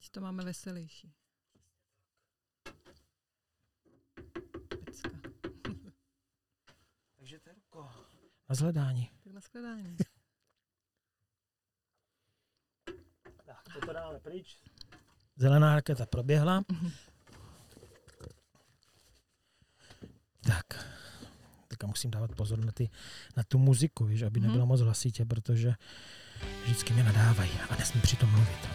Teď to máme veselější. Pecka. Takže Terko, na zhledání. Tak na shledání. Tak, toto dáme pryč. Zelená raketa proběhla. Tak. Teďka musím dávat pozor na tu muziku, víš, aby nebyla moc hlasitě, protože vždycky mě nadávají a nesmím přitom mluvit.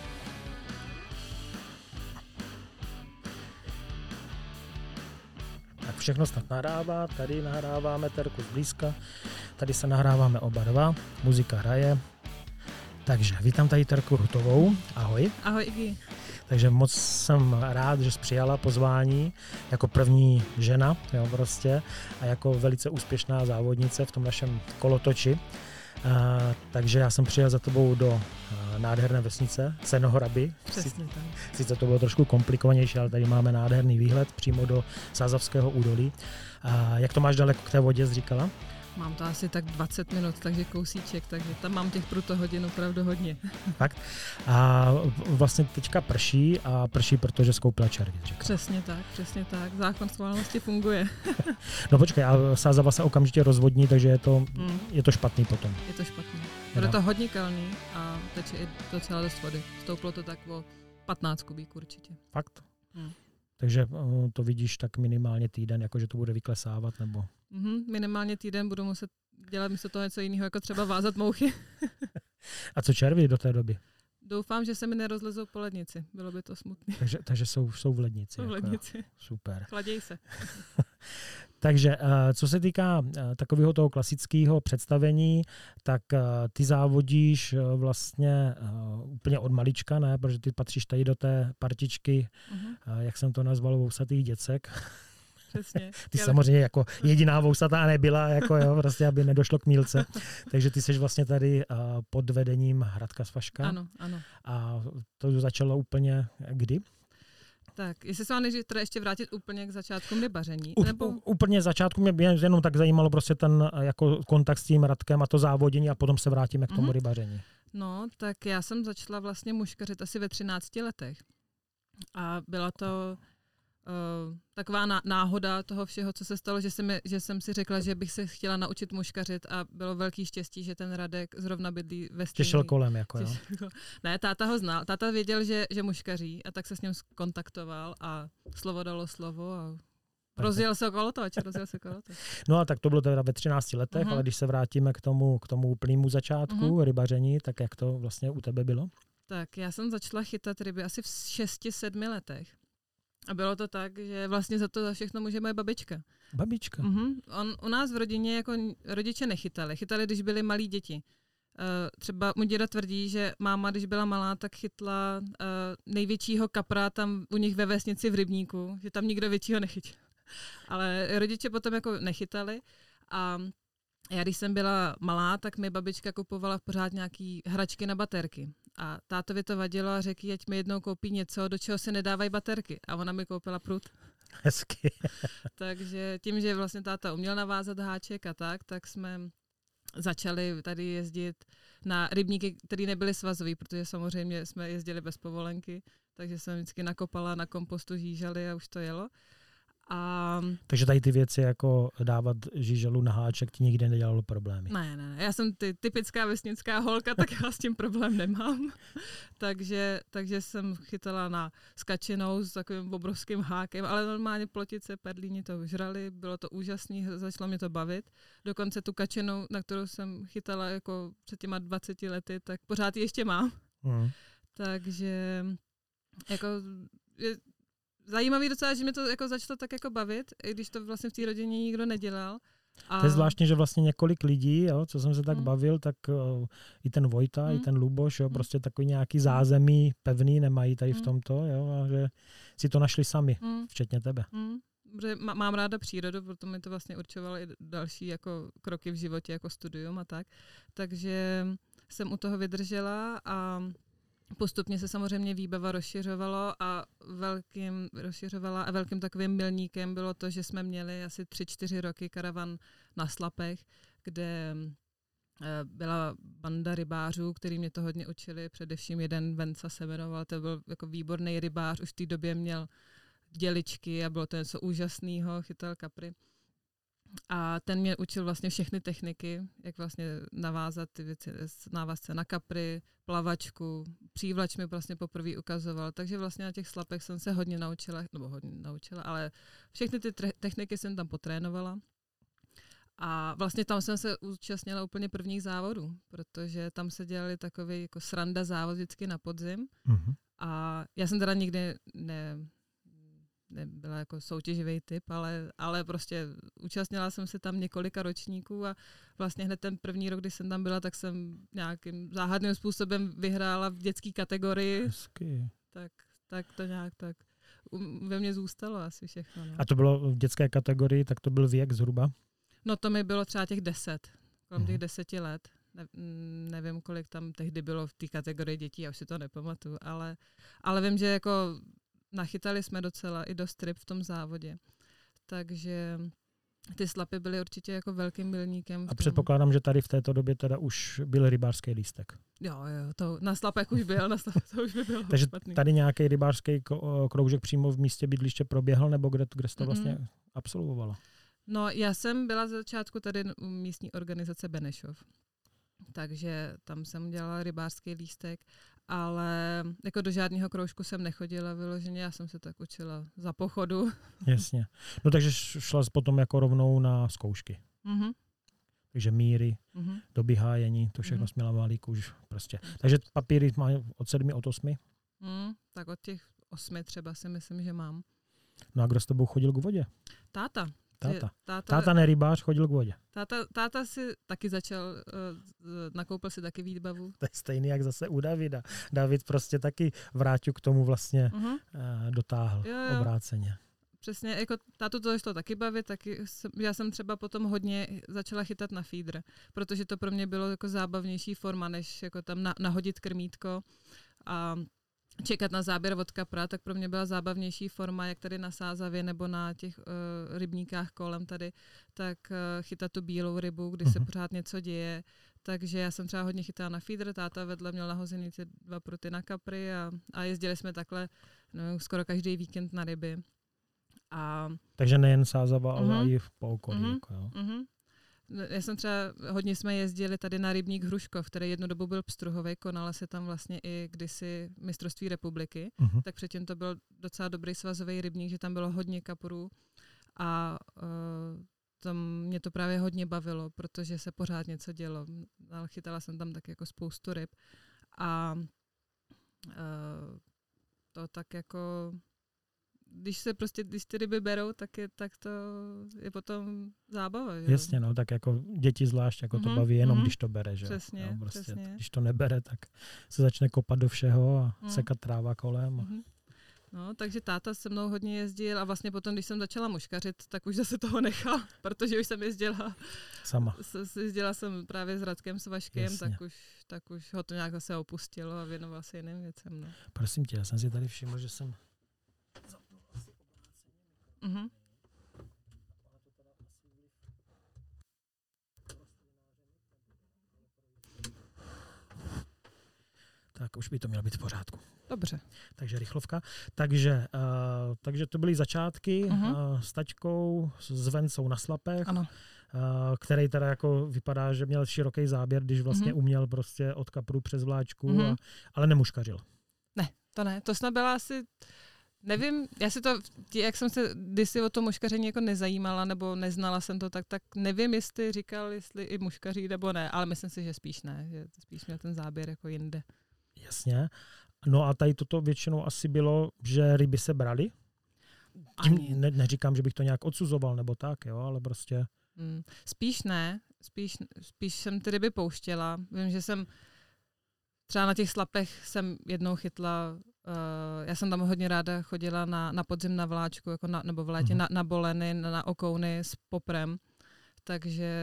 Tak všechno snad nahrává, tady nahráváme Terku zblízka, tady se nahráváme oba dva, muzika hraje. Takže vítám tady Terku Rutovou, ahoj. Ahoj Iggy. Takže moc jsem rád, že jsi přijala pozvání jako první žena, jo, prostě, a jako velice úspěšná závodnice v tom našem kolotoči. Takže já jsem přijel za tebou do nádherné vesnice Senohraby. Přesně tak. Sice to bylo trošku komplikovanější, ale tady máme nádherný výhled přímo do Sázavského údolí. Jak to máš daleko k té vodě, jsi říkala? Mám to asi tak 20 minut, takže kousíček, takže tam mám těch prutohodin opravdu hodně. Fakt? A vlastně teďka prší a prší, protože skoupila červíc, říkala. Přesně tak. Zákon schválnosti funguje. No počkej, a Sázava se okamžitě rozvodní, takže je to špatný potom. Je to špatný. Bude to hodně kalný a teče i docela dost vody. Stouplo to tak o 15 kubíků určitě. Fakt? Takže to vidíš tak minimálně týden, jakože to bude vyklesávat, nebo? Minimálně týden budu muset dělat místo toho něco jiného, jako třeba vázat mouchy. A co červy do té doby? Doufám, že se mi nerozlezou po lednici. Bylo by to smutné. Takže jsou v lednici. Jsou v lednici. Jako, super. Chladěj se. Takže co se týká takového toho klasického představení, tak ty závodíš vlastně úplně od malička, ne? Protože ty patříš tady do té partičky, jak jsem to nazval, vousatých děcek. Přesně. Ty samozřejmě jako jediná vousatá nebyla, jako jo, prostě, aby nedošlo k mýlce. Takže ty jsi vlastně tady pod vedením Radka Svaška. Ano. A to začalo úplně kdy? Tak, jestli se vám než teda ještě vrátit úplně k začátkům rybaření. Úplně začátku mě jenom tak zajímalo prostě ten jako kontakt s tím Radkem a to závodění a potom se vrátíme k tomu rybaření. No, tak já jsem začala vlastně muškařit asi ve 13 letech. A byla to taková náhoda toho všeho, co se stalo, že jsem si řekla, že bych se chtěla naučit muškařit a bylo velký štěstí, že ten Radek zrovna bydlí ve stejný. Těšil kolem, jako jo? Ne, táta ho znal. Táta věděl, že muškaří a tak se s ním kontaktoval a slovo dalo slovo a rozjel se kolotoč. No a tak to bylo teda ve 13 letech, ale když se vrátíme k tomu úplnému začátku rybaření, tak jak to vlastně u tebe bylo? Tak já jsem začala chytat ryby asi v 6-7 letech. A bylo to tak, že vlastně za všechno může moje babička. Babička? U nás v rodině jako rodiče nechytali. Chytali, když byly malí děti. Třeba můj děda tvrdí, že máma, když byla malá, tak chytla největšího kapra tam u nich ve vesnici v rybníku, že tam nikdo většího nechytil. Ale rodiče potom jako nechytali a já, když jsem byla malá, tak mi babička kupovala pořád nějaký hračky na baterky. A tátovi to vadilo a řekl, ať mi jednou koupí něco, do čeho se nedávají baterky. A ona mi koupila prut. Hezky. Takže tím, že vlastně táta uměl navázat háček a tak jsme začali tady jezdit na rybníky, které nebyly svazový, protože samozřejmě jsme jezdili bez povolenky, takže jsem vždycky nakopala na kompostu žížaly a už to jelo. Takže tady ty věci jako dávat žíželu na háček ti nikdy nedělalo problémy. Ne. Já jsem typická vesnická holka, tak já s tím problém nemám. takže jsem chytala na skačenou s takovým obrovským hákem, ale normálně plotice, perlíni to žrali, bylo to úžasný, začalo mě to bavit. Dokonce tu kačenou, na kterou jsem chytala jako před těma 20 lety, tak pořád ji ještě mám. Takže jako zajímavý docela, že mě to jako začalo tak jako bavit, i když to vlastně v té rodině nikdo nedělal. To je zvláštně, že vlastně několik lidí, jo, co jsem se tak bavil, tak i ten Vojta, i ten Luboš, jo, prostě takový nějaký zázemí pevný nemají tady v tomto, jo, a že si to našli sami, včetně tebe. Protože mám ráda přírodu, proto mi to vlastně určovalo i další jako kroky v životě, jako studium a tak. Takže jsem u toho vydržela a postupně se samozřejmě výbava rozšiřovala a velkým takovým milníkem bylo to, že jsme měli asi 3-4 roky karavan na Slapech, kde byla banda rybářů, který mě to hodně učili, především jeden Venca se jmenoval, to byl jako výborný rybář, už v té době měl děličky a bylo to něco úžasného, chytal kapry. A ten mě učil vlastně všechny techniky, jak vlastně navázat ty věci, návazce na kapry, plavačku, přívlač mi vlastně poprvé ukazoval, takže vlastně na těch slapech jsem se hodně naučila, ale všechny ty techniky jsem tam potrénovala. A vlastně tam jsem se účastnila úplně prvních závodů, protože tam se dělali takový jako sranda závod vždycky na podzim. A já jsem teda nikdy nebyla jako soutěživý typ, ale prostě účastnila jsem se tam několika ročníků a vlastně hned ten první rok, kdy jsem tam byla, tak jsem nějakým záhadným způsobem vyhrála v dětské kategorii. Hezky. Tak to nějak tak ve mně zůstalo asi všechno. No. A to bylo v dětské kategorii, tak to byl věk zhruba? No to mi bylo třeba těch 10, kolem těch 10 let. Nevím, kolik tam tehdy bylo v té kategorii dětí, já už si to nepamatuju, ale vím, že jako nachytali jsme docela i dost ryb v tom závodě. Takže ty slapy byly určitě jako velkým milníkem. A předpokládám, že tady v této době teda už byl rybářský lístek. Jo, to na slapech už byl, to už by bylo takže špatný. Tady nějaký rybářský kroužek přímo v místě bydliště proběhl, nebo kde jsi to vlastně absolvovala? No, já jsem byla ze začátku tady u místní organizace Benešov. Takže tam jsem dělala rybářský lístek, ale jako do žádného kroužku jsem nechodila vyloženě, já jsem se tak učila za pochodu. Jasně. No takže šla jsi potom jako rovnou na zkoušky. Takže míry, doby hájení, to všechno jsi měla malík už prostě. Takže papíry má od 7, od 8? Tak od těch 8 třeba si myslím, že mám. No a kdo s tebou chodil k vodě? Táta. Táta ne rybář, chodil k vodě. Táta si taky začal, nakoupil si taky výbavu. To je stejný jak zase u Davida. David prostě taky vrátil k tomu vlastně dotáhl obráceně. Přesně, jako tátu to šlo taky bavit, já jsem třeba potom hodně začala chytat na feeder, protože to pro mě bylo jako zábavnější forma, než jako tam nahodit krmítko a čekat na záběr od kapra, tak pro mě byla zábavnější forma, jak tady na Sázavě nebo na těch rybníkách kolem tady, tak chytat tu bílou rybu, kdy se pořád něco děje. Takže já jsem třeba hodně chytala na feeder, táta vedle měl nahozený ty 2 pruty na kapry a jezdili jsme takhle skoro každý víkend na ryby. Takže nejen Sázava, ale i v okolí. Jako, jo. Já jsem třeba, hodně jsme jezdili tady na rybník Hruškov, který jednu dobu byl pstruhovej, konala se tam vlastně i kdysi mistrovství republiky, tak předtím to byl docela dobrý svazový rybník, že tam bylo hodně kaprů a tam mě to právě hodně bavilo, protože se pořád něco dělo. Ale chytala jsem tam tak jako spoustu ryb a to tak jako když ty ryby berou, tak to je potom zábava. Že? Jasně, no, tak jako děti zvlášť jako to baví jenom, když to bere, že? Přesně, no, prostě, přesně. Když to nebere, tak se začne kopat do všeho a sekat tráva kolem. No, takže táta se mnou hodně jezdil a vlastně potom, když jsem začala muškařit, tak už zase toho nechal, protože už jsem jezdila sama. Jezdila jsem právě s Radkem Svaškem, tak už ho to nějak zase opustilo a věnoval se jiným věcem. No. Prosím tě, já jsem si tady všiml, že jsem Tak už by to mělo být v pořádku. Dobře. Takže rychlovka. Takže to byly začátky s taťkou, s Vencou na slapech, který teda jako vypadá, že měl široký záběr, když vlastně uměl prostě od kapru přes vláčku, ale nemuškařil. Ne, to ne. To snad byla asi... Nevím, já si to, jak jsem se kdysi o to muškaření jako nezajímala nebo neznala jsem to, tak nevím, jestli říkal, jestli i muškaří nebo ne, ale myslím si, že spíš ne, že spíš měl ten záběr jako jinde. Jasně. No a tady toto většinou asi bylo, že ryby se braly? Tím neříkám, že bych to nějak odsuzoval nebo tak, jo, ale prostě... Spíš ne, spíš jsem ty ryby pouštěla. Vím, že jsem třeba na těch slapech jsem jednou chytla, já jsem tam hodně ráda chodila na podzim na vláčku, jako nebo v létě na boleny, na okouny s poprem. Takže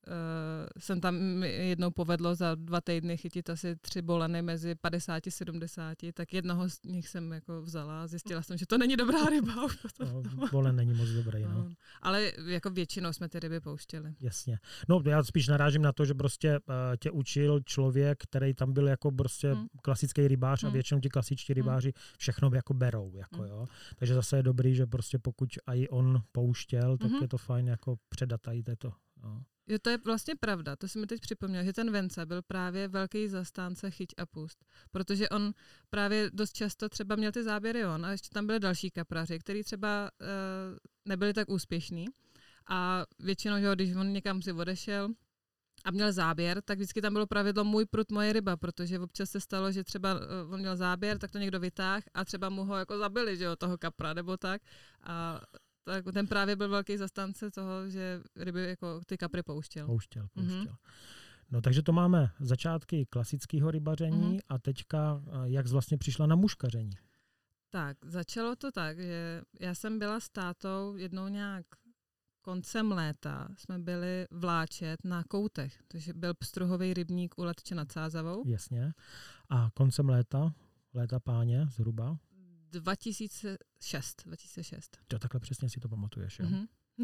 jsem tam jednou povedlo za 2 týdny chytit asi 3 boleny mezi 50-70, tak jednoho z nich jsem jako vzala a zjistila jsem, že to není dobrá ryba. Bolen není moc dobrý, no. Ale jako většinou jsme ty ryby pouštěli. Jasně. No já spíš narážím na to, že prostě tě učil člověk, který tam byl jako prostě klasický rybář a většinou ti klasičtí rybáři všechno jako berou. Jako, jo. Takže zase je dobrý, že prostě pokud i on pouštěl, tak je to fajn jako předat tady to. No. Jo, to je vlastně pravda, to si mi teď připomněl, že ten Venca byl právě velký zastánce chyť a pust, protože on právě dost často třeba měl ty záběry on a ještě tam byly další kapraři, kteří třeba nebyli tak úspěšní a většinou, že když on někam si odešel a měl záběr, tak vždycky tam bylo pravidlo můj prut, moje ryba, protože občas se stalo, že třeba on měl záběr, tak to někdo vytáhl a třeba mu ho jako zabili, že jo, toho kapra nebo tak a tak ten právě byl velký zastánce toho, že ryby jako ty kapry pouštěl. Pouštěl. No takže to máme začátky klasického rybaření a teďka jak jsi vlastně přišla na muškaření? Tak, začalo to tak, že já jsem byla s tátou jednou nějak koncem léta, jsme byli vláčet na Koutech, takže byl pstruhový rybník u Letče nad Sázavou. Jasně. A koncem léta páně zhruba? 2006. Jo, takhle přesně si to pamatuješ, jo?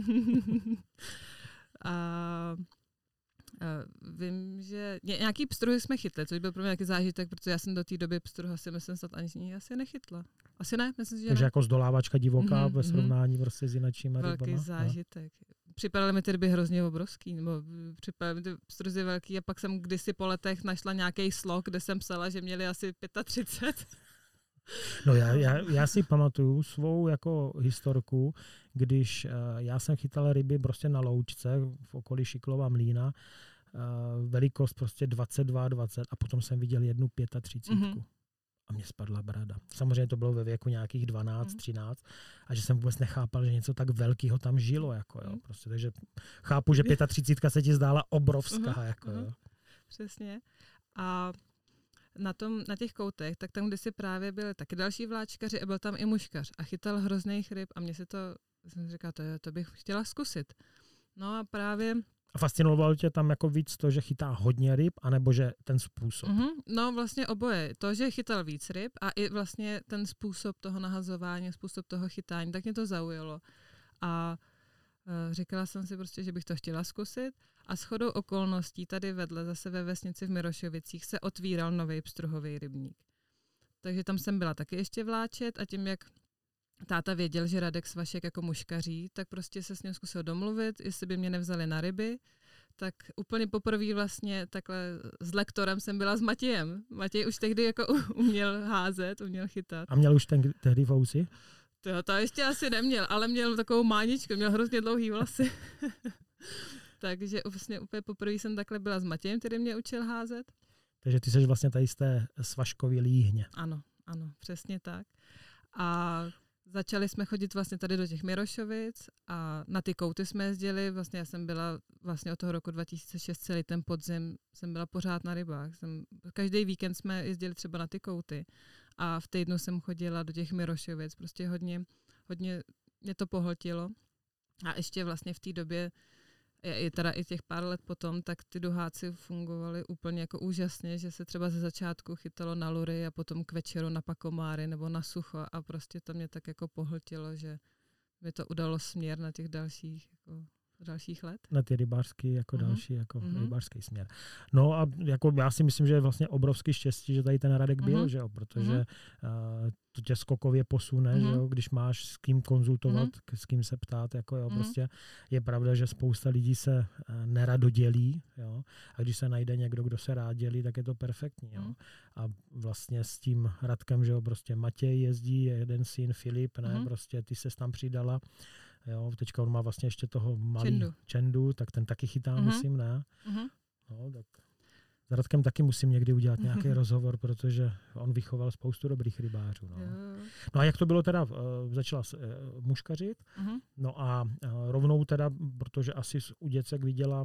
A vím, že nějaký pstruhy jsme chytli, což byl pro mě nějaký zážitek, protože já jsem do té doby pstruha si myslím snad ani asi nechytla. Asi ne, myslím, že takže ne. jako zdolávačka divoká ve srovnání prostě s jinačíma rybama. Velký zážitek. Připadaly mi ty ryby hrozně obrovský, nebo připadaly mi ty pstruhy velký a pak jsem kdysi po letech našla nějaký slok, kde jsem psala, že měli asi 35. No já si pamatuju svou jako historku, když já jsem chytal ryby prostě na loučce v okolí Šiklova mlýna, velikost prostě 22-20 a potom jsem viděl jednu 35. A mě spadla brada. Samozřejmě to bylo ve věku nějakých 12-13 a že jsem vůbec nechápal, že něco tak velkého tam žilo. Jako, jo, prostě, takže chápu, že 35 se ti zdála obrovská. Jako, jo. Přesně. A na těch Koutech, tak tam kdysi právě byly taky další vláčkaři a byl tam i muškař a chytal hrozných ryb a jsem říkala, to bych chtěla zkusit. No a právě... A fascinovalo tě tam jako víc to, že chytá hodně ryb, anebo že ten způsob? No vlastně oboje. To, že chytal víc ryb a i vlastně ten způsob toho nahazování, způsob toho chytání, tak mě to zaujalo. A říkala jsem si prostě, že bych to chtěla zkusit a shodou okolností tady vedle, zase ve vesnici v Mirošovicích, se otvíral nový pstruhový rybník. Takže tam jsem byla taky ještě vláčet a tím, jak táta věděl, že Radek Svašek jako muškaří, tak prostě se s ním zkusil domluvit, jestli by mě nevzali na ryby. Tak úplně poprvé vlastně takhle s lektorem jsem byla s Matějem. Matěj už tehdy jako uměl házet, uměl chytat. A měl už tehdy vousy? To ještě asi neměl, ale měl takovou máničku, měl hrozně dlouhý vlasy. Takže vlastně úplně poprvé jsem takhle byla s Matějem, který mě učil házet. Takže ty jsi vlastně tady z té Svaškovy líhně. Ano, přesně tak. A začali jsme chodit vlastně tady do těch Mirošovic a na ty Kouty jsme jezdili. Vlastně já jsem byla vlastně od toho roku 2006 celý ten podzim jsem byla pořád na rybách. Každý víkend jsme jezdili třeba na ty Kouty a v týdnu jsem chodila do těch Mirošovic. Prostě hodně mě to pohltilo. A ještě vlastně v té době, i těch pár let potom, tak ty duháci fungovaly úplně jako úžasně, že se třeba ze začátku chytalo na lury a potom k večeru na pakomáry nebo na sucho a prostě to mě tak jako pohltilo, že mi to udalo směr na těch dalších let. Na ty rybářský jako další jako rybářský směr. No a jako já si myslím, že je vlastně obrovský štěstí, že tady ten Radek byl, že jo, protože to tě skokově posune, že jo, když máš s kým konzultovat, s kým se ptát, jako jo, prostě je pravda, že spousta lidí se nerado dělí, jo, a když se najde někdo, kdo se rád dělí, tak je to perfektní, jo. A vlastně s tím Radkem, že jo, prostě Matěj jezdí, je jeden syn Filip, ne, prostě ty ses tam přidala. Jo, teďka on má vlastně ještě toho malý Čendu, tak ten taky chytá, myslím, ne? No, tak s Radkem taky musím někdy udělat nějaký rozhovor, protože on vychoval spoustu dobrých rybářů. No, no a jak to bylo teda, začala muškařit, no a rovnou teda, protože asi u děcek viděla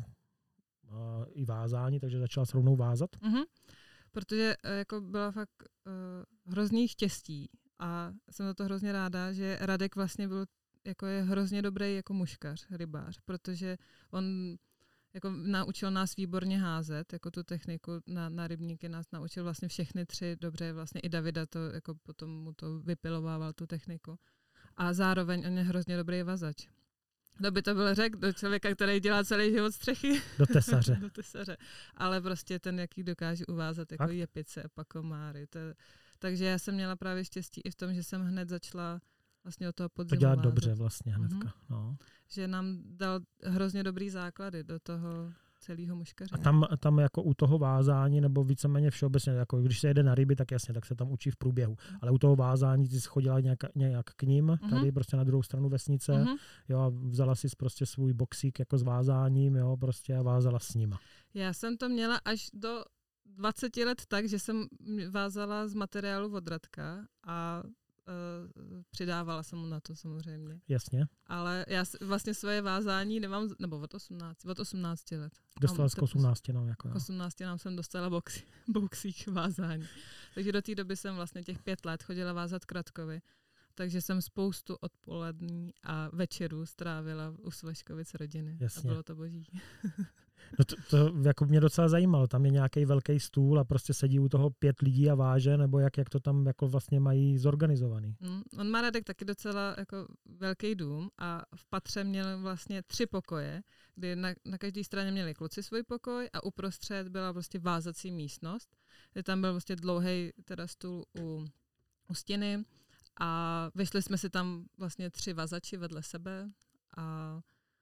i vázání, takže začala s rovnou vázat? Protože jako byla fakt hrozný štěstí a jsem za to hrozně ráda, že Radek vlastně byl jako je hrozně dobrý jako muškař, rybář, protože on jako naučil nás výborně házet, jako tu techniku na rybníky nás naučil vlastně všechny 3 dobře, vlastně i Davida to jako potom mu to vypilovával tu techniku. A zároveň on je hrozně dobrý vazač. To by to byl řek do člověka, který dělá celý život střechy. Do tesaře. Do tesaře. Ale prostě ten, jaký dokáže uvázat, jako jepice, pakomáry. Takže já jsem měla právě štěstí i v tom, že jsem hned začala vlastně od toho podzimu to dělat vázat. dobře vlastně hnedka. No. Že nám dal hrozně dobrý základy do toho celého muškaření. A tam jako u toho vázání, nebo víceméně všeobecně, jako když se jede na ryby, tak jasně, tak se tam učí v průběhu. Ale u toho vázání ty jsi chodila nějak k ním, tady prostě na druhou stranu vesnice, jo, a vzala si prostě svůj boxík jako s vázáním, jo, prostě a vázala s nima. Já jsem to měla až do 20 let tak, že jsem vázala z materiálu od Radka a přidávala jsem mu na to samozřejmě. Jasně. Ale já vlastně svoje vázání nemám, nebo od 18 let. Dostala z 18 nám jako. K 18 nám jsem dostala boxík vázání. Takže do té doby jsem vlastně těch 5 let chodila vázat k Radkovi. Takže jsem spoustu odpolední a večerů strávila u Svaškovic rodiny. Jasně. A bylo to boží. No to jako mě docela zajímalo. Tam je nějaký velký stůl a prostě sedí u toho 5 lidí a váže, nebo jak to tam jako vlastně mají zorganizovaný. On má Radek taky docela jako velký dům a v patře měl vlastně 3 pokoje, kdy na každé straně měli kluci svůj pokoj a uprostřed byla prostě vázací místnost, kde tam byl prostě dlouhý teda stůl u stěny a vyšli jsme si tam vlastně 3 vazači vedle sebe a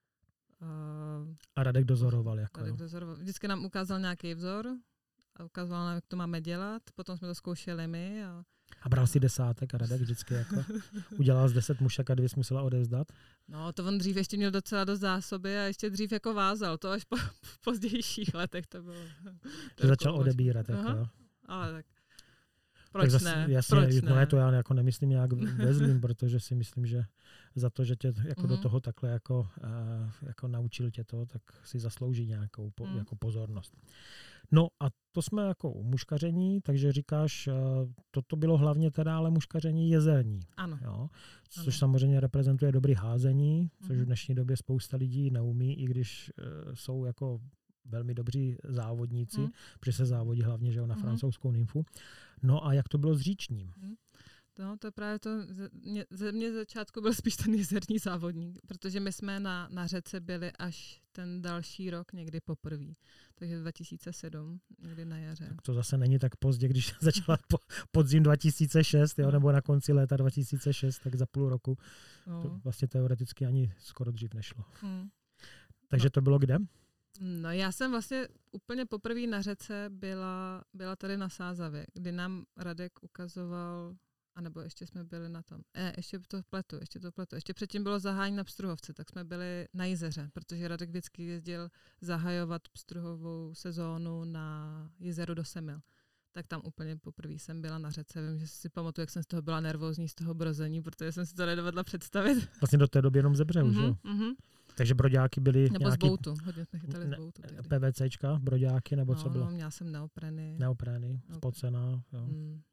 Radek dozoroval. Vždycky nám ukázal nějaký vzor a ukazoval nám, jak to máme dělat. Potom jsme to zkoušeli my. A bral si desátek a Radek vždycky jako udělal z 10 mušek a 2 musela odevzdat? No, to on dřív ještě měl docela dost zásoby a ještě dřív jako vázal. To až v pozdějších letech to bylo. To začal odebírat. Jako, ale tak proč tak ne? Jasně, proč ne? To já jako nemyslím nějak vezlím, protože si myslím, že za to, že tě jako do toho takhle jako naučil tě to, tak si zaslouží nějakou jako pozornost. No a to jsme jako u muškaření, takže říkáš, toto bylo hlavně teda ale muškaření jezerní. Ano. Jo? Což samozřejmě reprezentuje dobrý házení, což v dnešní době spousta lidí neumí, i když jsou jako velmi dobří závodníci, protože se závodí hlavně že na francouzskou nymfu. No a jak to bylo s říčním? No, to právě to, ze mě začátku byl spíš ten jezerní závodník, protože my jsme na řece byli až ten další rok někdy poprvé. Takže 2007, někdy na jaře. Tak to zase není tak pozdě, když začala podzim 2006, jo, nebo na konci léta 2006, tak za půl roku. To vlastně teoreticky ani skoro dřív nešlo. Takže to bylo kde? No, já jsem vlastně úplně poprvé na řece byla tady na Sázavě, kdy nám Radek ukazoval, anebo ještě jsme byli na tom. Ještě to pletu. Ještě předtím bylo zahání na Pstruhovce, tak jsme byli na Jizeře, protože Radek vždycky jezdil zahajovat pstruhovou sezónu na jezeru do Semil. Tak tam úplně poprvé jsem byla na řece. Vím, že si pamatuju, jak jsem z toho byla nervózní, z toho brození, protože jsem si to nedovedla představit. Vlastně do té doby jenom ze břehu, že jo? Takže broďáky byly nebo nějaký... z boutu, hodně jsme chytali z boutu. PVCčka, broďáky, nebo co bylo? No, měla jsem neopreny. Spocená, jo.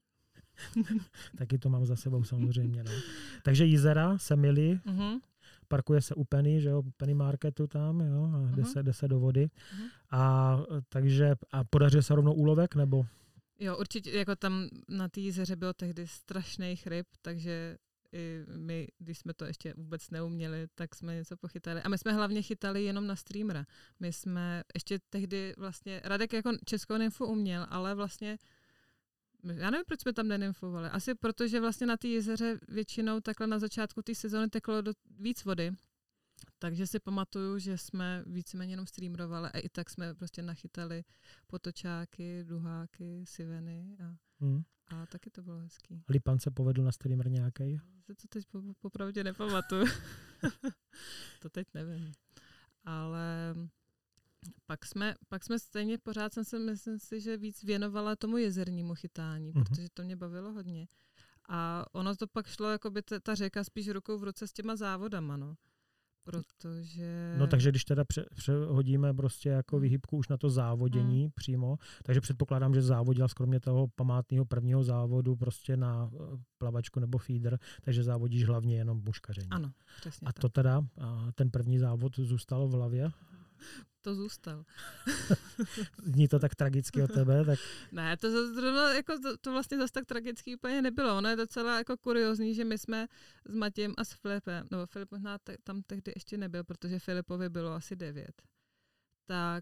Taky to mám za sebou samozřejmě. No. Takže Jizera, Semily, parkuje se u Penny, že jo, Penny Marketu tam, jo, a jde se do vody. A podařil se rovnou úlovek, nebo? Jo, určitě, jako tam na té Jizeře bylo tehdy strašných ryb, takže i my, když jsme to ještě vůbec neuměli, tak jsme něco pochytali. A my jsme hlavně chytali jenom na streamera. My jsme ještě tehdy vlastně, Radek jako českou nymfu uměl, ale vlastně já nevím, proč jsme tam nenymfovali. Asi protože vlastně na té jezeře většinou takhle na začátku té sezóny teklo víc vody. Takže si pamatuju, že jsme víceméně jenom streamerovali a i tak jsme prostě nachytali potočáky, duháky, siveny a taky to bylo hezký. Lipan se povedl na streamer nějaký? To teď popravdě nepamatuju. To teď nevím. Ale pak jsme stejně pořád myslím si, že víc věnovala tomu jezernímu chytání, protože to mě bavilo hodně. A ono to pak šlo, jakoby ta řeka spíš rukou v ruce s těma závodama, no. Protože... No takže když teda přehodíme prostě jako výhybku už na to závodění přímo, takže předpokládám, že závodila kromě toho památného prvního závodu prostě na plavačku nebo feeder, takže závodíš hlavně jenom muškaření. Ano, přesně a tak. to teda, ten první závod zůstal v hlavě? To zůstal. Zní to tak tragicky od tebe, tak... Ne, to vlastně zase tak tragický úplně nebylo. Ono je docela jako kuriózní, že my jsme s Matějem a s Filipem, nebo Filip možná tam tehdy ještě nebyl, protože Filipovi bylo asi 9. Tak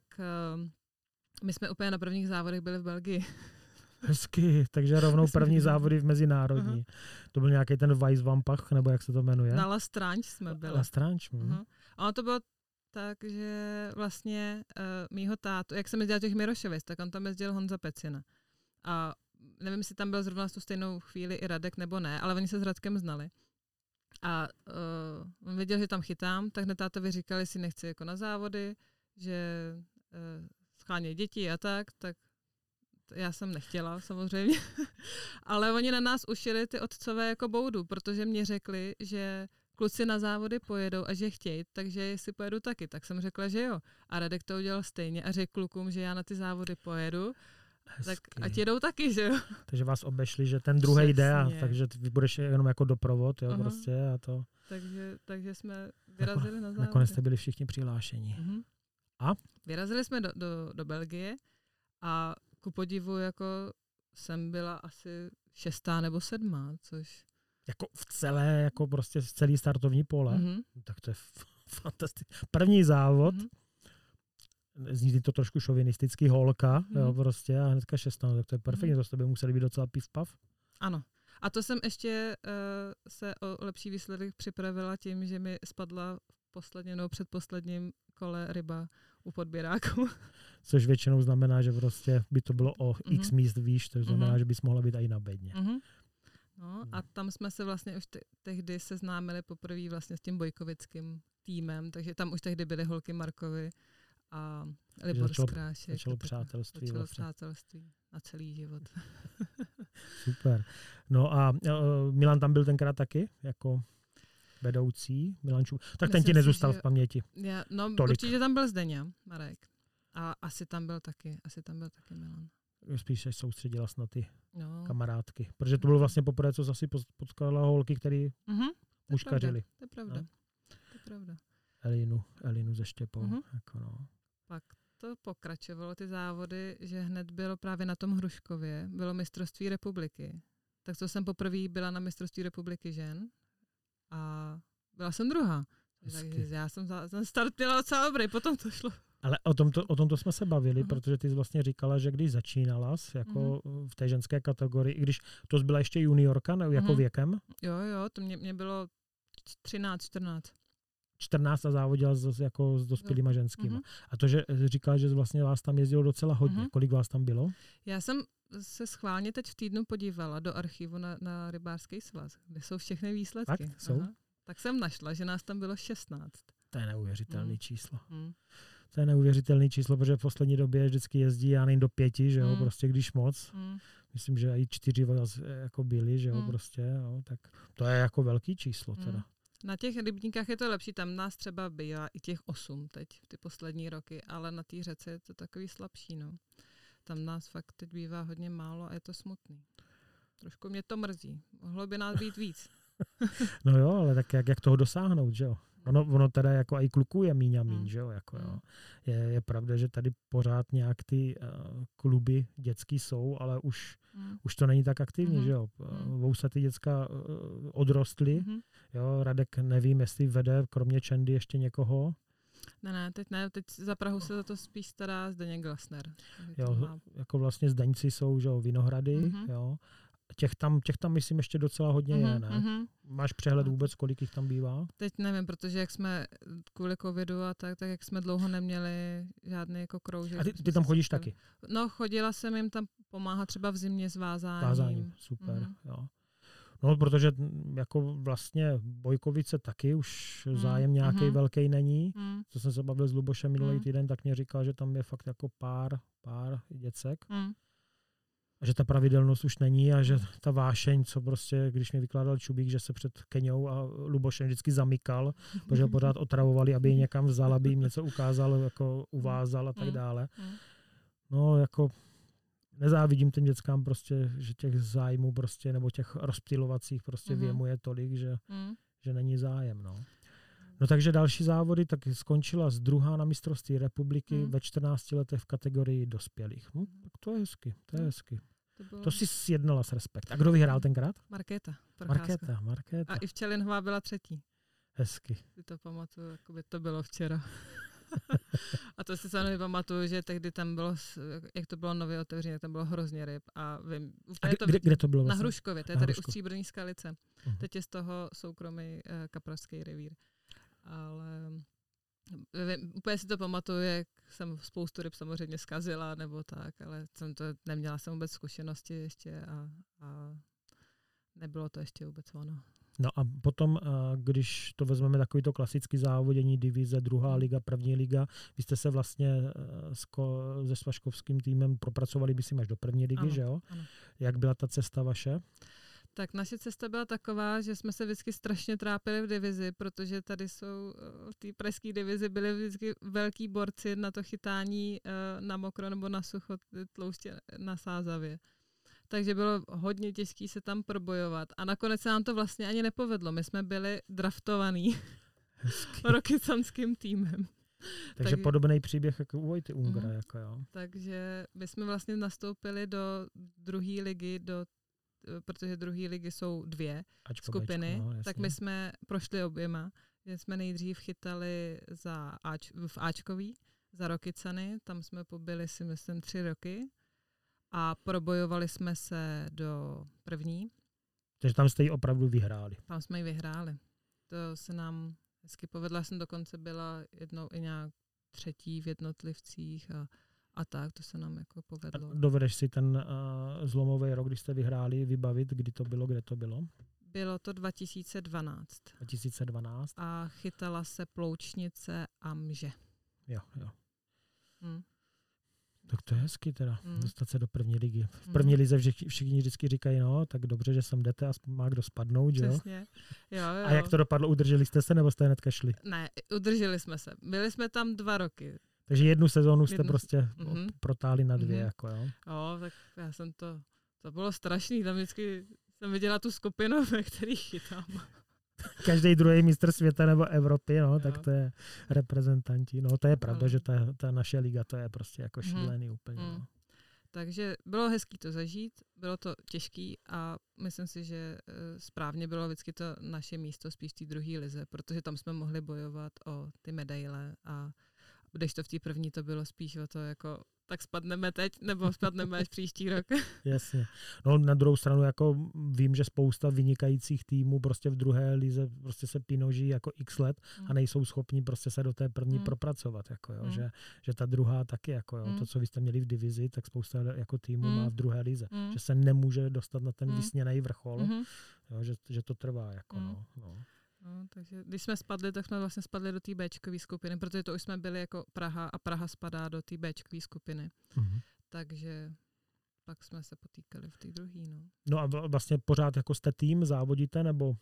my jsme úplně na prvních závodech byli v Belgii. Hezky, takže rovnou první závody v mezinárodní. Uh-huh. To byl nějaký ten Weisswampach, nebo jak se to jmenuje? Na La Strange jsme byli. La Strange. Uh-huh. A ono to bylo tak, že vlastně mýho tátu, jak jsem jezdila těch Mirošovic, tak on tam jezdil Honza Pecina. A nevím, jestli tam byl zrovna v tu stejnou chvíli i Radek nebo ne, ale oni se s Radkem znali. A on věděl, že tam chytám, tak hned tátovi říkali, jestli nechci jako na závody, že schánějí děti a tak já jsem nechtěla samozřejmě, ale oni na nás ušili ty otcové jako boudu, protože mě řekli, že kluci na závody pojedou a že chtějí, takže jestli pojedu taky, tak jsem řekla, že jo. A Radek to udělal stejně a řekl klukům, že já na ty závody pojedu, hezky. Tak ať jedou taky, že jo. Takže vás obešli, že ten druhý jde, a takže ty budeš jenom jako doprovod, jo, prostě a to. Takže jsme vyrazili na závody. Nakonec jste byli všichni přihlášení. Uh-huh. A? Vyrazili jsme do Belgie a ku podivu jako jsem byla asi 6. nebo 7., což... Jako v celé, jako prostě v celý startovní pole. Mm-hmm. Tak to je fantastické. První závod, zní to trošku šovinistický, holka, jo, prostě a hnedka 16, tak to je perfektně, to s tebe museli být docela piv-pav. Ano. A to jsem ještě se o lepší výsledek připravila tím, že mi spadla předposledním kole ryba u podběráku. Což většinou znamená, že prostě by to bylo o x míst výš, to znamená, že bys mohla být i na bedně. No a tam jsme se vlastně už tehdy seznámili poprvé vlastně s tím bojkovickým týmem, takže tam už tehdy byly holky Markovi a Libor Skrášek. Začalo přátelství. Přátelství na celý život. Super. No a Milan tam byl tenkrát taky, jako vedoucí Milančů. Tak ten ti nezůstal v paměti. Určitě tam byl Zdeňa, Marek. A asi tam byl taky Milan. Spíš se soustředila na ty kamarádky. Protože to bylo vlastně poprvé, co zase potkala holky, který muškařili. To je pravda. To je pravda. Elinu ze Štěpou. Jako no. Pak to pokračovalo ty závody, že hned bylo právě na tom Hruškově, bylo mistrovství republiky. Tak to jsem poprvé byla na mistrovství republiky žen a byla jsem druhá. Takže já jsem ten start měla docela dobrý, potom to šlo. Ale o tomto jsme se bavili, protože ty jsi vlastně říkala, že když začínala jako v té ženské kategorii, i když to byla ještě juniorka, jako věkem? Jo, to mě bylo 13, 14. 14 a závodila jako s dospělýma ženskýma. A to, že říkala, že vlastně vás tam jezdilo docela hodně. Kolik vás tam bylo? Já jsem se schválně teď v týdnu podívala do archivu na Rybářský svaz, kde jsou všechny výsledky. Fakt? Jsou? Tak jsem našla, že nás tam bylo 16. To je neuvěřitelný číslo. To je neuvěřitelný číslo, protože v poslední době vždycky jezdí, já nevím, do 5, že jo, prostě když moc. Myslím, že i 4 vás jako byli, že jo, prostě, jo, tak to je jako velký číslo teda. Na těch rybníkách je to lepší, tam nás třeba bývá i těch 8 teď, ty poslední roky, ale na té řece je to takový slabší, no. Tam nás fakt teď bývá hodně málo a je to smutný. Trošku mě to mrzí. Mohlo by nás být víc. No jo, ale tak jak toho dosáhnout, že jo? Ono teda jako i kluků je míň a míň, že jo? Jako, jo. Je pravda, že tady pořád nějak ty kluby dětský jsou, ale už to není tak aktivní, že jo? Vousa ty děcka odrostly, jo? Radek nevím, jestli vede kromě Čendy ještě někoho. Ne, teď za Prahu se za to spíš stará Zdeněk Glasner. Jo, jako vlastně Zdeňci jsou, že jo, Vinohrady, jo. Těch tam myslím ještě docela hodně je, ne? Máš přehled vůbec, kolik jich tam bývá? Teď nevím, protože jak jsme kvůli covidu a tak jak jsme dlouho neměli žádný jako kroužek. A ty tam chodíš taky? No, chodila jsem jim tam pomáhat třeba v zimě s vázáním. Vázáním, super, jo. No, protože jako vlastně Bojkovice taky už zájem nějaký velký není. Co jsem se bavil s Lubošem minulý týden, tak mě říkal, že tam je fakt jako pár děcek. A že ta pravidelnost už není a že ta vášeň, co prostě, když mi vykládal Čubík, že se před Keňou a Lubošem vždycky zamykal, protože ho pořád otravovali, aby ji někam vzal, aby jim něco ukázal, jako uvázal a tak dále. No, jako nezávidím těm dětskám prostě, že těch zájmů prostě, nebo těch rozptylovacích prostě věmuje tolik, že není zájem, no. No takže další závody, tak skončila z druhá na mistrovství republiky ve 14 letech v kategorii dospělých. Tak to je hezky, to je hezky. To si sjednala s respekt. A kdo vyhrál tenkrát? Markéta. Markéta. A i Včelinhová byla třetí. Hezky. Si to pamatuju, jako by to bylo včera. A to si samozřejmě pamatuju, že tehdy tam bylo, jak to bylo nově otevřené, tam bylo hrozně ryb. A vím, kde to bylo? Na Hruškově, to je tady u Stříbrný Skalice. Teď je z toho soukromý kaprovský revír. Ale úplně si to pamatuju, jak jsem spoustu ryb samozřejmě zkazila nebo tak, ale neměla jsem vůbec zkušenosti ještě a nebylo to ještě vůbec ono. No a potom, když to vezmeme takovýto klasický závodění, divize, druhá liga, první liga, vy jste se vlastně se svažkovským týmem propracovali, myslím, až do první ligy, že jo? Ano. Jak byla ta cesta vaše? Tak naše cesta byla taková, že jsme se vždycky strašně trápili v divizi, protože tady jsou v té pražské divizi byli vždycky velký borci na to chytání na mokro nebo na sucho, tlouště na sázavě. Takže bylo hodně těžké se tam probojovat. A nakonec se nám to vlastně ani nepovedlo. My jsme byli draftovaní rokycanským týmem. Takže podobný příběh jako u Vojty Ungera. Jako jo. Takže my jsme vlastně nastoupili do druhé ligy, protože druhé ligy jsou 2 skupiny, tak my jsme prošli oběma. Že jsme nejdřív chytali v Ačkový za Rokycany, tam jsme pobyli si myslím 3 roky. A probojovali jsme se do první. Takže tam jste ji opravdu vyhráli. Tam jsme ji vyhráli. To se nám hezky povedlo. Já jsem dokonce byla jednou i nějak 3. v jednotlivcích a tak, to se nám jako povedlo. A dovedeš si ten zlomový rok, když jste vyhráli, vybavit, kdy to bylo, kde to bylo? Bylo to 2012. 2012. A chytala se Ploučnice a Mže. Jo. Tak to je hezky teda, dostat se do první ligy. V první lize všichni vždycky říkají, no, tak dobře, že sem jdete a má kdo spadnout, že jo? Přesně. Jo. A jak to dopadlo, udrželi jste se nebo jste hnedka šli? Ne, udrželi jsme se. Byli jsme tam 2 roky. Takže jednu sezónu jste prostě protáhli na 2, jako jo? Jo, tak já jsem to bylo strašný, tam vždycky jsem viděla tu skupinu, ve kterých chytám. Každý druhý mistr světa nebo Evropy, no, tak to je reprezentanti. No, to je pravda, že ta naše liga, to je prostě jako šílený úplně. No. Takže bylo hezký to zažít, bylo to těžký a myslím si, že správně bylo vždycky to naše místo spíš v té druhé lize, protože tam jsme mohli bojovat o ty medaile a když to v té první to bylo spíš o to jako tak spadneme teď, nebo spadneme až příští rok. Jasně. No na druhou stranu jako vím, že spousta vynikajících týmů prostě v druhé lize prostě se pinoží jako x let a nejsou schopni prostě se do té první propracovat, jako jo, že ta druhá taky jako jo, to, co vy jste měli v divizi, tak spousta jako týmů má v druhé lize, že se nemůže dostat na ten vysněnej vrchol, jo, že to trvá jako no. No, takže když jsme spadli, tak jsme vlastně spadli do té Bčkové skupiny, protože to už jsme byli jako Praha a Praha spadá do té Bčkové skupiny. Takže pak jsme se potýkali v té druhé. No a vlastně pořád jako jste tým, závodíte, nebo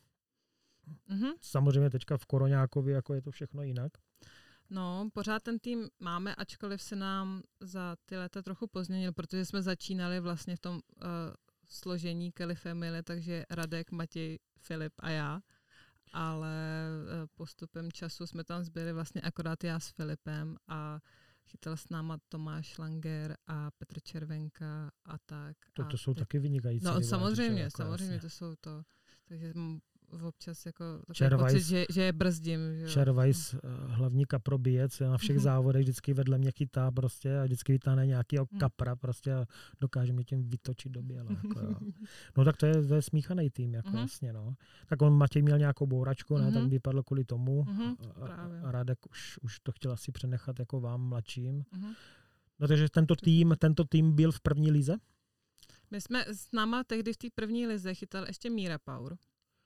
samozřejmě teďka v Koroňákovi jako je to všechno jinak? No, pořád ten tým máme, ačkoliv se nám za ty léta trochu pozměnil, protože jsme začínali vlastně v tom složení Kelly Family, takže Radek, Matěj, Filip a já. Ale postupem času jsme tam zbyli vlastně akorát já s Filipem a chytal s náma Tomáš Langer a Petr Červenka a tak. To jsou taky vynikající. No samozřejmě to jsou to. Takže občas jako takový pocit, že je brzdím. Červajs, hlavní kaprobíjec, na všech závodech vždycky vedle mě chytá prostě a vždycky vytáhne nějakýho kapra prostě a dokáže mě tím vytočit do běla. Jako, jo. No tak to je smíchaný tým, jako jasně, no. Tak on Matěj měl nějakou bouračku, ne, tak vypadlo kvůli tomu a Radek už to chtěl asi přenechat jako vám mladším. No takže tento tým byl v první lize? My jsme s náma tehdy v té první lize chytal ještě Míra Paur.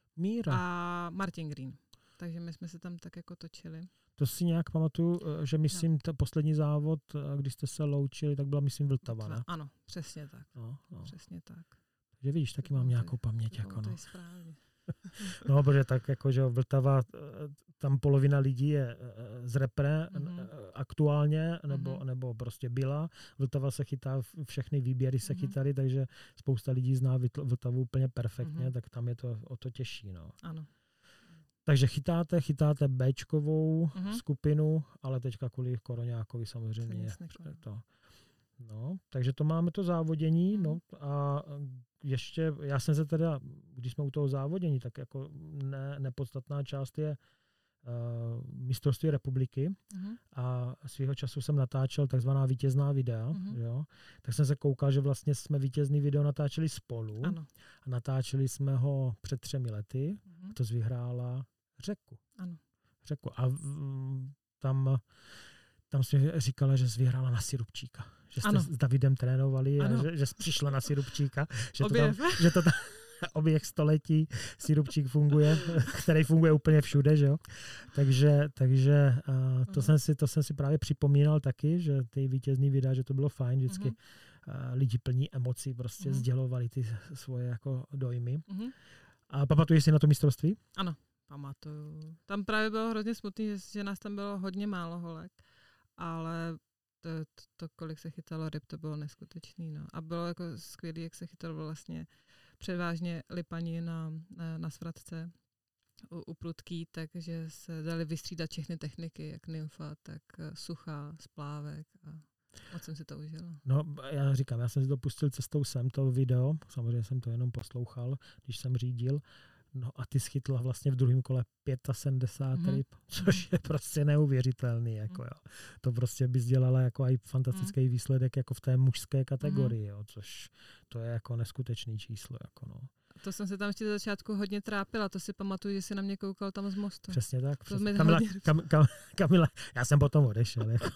A Martin Green. Takže my jsme se tam tak jako točili. To si nějak pamatuju, že myslím, poslední závod, když jste se loučili, tak byla myslím Vltava, ne? Ano, přesně tak. No. Přesně tak. Že vidíš, taky mám nějakou paměť. Jako, to je správně. No, protože tak jako, že Vltava, tam polovina lidí je z repre aktuálně, nebo prostě byla. Vltava se chytá, všechny výběry se chytaly, takže spousta lidí zná Vltavu úplně perfektně, tak tam je to o to těžší. No. Ano. Takže chytáte Bčkovou skupinu, ale teďka kvůli Koroňákovi samozřejmě. To. No, takže to máme to závodění, no a ještě, já jsem se teda, když jsme u toho závodění, tak jako nepodstatná část je mistrovství republiky a svýho času jsem natáčel takzvaná vítězná videa, jo? Tak jsem se koukal, že vlastně jsme vítězný video natáčeli spolu a natáčeli jsme ho před 3 lety, to vyhrála Řeku. Ano. Řeku. A tam jsi říkala, že jsi vyhrála na Sirupčíka. Že jste s Davidem trénovali a že jsi přišla na Sirupčíka. Že to tam oběh století Sirupčík funguje, který funguje úplně všude, že jo. Takže to jsem si právě připomínal taky, že ty vítězný videa, že to bylo fajn, vždycky lidi plní emocí prostě sdělovali ty svoje jako dojmy. A pamatuješ si na to mistrovství? Ano, pamatuju. Tam právě bylo hrozně smutný, že nás tam bylo hodně málo holek, ale to kolik se chytalo ryb, to bylo neskutečný. No. A bylo jako skvělé, jak se chytalo vlastně převážně lipaní na svratce u prudký, takže se dali vystřídat všechny techniky, jak nymfa, tak suchá, splávek a moc jsem si to užila. No, já říkám, já jsem si to pustil cestou sem, to video, samozřejmě jsem to jenom poslouchal, když jsem řídil, no a ty schytla vlastně v druhém kole 75 ryb, což je prostě neuvěřitelný. Jako, jo. To prostě bys dělala jako i fantastický výsledek jako v té mužské kategorii, jo, což to je jako neskutečný číslo. Jako, no. To jsem se tam ještě do začátku hodně trápila, to si pamatuju, že jsi na mě koukal tam z mostu. Přesně tak. Kamila, já jsem potom odešel. Jako.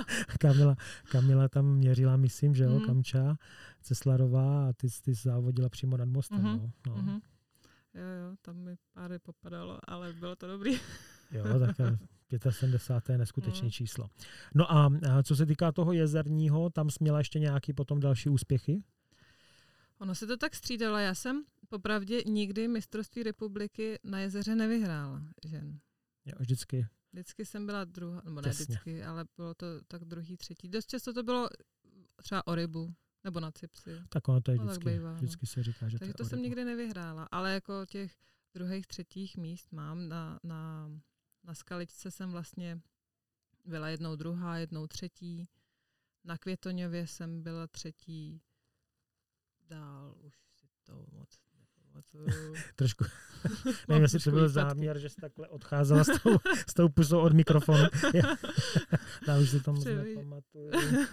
Kamila tam měřila, myslím, že jo, Kamča Ceslarová a ty závodila přímo nad mostem. No. Jo, tam mi pár popadalo, ale bylo to dobrý. Jo, tak 75 je neskutečné číslo. No a co se týká toho jezerního, tam jsi měla ještě nějaký potom další úspěchy? Ono se to tak střídalo. Já jsem popravdě nikdy mistrovství republiky na jezeře nevyhrála žen. Jo, vždycky. Vždycky jsem byla druhá, nebo ne vždycky, ale bylo to tak druhý, třetí. Dost často to bylo třeba o rybu. Nebo na cipsy. Tak ono to je vždycky se říká, že takže to jsem nikdy nevyhrála, ale jako těch druhých, třetích míst mám. Na skaličce jsem vlastně byla jednou druhá, jednou třetí. Na Květoňově jsem byla třetí. Dál už si to moc nepamatuju. Trošku. Nevím, jestli to byl záměr, že jsi takhle odcházela s tou pusou od mikrofonu. Já už si to moc nepamatuju.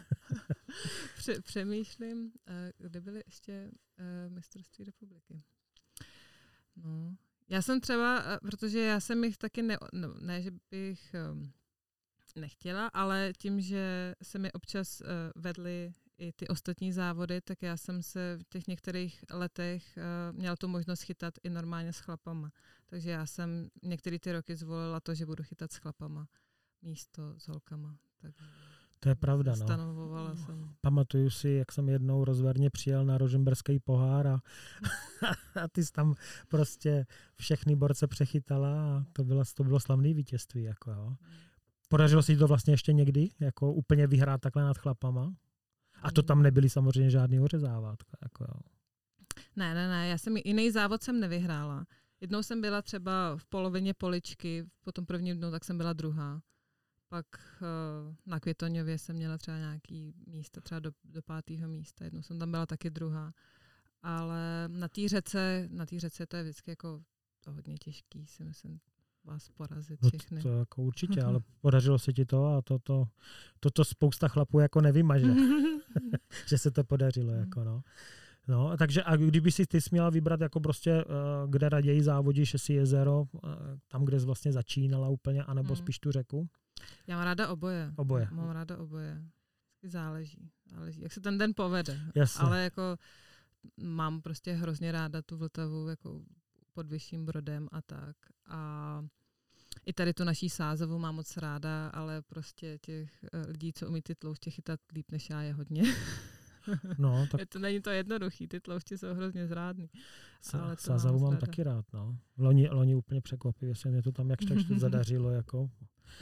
Přemýšlím, kde byly ještě mistrovství republiky. No. Já jsem třeba, protože já jsem jich taky ne, že bych nechtěla, ale tím, že se mi občas vedly i ty ostatní závody, tak já jsem se v těch některých letech měla tu možnost chytat i normálně s chlapama. Takže já jsem některé ty roky zvolila to, že budu chytat s chlapama místo s holkama. Takže to je pravda, no. Stanovovala jsem. Pamatuju si, jak jsem jednou rozverně přijel na Rožemberský pohár a ty jsi tam prostě všechny borce přechytala a to bylo slavné vítězství. Jako, jo. Podařilo se ti to vlastně ještě někdy, jako úplně vyhrát takhle nad chlapama? A to tam nebyly samozřejmě žádný ořezávátka. Jako, jo. Ne, já jsem jiný závod jsem nevyhrála. Jednou jsem byla třeba v polovině poličky, po tom prvním dnu, tak jsem byla druhá. Pak na Květoňově jsem měla třeba nějaký místo, třeba do 5. místa. Jednou jsem tam byla taky druhá. Ale na té řece to je vždycky jako to hodně těžký, si myslím, vás porazit všechny. No to jako určitě, ale podařilo se ti to a toto spousta chlapů jako nevymaže, že se to podařilo. Jako no. No, takže a kdyby si ty směla vybrat jako prostě, kde raději závodíš, jestli jezero, tam, kde jsi vlastně začínala úplně, anebo spíš tu řeku? Já mám ráda oboje. Mám ráda oboje. Záleží. Jak se ten den povede. Jasně. Ale jako mám prostě hrozně ráda tu Vltavu jako pod Vyšším Brodem a tak. A i tady tu naší Sázavou mám moc ráda, ale prostě těch lidí, co umí ty tlouště chytat líp než já, je hodně. No, tak... Není to jednoduchý, ty tloušti jsou hrozně zrádný. Sázavu mám taky rád. No. Loni úplně překvapivě se mě to tam jakž tak zadařilo. Jako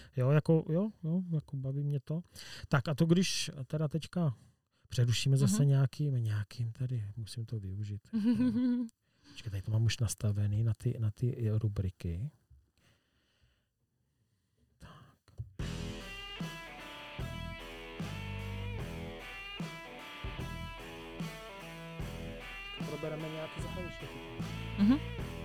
baví mě to. Tak a to když teda teďka přerušíme zase nějakým tady, musím to využít. Počkej, tady to mám už nastavený na ty rubriky. probereme nějaký zahraniční. Mhm.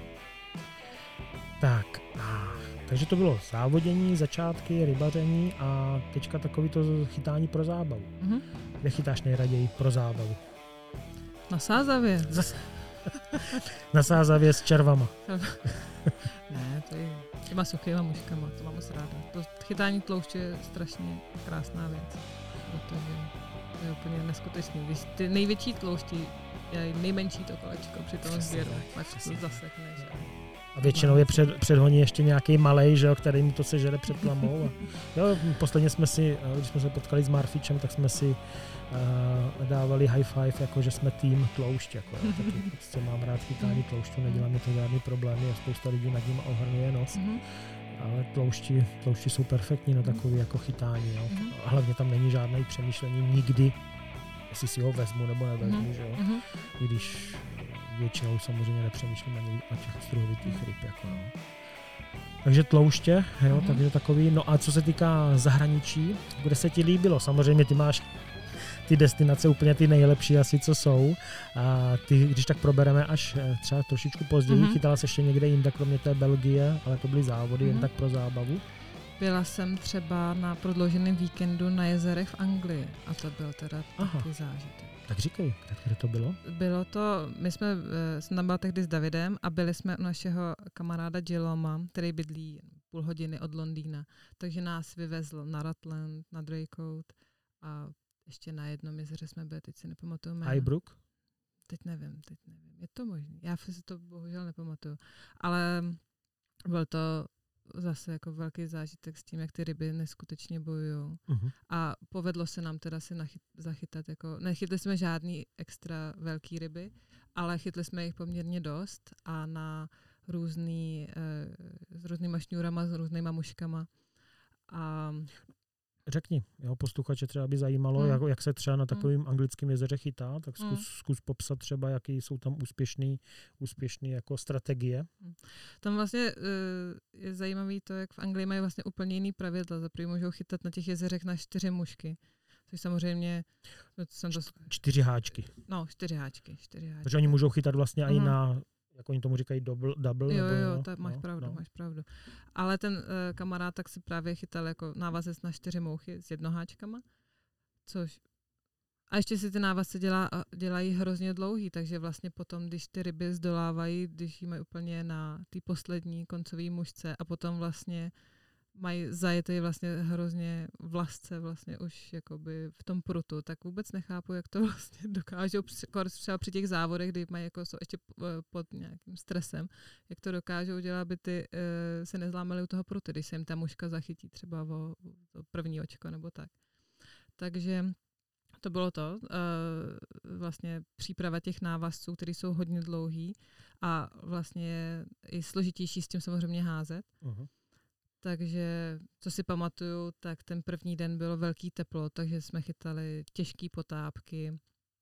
Tak, takže to bylo závodění, začátky, rybaření a teďka takový to chytání pro zábavu. Mhm. Kde chytáš nejraději pro zábavu? Na Sázavě. Na Sázavě s červama. Ne, to je těma suchýma muškama, to mám moc ráda. To chytání tlouště je strašně krásná věc, protože to je úplně neskutečný. Když ty největší tloušti je nejmenší to kolečko při tom sběru, pak to zasekneš. A většinou je předhoní ještě nějaký malej, že jo, který mu to sežere před plamou. Jo, posledně jsme si, když jsme se potkali s Marfičem, tak jsme si dávali high five, jako že jsme tým tloušť. Jako, taky prostě mám rád chytání tloušťu, nedělá mi to žádný problémy a spousta lidí nad ním ohrnuje nos. Ale tloušti jsou perfektní na takový jako chytání. Jo. A hlavně tam není žádné přemýšlení nikdy, jestli si ho vezmu nebo nevezmu, že jo. I když většinou samozřejmě nepřemýšlím ani na těch struhovitých ryb. Jako, no. Takže tlouště, jo, takže takový. No a co se týká zahraničí, kde se ti líbilo? Samozřejmě ty máš ty destinace úplně ty nejlepší asi, co jsou. A ty, když tak probereme až třeba trošičku později, chytala se ještě někde jinde, kromě té Belgie, ale to byly závody jen tak pro zábavu. Byla jsem třeba na prodlouženém víkendu na jezerech v Anglii a to byl teda takový zážitek. Tak říkej, kde to bylo? Bylo to, jsem tam byla tehdy s Davidem a byli jsme u našeho kamaráda Jilloma, který bydlí půl hodiny od Londýna, takže nás vyvezl na Rutland, na Draycote a ještě na jednom jezeře jsme byli, teď si nepamatuju jméno. Highbrook? Teď nevím, je to možné, já si to bohužel nepamatuju, ale byl to zase jako velký zážitek s tím, jak ty ryby neskutečně bojují. A povedlo se nám teda si zachytat, jako, nechytli jsme žádný extra velký ryby, ale chytli jsme jich poměrně dost a na s různýma šňůrama, s různýma muškama. A řekni, jeho posluchače třeba by zajímalo, jak se třeba na takovým anglickém jezeře chytá, tak zkus popsat třeba, jaký jsou tam úspěšný jako strategie. Tam vlastně je zajímavý to, jak v Anglii mají vlastně úplně jiný pravidla. Za první můžou chytat na těch jezerech na 4 mušky, což samozřejmě... 4 háčky. No, 4 háčky. Takže oni můžou chytat vlastně i na... Jak oni tomu říkají, double? Jo, tak máš pravdu. Ale ten kamarád tak si právě chytal jako návazec na 4 mouchy s jednoháčkama, což... A ještě si ty návazce dělají hrozně dlouhý, takže vlastně potom, když ty ryby zdolávají, když jí mají úplně na té poslední koncové mušce a potom vlastně mají zajetý vlastně hrozně vlasce vlastně už jakoby v tom prutu, tak vůbec nechápu, jak to vlastně dokážou třeba při těch závodech, kdy mají jako jsou ještě pod nějakým stresem, jak to dokážou dělat, aby ty se nezlámaly u toho prutu, když se jim ta muška zachytí třeba o první očko nebo tak. Takže to bylo to, vlastně příprava těch návazců, které jsou hodně dlouhý a vlastně i složitější s tím samozřejmě házet. Takže, co si pamatuju, tak ten první den bylo velký teplo, takže jsme chytali těžké potápky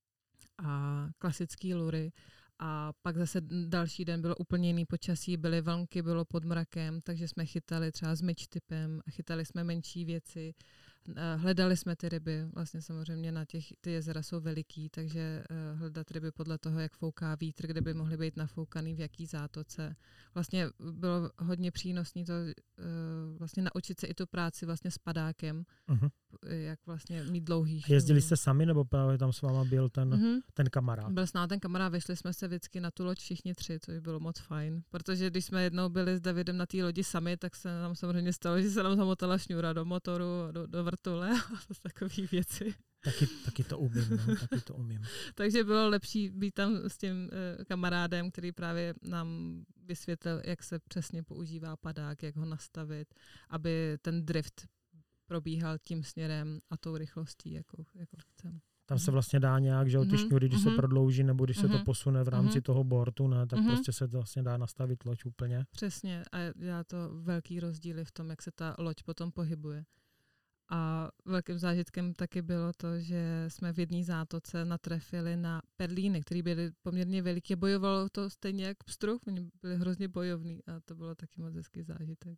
a klasické lury. A pak zase další den bylo úplně jiný počasí, byly vlnky, bylo pod mrakem, takže jsme chytali třeba s myčtypem a chytali jsme menší věci. Hledali jsme ty ryby, vlastně samozřejmě ty jezera jsou veliký, takže hledat ryby podle toho, jak fouká vítr, kde by mohly být nafoukaný, v jaký zátoce. Vlastně bylo hodně přínosné to vlastně naučit se i tu práci vlastně s padákem, jak vlastně mít dlouhý šňůry. Jezdili jste sami, nebo právě tam s váma byl ten kamarád? Byl s námi ten kamarád, vyšli jsme se vždycky na tu loď všichni 3, což bylo moc fajn, protože když jsme jednou byli s Davidem na té lodi sami, tak se nám samozřejmě stalo, že se nám zamotala šňůra do motoru, do vrtule a takové věci. Taky to umím. Takže bylo lepší být tam s tím kamarádem, který právě nám vysvětlil, jak se přesně používá padák, jak ho nastavit, aby ten drift probíhal tím směrem a tou rychlostí, jako chcem. Tam se vlastně dá nějak, že ty šňůry, když se prodlouží, nebo když se to posune v rámci toho bortu, ne, tak prostě se to vlastně dá nastavit loď úplně. Přesně a dělá to velký rozdíly v tom, jak se ta loď potom pohybuje. A velkým zážitkem taky bylo to, že jsme v jedné zátoce natrefili na perlíny, které byly poměrně veliké. Bojovalo to stejně jak pstruh, oni byli hrozně bojovní a to bylo taky moc hezký zážitek.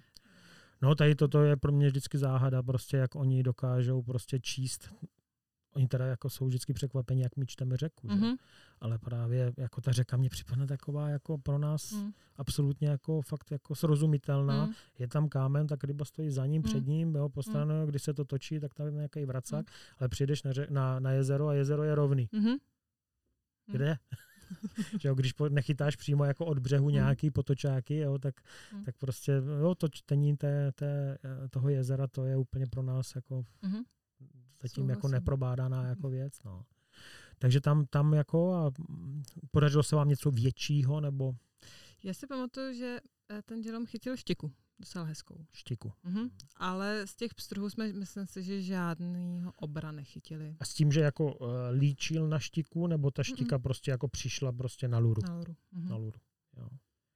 No tady toto je pro mě vždycky záhada, prostě jak oni dokážou prostě číst oni teda jako jsou vždycky překvapení, jak my čteme řeku, že? Ale právě jako ta řeka mě připadne taková jako pro nás absolutně jako fakt jako srozumitelná. Je tam kámen, tak ryba stojí za ním, před ním, jo, po straně, když se to točí, tak tam je nějaký vracák, ale přijdeš na jezero a jezero je rovný. Kde? Že jo, když nechytáš přímo jako od břehu nějaký potočáky, jo, tak prostě jo, to čtení toho jezera, to je úplně pro nás jako zatím jako neprobádaná jako věc. No. Takže tam jako a podařilo se vám něco většího, nebo? Já si pamatuju, že ten dělom chytil štiku, docela hezkou. Štiku. Ale z těch pstruhů jsme, myslím si, že žádnýho obra nechytili. A s tím, že jako líčil na štiku, nebo ta štika prostě jako přišla prostě na luru? Na luru. Na luru, jo.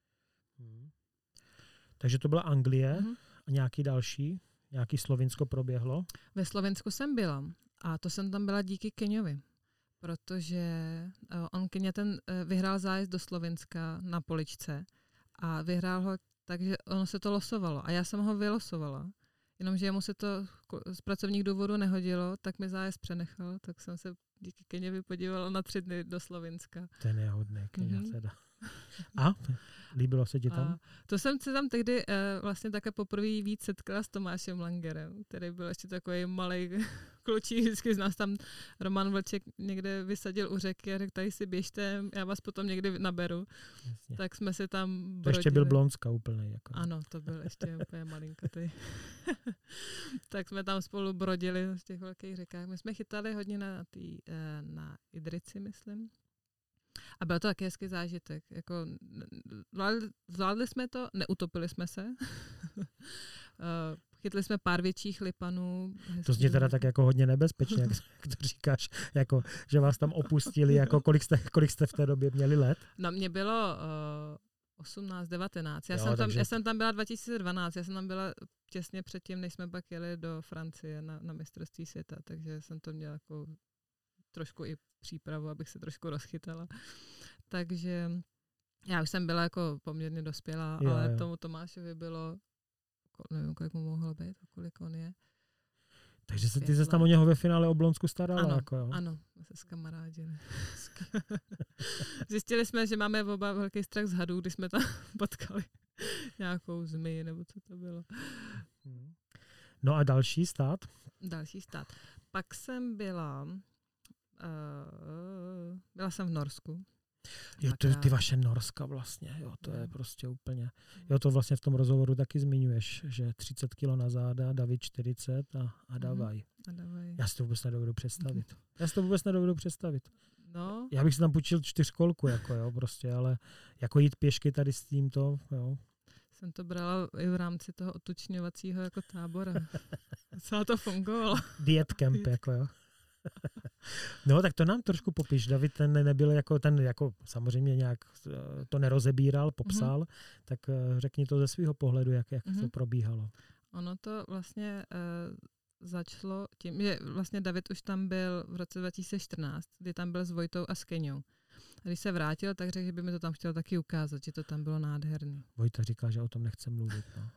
Takže to byla Anglie a nějaký další? Nějaký Slovinsko proběhlo? Ve Slovinsku jsem byla a to jsem tam byla díky Keňovi, protože on Keňa vyhrál zájezd do Slovinska na poličce a vyhrál ho takže ono se to losovalo a já jsem ho vylosovala, jenomže jemu se to z pracovních důvodů nehodilo, tak mi zájezd přenechal, tak jsem se díky Keňovi podívala na 3 dny do Slovinska. Ten je hodný Keňa teda. A? Líbilo se ti tam? A to jsem se tam tehdy vlastně také poprvé víc setkala s Tomášem Langerem, který byl ještě takový malej klučík, vždycky z nás tam Roman Vlček někde vysadil u řeky a řekl, tady si běžte, já vás potom někdy naberu. Jasně. Tak jsme se tam brodili. To ještě byl Blonska úplnej. Jako. Ano, to byl ještě úplně malinkatý. Tak jsme tam spolu brodili v těch velkých řekách. My jsme chytali hodně na Idrici, myslím. A byl to taky hezký zážitek. Jako, zvládli jsme to, neutopili jsme se. Chytli jsme pár větších lipanů. To zní teda tak jako hodně nebezpečně, jak to říkáš, jako, že vás tam opustili. Jako, kolik jste v té době měli let? No, mě bylo 18, 19. Já jsem tam byla 2012. Já jsem tam byla těsně předtím, než jsme pak jeli do Francie na mistrovství světa. Takže jsem to měla jako trošku i přípravu, abych se trošku rozchytala. Takže já už jsem byla jako poměrně dospělá, ale tomu Tomášovi bylo, nevím, kolik mu mohlo být, kolik on je. Takže ty se tam o něho ve finále o Blonsku starala? Ano, jako, jo? Ano, jsme se zkamarádili. Zjistili jsme, že máme oba velký strach z hadů, když jsme tam potkali nějakou zmiji, nebo co to bylo. No a další stát? Další stát. Pak jsem byla jsem v Norsku. Jo, ty vaše Norska vlastně, jo, to je prostě úplně, jo, to vlastně v tom rozhovoru taky zmiňuješ, že 30 kilo na záda, David 40 a davaj. Já si to vůbec nedovedu představit. No. Já bych si tam půjčil 4kolku, jako jo, prostě, ale jako jít pěšky tady s tímto, jo. Jsem to brala i v rámci toho otučňovacího jako tábora. Celá to fungovalo. Diet camp, jako jo. No, tak to nám trošku popiš. David ten nebyl jako samozřejmě nějak to nerozebíral, popsal, tak řekni to ze svého pohledu, jak to probíhalo. Ono to vlastně začalo tím, že vlastně David už tam byl v roce 2014, kdy tam byl s Vojtou a s Keňou. A když se vrátil, tak řekl, že by mi to tam chtěl taky ukázat, že to tam bylo nádherný. Vojta říká, že o tom nechce mluvit. No.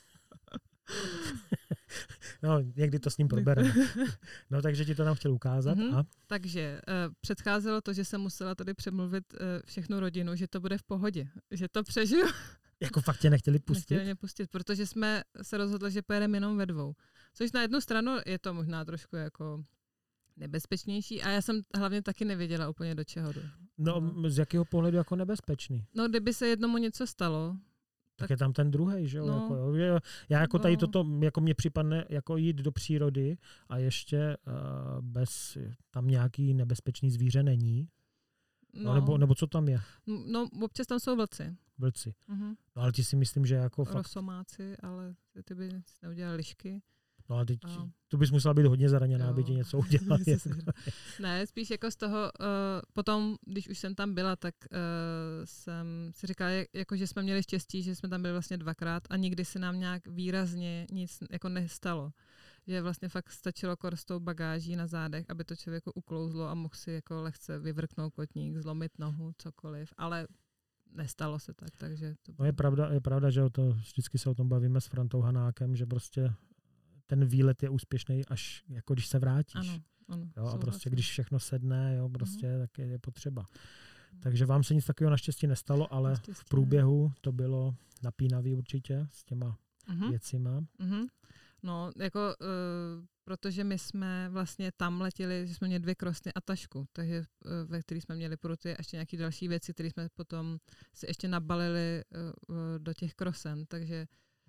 No, někdy to s ním probereme. No, takže ti to tam chtěl ukázat. A? Takže předcházelo to, že jsem musela tady přemluvit všechnu rodinu, že to bude v pohodě, že to přežiju. Jako fakt tě nechtěli pustit? Nechtěli mě pustit, protože jsme se rozhodli, že pojedeme jenom ve 2. Což na jednu stranu je to možná trošku jako nebezpečnější a já jsem hlavně taky nevěděla úplně do čeho jdu. No, z jakého pohledu jako nebezpečný? No, kdyby se jednomu něco stalo, tak je tam ten druhej, že jo? No, jako, jo. Já jako tady toto, jako mně připadne jako jít do přírody a ještě bez tam nějaký nebezpečný zvíře není. No, nebo co tam je? No, občas tam jsou vlci. Vlci. No, ale ti si myslím, že jako fakt... Rosomáci, ale ty by neudělali lišky. No a teď tu bys musela být hodně zraněná, aby ti něco udělala. Ne, spíš jako z toho, potom, když už jsem tam byla, tak jsem si říkala, jako, že jsme měli štěstí, že jsme tam byli vlastně 2krát a nikdy se nám nějak výrazně nic jako nestalo. Že vlastně fakt stačilo s tou bagáží na zádech, aby to člověku uklouzlo a mohl si jako lehce vyvrknout kotník, zlomit nohu, cokoliv, ale nestalo se tak, takže to bylo... No je pravda, že vždycky se o tom bavíme s Frantou Hanákem, že prostě ten výlet je úspěšný, až jako když se vrátíš. Ano, Ano, Jo, a prostě souhlasím. když všechno sedne, jo, prostě tak je potřeba. Takže vám se nic takového naštěstí nestalo, ale v průběhu to bylo napínavý určitě s těma věcima. No, jako, protože my jsme vlastně tam letěli, že jsme měli 2 krosny a tašku, takže ve který jsme měli pruty a ještě nějaké další věci, které jsme potom si ještě nabalili do těch krosen, takže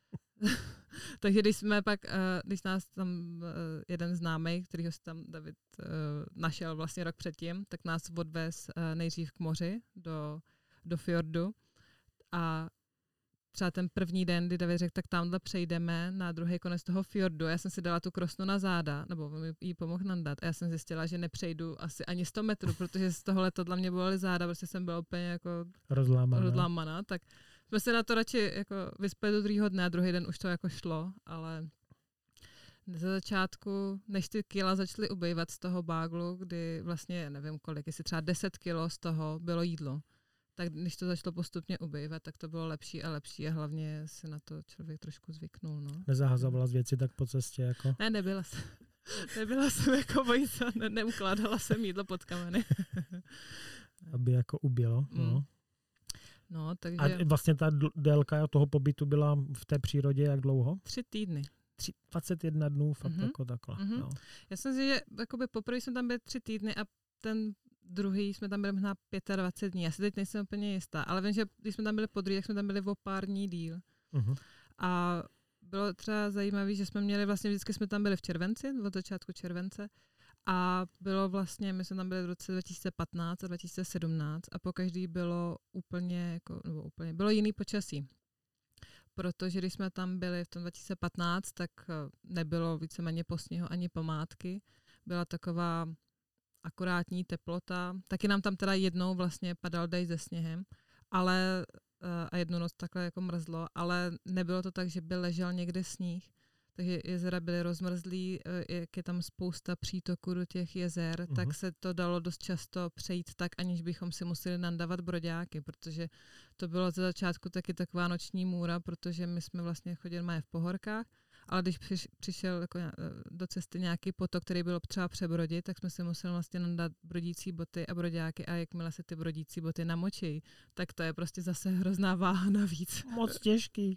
takže když jsme pak, když nás tam jeden známej, kterýho si tam David našel vlastně rok předtím, tak nás odvez nejdřív k moři do fjordu a třeba ten první den, kdy David řekl, tak tamhle přejdeme na druhý konec toho fjordu. Já jsem si dala tu krosnu na záda, nebo mi jí pomohl nandat. A já jsem zjistila, že nepřejdu asi ani 100 metrů, protože z toho letadla mě bolely záda, protože jsem byla úplně jako rozlámaná. Tak jsme se na to radši jako vyspali do druhého dne a druhý den už to jako šlo, ale za začátku, než ty kila začaly ubývat z toho báglu, kdy vlastně nevím kolik, jestli třeba 10 kilo z toho bylo jídlo, tak když to začalo postupně ubývat, tak to bylo lepší a lepší a hlavně si na to člověk trošku zvyknul. No. Nezahazovala z věci tak po cestě? Jako? Ne, nebyla jsem. Nebyla jsem jako vojica, neukládala jsem jídlo pod kameny. Aby jako ubilo. No. No, takže... A vlastně ta délka toho pobytu byla v té přírodě jak dlouho? 3 týdny. 21 dnů, fakt jako takhle. No. Já jsem si, že poprvé jsme tam byli 3 týdny a ten druhý jsme tam byli možná 25 dní. Já si teď nejsem úplně jistá, ale vím, že když jsme tam byli podruhé, tak jsme tam byli o pár dní díl. A bylo třeba zajímavé, že jsme měli vlastně vždycky jsme tam byli v červenci, od začátku července. A bylo vlastně, my jsme tam byli v roce 2015 a 2017 a po každý bylo bylo jiný počasí. Protože když jsme tam byli v tom 2015, tak nebylo víceméně po sněhu ani památky. Byla taková akurátní teplota. Taky nám tam teda jednou vlastně padal dešť se sněhem, ale a jednu noc takhle jako mrzlo, ale nebylo to tak, že by ležel někde sníh. Takže jezera byly rozmrzlý, jak je tam spousta přítoků do těch jezer, tak se to dalo dost často přejít tak, aniž bychom si museli nandavat broďáky, protože to bylo ze začátku taky taková noční můra, protože my jsme vlastně chodili v pohorkách, ale když přišel jako do cesty nějaký potok, který bylo třeba přebrodit, tak jsme si museli vlastně nandat brodící boty a broďáky a jakmile se ty brodící boty namočí, tak to je prostě zase hrozná váha navíc. Moc těžký.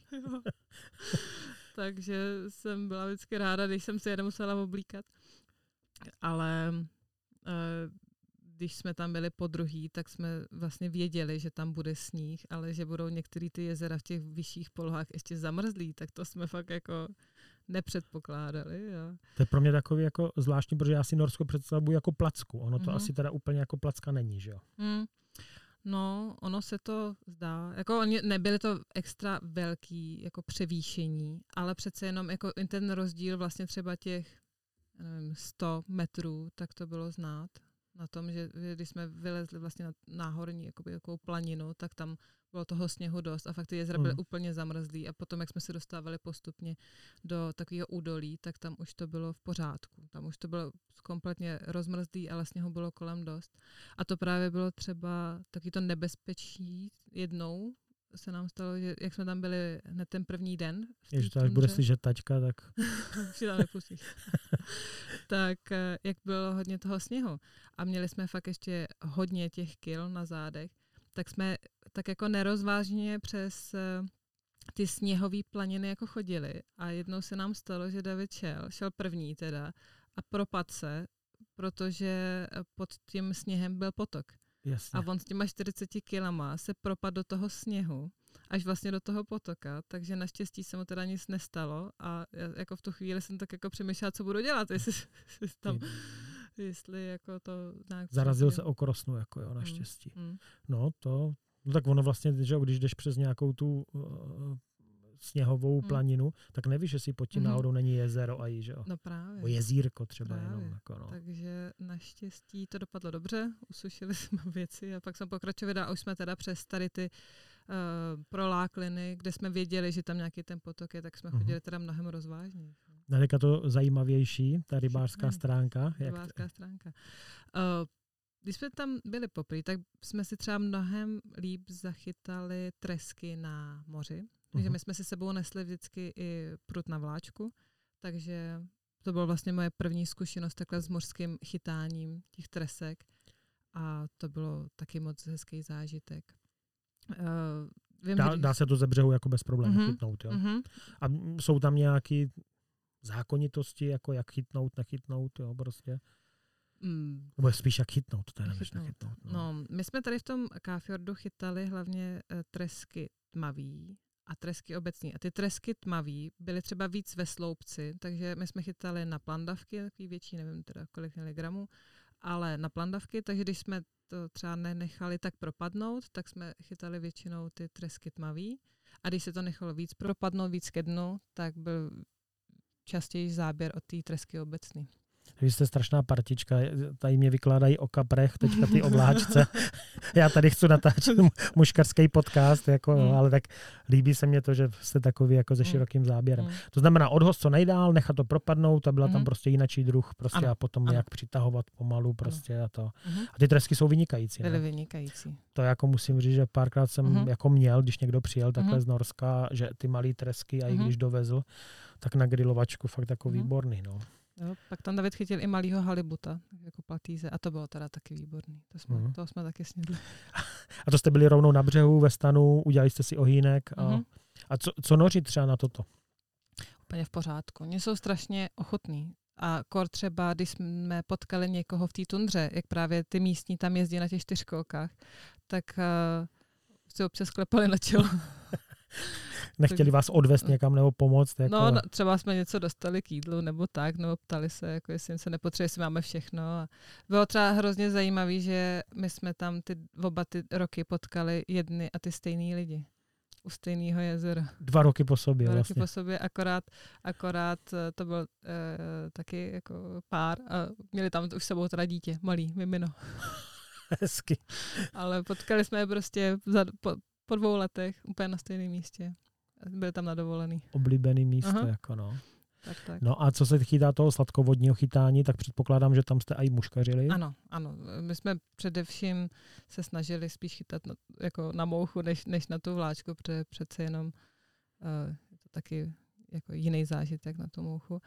Takže jsem byla vždycky ráda, když jsem si je nemusela oblíkat. Ale když jsme tam byli podruhý, tak jsme vlastně věděli, že tam bude sníh, ale že budou některé ty jezera v těch vyšších polohách ještě zamrzlý, tak to jsme fakt jako nepředpokládali. Jo. To je pro mě takový jako zvláštní, protože já si Norsko představuji jako placku. Ono to asi teda úplně jako placka není, že jo? No, ono se to zdá. Jako nebyly to extra velký jako převýšení, ale přece jenom jako ten rozdíl vlastně třeba těch 100 metrů, tak to bylo znát na tom, že když jsme vylezli vlastně na náhorní jakou planinu, tak tam bylo toho sněhu dost a fakt ty jezera byly úplně zamrzlý a potom, jak jsme se dostávali postupně do takového údolí, tak tam už to bylo v pořádku. Tam už to bylo kompletně rozmrzlý, ale sněhu bylo kolem dost. A to právě bylo třeba taky to nebezpečí jednou se nám stalo, že jak jsme tam byli hned ten první den. Jež to až bude slyšet taťka, tak... Už tam nepustíš. Tak jak bylo hodně toho sněhu a měli jsme fakt ještě hodně těch kil na zádech, tak jsme tak jako nerozvážně přes ty sněhové planiny jako chodili a jednou se nám stalo, že David šel první teda a propadl se, protože pod tím sněhem byl potok. Jasně. A on s těma 40 kilama se propadl do toho sněhu, až vlastně do toho potoka, takže naštěstí se mu teda nic nestalo a jako v tu chvíli jsem tak jako přemýšlela, co budu dělat, jestli jako to nějak... Zarazil se o krosnu, jako jo, naštěstí. No tak ono vlastně, že když jdeš přes nějakou tu sněhovou planinu, tak nevíš, jestli pod tím náhodou není jezero a že jo. No právě. O jezírko třeba právě. Jenom. Jako, no. Takže naštěstí to dopadlo dobře, usušili jsme věci a pak jsme pokračovali a už jsme teda přes tady ty prolákliny, kde jsme věděli, že tam nějaký ten potok je, tak jsme chodili teda mnohem rozvážněji. Daleka to zajímavější, ta rybářská stránka. Rybářská stránka. Když jsme tam byli poprvé, tak jsme si třeba mnohem líp zachytali tresky na moři. Takže my jsme si sebou nesli vždycky i prut na vláčku, takže to byla vlastně moje první zkušenost takhle s mořským chytáním těch tresek a to bylo taky moc hezký zážitek. Dá se to ze břehu jako bez problémů chytnout, jo? A jsou tam nějaké zákonitosti, jako jak chytnout, nechytnout, jo, prostě? Nebo spíš jak chytnout, to je než nechytnout. No, my jsme tady v tom Kafjordu chytali hlavně tresky tmavý a tresky obecní. A ty tresky tmavý byly třeba víc ve sloupci, takže my jsme chytali na plandavky, takový větší, nevím teda kolik měli gramů, ale na plandavky, takže když jsme to třeba nenechali tak propadnout, tak jsme chytali většinou ty tresky tmavý. A když se to nechalo víc propadnout, víc ke dnu, tak byl častěji záběr od té tresky obecný. Vy jste strašná partička, tady mě vykládají o kaprech, teďka ty obláčce. Já tady chci natáčet muškarský podcast, jako, ale tak líbí se mně to, že jste takový jako se širokým záběrem. To znamená odhoz co nejdál, nechat to propadnout a byla tam prostě jinačí druh prostě a potom jak přitahovat pomalu prostě a to. A ty tresky jsou vynikající. Byly vynikající. To jako musím říct, že párkrát jsem jako měl, když někdo přijel takhle z Norska, že ty malý tresky a i když dovezl, tak na grilovačku fakt jako výborný, no. Jo, pak tam David chytil i malýho halibuta, jako platýze, a to bylo teda taky výborný. To jsme taky snědli. A to jste byli rovnou na břehu, ve stanu, udělali jste si ohýnek. A co noři třeba na toto? Úplně v pořádku. Oni jsou strašně ochotní. A kor třeba, když jsme potkali někoho v té tundře, jak právě ty místní tam jezdí na těch 4kolkách, tak si občas klepali na čelo. Nechtěli vás odvést někam nebo pomoct? Jako... No, třeba jsme něco dostali k jídlu nebo tak, nebo ptali se, jako jestli něco nepotřebuje, jestli máme všechno. A bylo třeba hrozně zajímavé, že my jsme tam oba ty roky potkali jedny a ty stejný lidi u stejného jezera. 2 roky po sobě 2 vlastně. roky po sobě, akorát to byl taky jako pár a měli tam už sebou teda dítě, malý, mimino. Hezky. Ale potkali jsme je prostě po 2 letech úplně na stejném místě. Byli tam na dovolený. Oblíbený místo, jako no. Tak. No a co se chytá toho sladkovodního chytání, tak předpokládám, že tam jste i muškařili. Ano. My jsme především se snažili spíš chytat jako na mouchu, než na tu vláčku, protože přece jenom je to taky jako jiný zážitek na tu mouchu.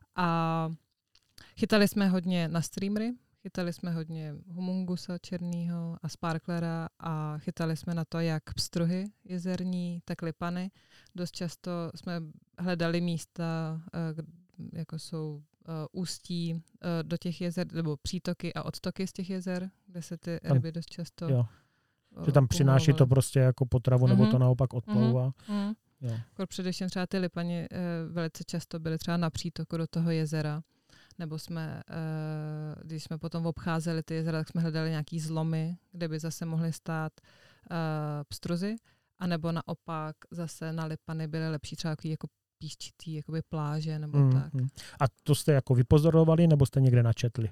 A chytali jsme hodně na streamery, chytali jsme hodně humungusa černýho a sparklera a chytali jsme na to jak pstruhy jezerní, tak lipany. Dost často jsme hledali místa, jako jsou ústí do těch jezer, nebo přítoky a odtoky z těch jezer, kde se ty ryby dost často že tam přináší to prostě jako potravu, nebo to naopak odplouvá. Především třeba ty lipani velice často byly třeba na přítoku do toho jezera. Nebo jsme, když jsme potom obcházeli ty jezera, tak jsme hledali nějaký zlomy, kde by zase mohly stát pstruzy, anebo naopak zase na lipany byly lepší třeba jako písčitý, jakoby pláže nebo tak. A to jste jako vypozorovali, nebo jste někde načetli?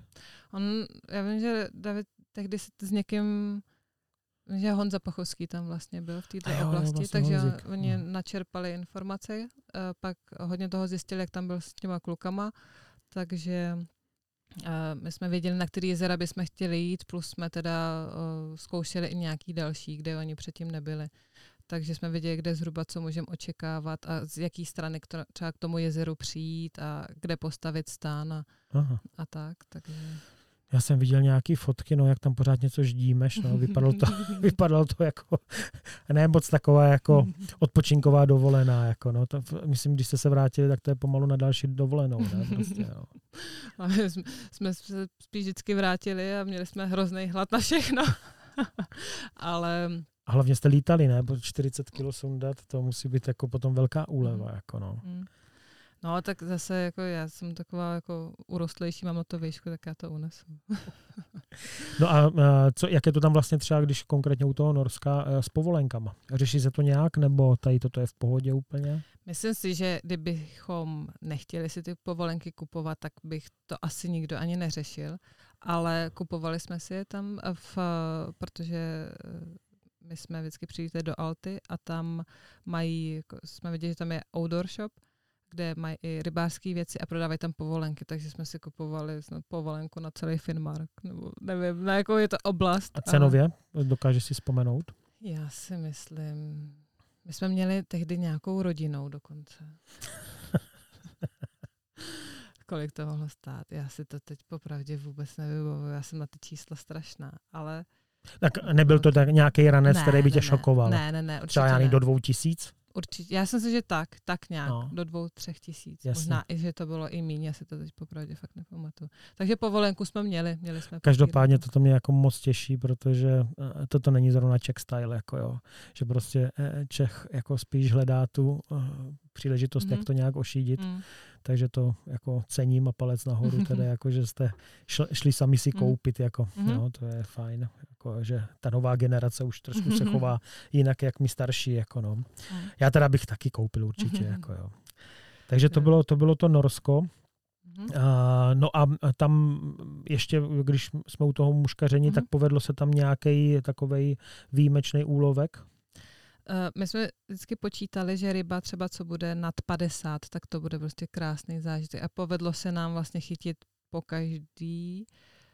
Já vím, že David tehdy s někým, že Honza Pachovský tam vlastně byl v této oblasti, vlastně takže oni načerpali informace, pak hodně toho zjistili, jak tam byl s těma klukama, takže my jsme věděli, na který jezera bychom chtěli jít, plus jsme teda zkoušeli i nějaký další, kde oni předtím nebyli. Takže jsme věděli, kde zhruba co můžeme očekávat a z jaký strany třeba k tomu jezeru přijít a kde postavit stán a tak. Takže... Já jsem viděl nějaký fotky, no, jak tam pořád něco ždímeš, no, vypadalo to jako, ne moc taková jako odpočinková dovolená, jako, no, to, myslím, když jste se vrátili, tak to je pomalu na další dovolenou, ne, prostě, no. Ale jsme se spíš vždycky vrátili a měli jsme hrozný hlad na všechno, ale... A hlavně jste lítali, ne, bo 40 kilo sundat, to musí být jako potom velká úleva, jako, no. No, tak zase jako já jsem taková jako urostlejší, mám na to výšku, tak já to unesu. No a jak je to tam vlastně třeba, když konkrétně u toho Norska s povolenkama? Řeší se to nějak, nebo tady toto je v pohodě úplně? Myslím si, že kdybychom nechtěli si ty povolenky kupovat, tak bych to asi nikdo ani neřešil, ale kupovali jsme si je tam, protože my jsme vždycky přijeli do Alty a tam mají, jsme viděli, že tam je outdoor shop, kde mají i rybářské věci a prodávají tam povolenky, takže jsme si kupovali povolenku na celý Finnmark, nebo nevím, na jakou je to oblast. A cenově? Dokážeš si vzpomenout? Já si myslím, my jsme měli tehdy nějakou rodinou dokonce. kolik to mohlo stát. Já si to teď popravdě vůbec nevybavuju, já jsem na ty čísla strašná, ale... Tak nebyl to tak nějaký ranec, který by tě šokoval? Ne, určitě třeba ne. do 2000? Určitě. Já jsem si, že tak nějak, do 2-3 tisíc. Jasně. Možná i, že to bylo i míň, já si to teď popravdě fakt nepamatuju. Takže povolenku jsme měli jsme každopádně to mě jako moc těší, protože toto není zrovna Czech style, jako jo. Že prostě Čech jako spíš hledá tu příležitost, jak to nějak ošídit. Takže to jako cením a palec nahoru, teda jako, že jste šli sami si koupit, jako, no, to je fajn. Jako, že ta nová generace už trošku se chová jinak, jak my starší, jako no. Já teda bych taky koupil určitě, jako jo. Takže to bylo to Norsko. No a tam ještě, když jsme u toho muškaření, tak povedlo se tam nějaký takovej výjimečný úlovek? My jsme vždycky počítali, že ryba třeba, co bude nad 50, tak to bude prostě krásný zážitek. A povedlo se nám vlastně chytit po každý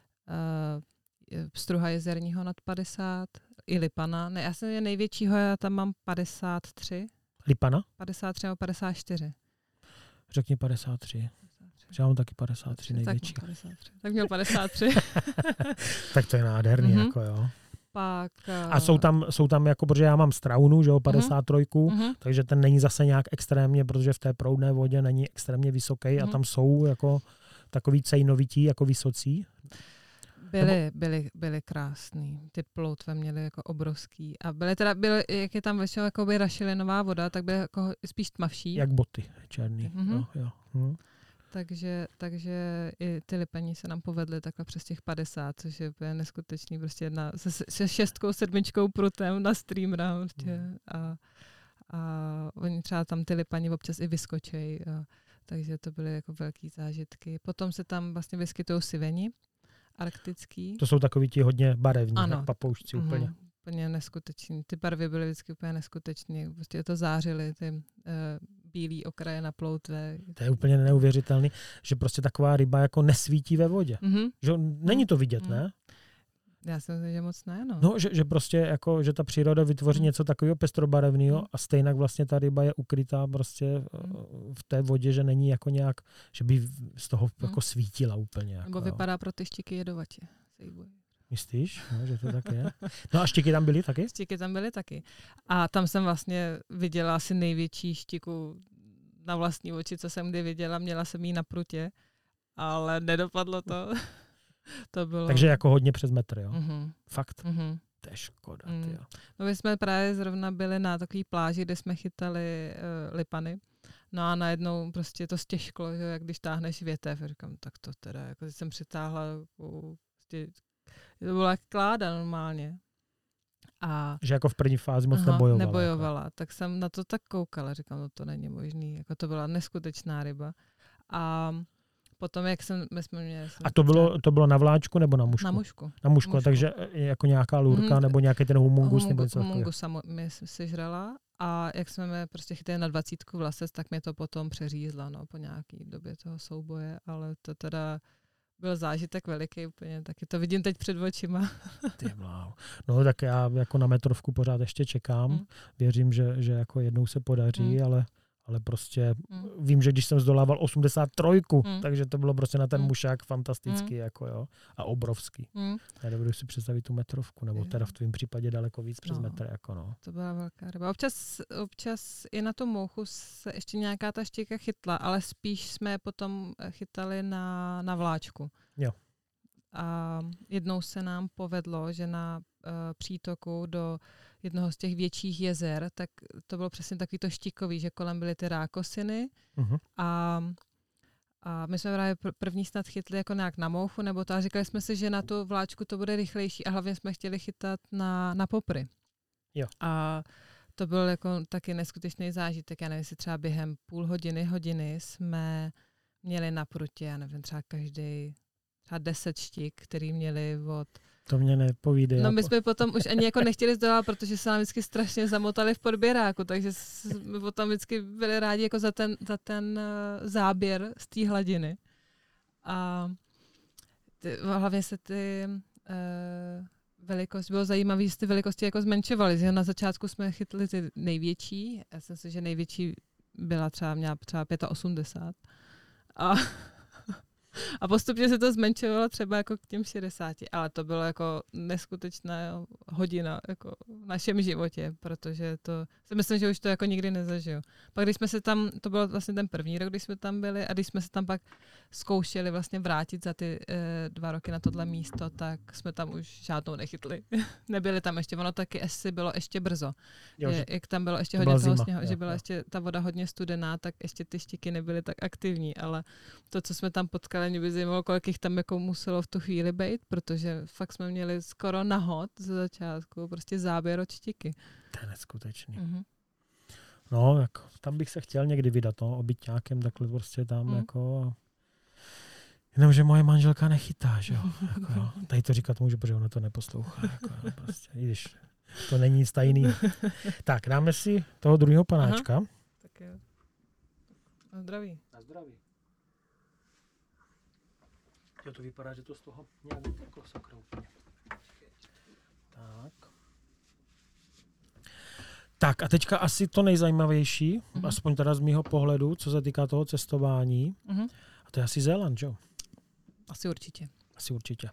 pstruha jezerního nad 50, i lipana. Ne, já jsem je největšího, já tam mám 53. Lipana? 53 nebo 54. Řekni 53. Já mám taky 53 největší. Tak měl 53. Tak to je nádherný, jako jo. Pak, a jsou tam jako, protože já mám straunu, že jo, 53, takže ten není zase nějak extrémně, protože v té proudné vodě není extrémně vysoký a tam jsou jako takový cejnovití, jako vysocí. Byly krásný. Ty ploutve měly jako obrovský. A byly, jak je tam většinou jakoby rašelinová voda, tak byly jako spíš tmavší. Jak boty černý. Jo. Takže i ty lipení se nám povedly takhle přes těch 50, což je neskutečný. Prostě jedna se 6, 7 prutem na streamera. Prostě. A oni třeba tam ty lipani občas i vyskočí. Takže to byly jako velký zážitky. Potom se tam vlastně vyskytují siveni arktický. To jsou takový ti hodně barevní, jak papoušci úplně. Úplně neskutečný. Ty barvy byly vždycky úplně neskutečný. Prostě to zářily, ty bílý okraje na ploutve. To je úplně neuvěřitelný, že prostě taková ryba jako nesvítí ve vodě. Že není to vidět, ne? Já si myslím, že moc ne, no. No, že prostě jako, že ta příroda vytvoří něco takového pestrobarevného a stejnak vlastně ta ryba je ukrytá prostě v té vodě, že není jako nějak, že by z toho jako svítila úplně. Jako, nebo vypadá pro ty štiky jedovatě. Myslíš, no, že to tak je? No a štiky tam byly taky? Štiky tam byly taky. A tam jsem vlastně viděla asi největší štiku na vlastní oči, co jsem kdy viděla. Měla jsem ji na prutě, ale nedopadlo to. To bylo... Takže jako hodně přes metr, jo? Fakt? To je škoda, tyjo. No my jsme právě zrovna byli na takové pláži, kde jsme chytali lipany. No a najednou prostě to stěžklo, že jak když táhneš větev. Říkám, tak to teda, jako jsem přitáhla, prostě, to bylo jak kláda normálně. A že jako v první fázi moc nebojovala. Jako. Tak jsem na to tak koukala, říkám, no to není možný. Jako to byla neskutečná ryba. A potom, jak my jsme měli... A to bylo na vláčku nebo na mušku? Na mušku. Takže jako nějaká lůrka nebo nějaký ten humungus nebo něco takového? Humungusa mi sežrala a jak jsme prostě chytili na 20 vlasec, tak mě to potom přeřízla, no, po nějaký době toho souboje, ale to teda byl zážitek veliký úplně, taky to vidím teď před očima. Ty bláho. No tak já jako na metrovku pořád ještě čekám. Věřím, že jako jednou se podaří, ale prostě vím, že když jsem zdolával 83, takže to bylo prostě na ten mušák fantastický jako jo, a obrovský. Já nebudu si představit tu metrovku, nebo teda v tvém případě daleko víc přes metr. Jako no. To byla velká ryba. Občas i na tom mouchu se ještě nějaká ta štěka chytla, ale spíš jsme potom chytali na vláčku. Jo. A jednou se nám povedlo, že na přítoku do jednoho z těch větších jezer, tak to bylo přesně takový to štikový, že kolem byly ty rákosiny a my jsme právě první snad chytli jako nějak na mouchu, nebo to, a říkali jsme si, že na tu vláčku to bude rychlejší a hlavně jsme chtěli chytat na popry. Jo. A to byl jako taky neskutečný zážitek. Já nevím, jestli třeba během půl hodiny jsme měli na prutě, já nevím, třeba každý třeba 10 štik, který měli od... To mě nepovídej. No my jsme potom už ani jako nechtěli zdolat, protože se nám vždycky strašně zamotali v podběráku, takže jsme potom vždycky byli rádi jako za ten záběr z té hladiny. A hlavně se ty velikosti, bylo zajímavé, že ty velikosti jako zmenšovaly. Že na začátku jsme chytli ty největší, já jsem si, že největší měla třeba 85. A A postupně se to zmenšovalo třeba jako k těm 60, ale to bylo jako neskutečná hodina jako v našem životě, protože to si myslím, že už to jako nikdy nezažiju. Pak když jsme se tam, to byl vlastně ten první rok, když jsme tam byli a když jsme se tam pak zkoušeli vlastně vrátit za ty 2 roky na tohle místo, tak jsme tam už žádnou nechytli. Nebyli tam ještě, ono taky asi bylo ještě brzo. Jo, Jak tam bylo ještě hodně toho sněhu, že byla jo. ještě ta voda hodně studená, tak ještě ty štiky nebyly tak aktivní, ale to, co jsme tam potkali, mě by zajímalo, kolik jich tam jako muselo v tu chvíli být, protože fakt jsme měli skoro nahod ze začátku, prostě záběr od štiky. To je neskutečný. Mm-hmm. No, jako, tam bych se chtěl někdy vydat, no, obyťákem, takhle prostě tam jako... Jenomže moje manželka nechytá, že jo. Jako, jo. Tady to říkat můžu, protože ona to neposlouchá. Jako, jo, prostě, i když to není nic tajný. Tak, dáme si toho druhého panáčka. Aha. Tak jo. Na zdraví. Na zdraví. Jo, to vypadá, že to z toho nějak jako sakra úplně. Tak. Tak a teďka asi to nejzajímavější, aspoň teda z mýho pohledu, co se týká toho cestování. A to je asi Zéland, jo? Asi určitě. Asi určitě.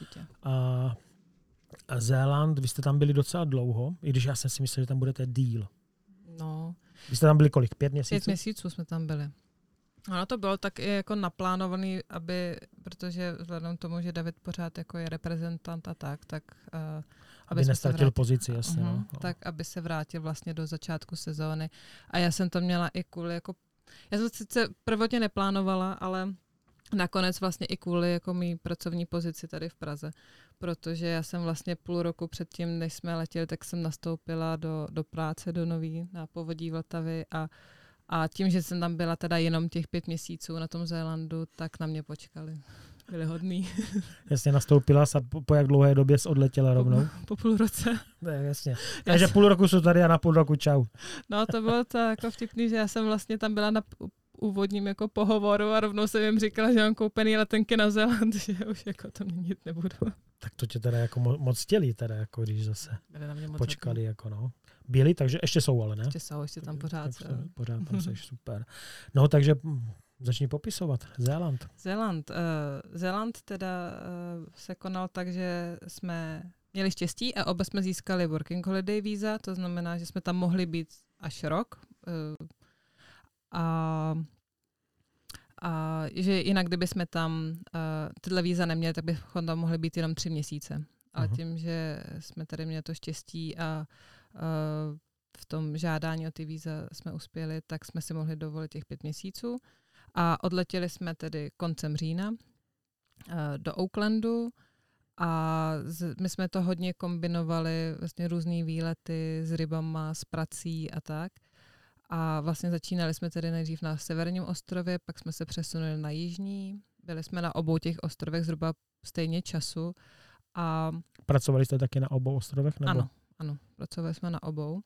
A Zéland, vy jste tam byli docela dlouho, i když já jsem si myslel, že tam budete díl. No. Vy jste tam byli kolik? 5 měsíců? 5 měsíců jsme tam byli. Ono to bylo tak i jako naplánovaný, protože vzhledem k tomu, že David pořád jako je reprezentant a tak aby nestratil pozici, jasně. No. Tak, aby se vrátil vlastně do začátku sezóny. A já jsem to měla i kvůli jako... Já jsem sice prvotně neplánovala, ale nakonec vlastně i kvůli jako mý pracovní pozici tady v Praze. Protože já jsem vlastně půl roku předtím, než jsme letěli, tak jsem nastoupila do práce do Nový na Povodí Vltavy a tím, že jsem tam byla teda jenom těch 5 měsíců na tom Zélandu, tak na mě počkali. Byli hodný. Jasně, nastoupila a po jak dlouhé době jsi odletěla rovnou? Po půl roce. Jasně. Takže půl roku jsou tady a na půl roku čau. No to bylo to jako vtipný, že já jsem vlastně tam byla na úvodním jako pohovoru a rovnou jsem jim říkala, že mám koupený letenky na Zéland, že už jako to měnit nebudu. Tak to tě teda jako moc chtěli, teda jako když zase počkali. Jako no. Byli, takže ještě jsou, ale ne? Ještě tam pořád. Pořád tam seš, super. No takže začni popisovat. Zéland teda se konal tak, že jsme měli štěstí a oba jsme získali working holiday víza, to znamená, že jsme tam mohli být až rok. A že jinak, kdyby jsme tam tyhle víza neměli, tak bychom tam mohli být jenom 3 měsíce. Ale tím, že jsme tady měli to štěstí a v tom žádání o ty víza jsme uspěli, tak jsme si mohli dovolit těch 5 měsíců. A odletěli jsme tedy koncem října do Aucklandu a my jsme to hodně kombinovali, vlastně různý výlety s rybama, s prací a tak. A vlastně začínali jsme tedy nejdřív na severním ostrově, pak jsme se přesunuli na jižní. Byli jsme na obou těch ostrovech zhruba stejně času. A pracovali jste taky na obou ostrovech? Nebo? Ano, pracovali jsme na obou.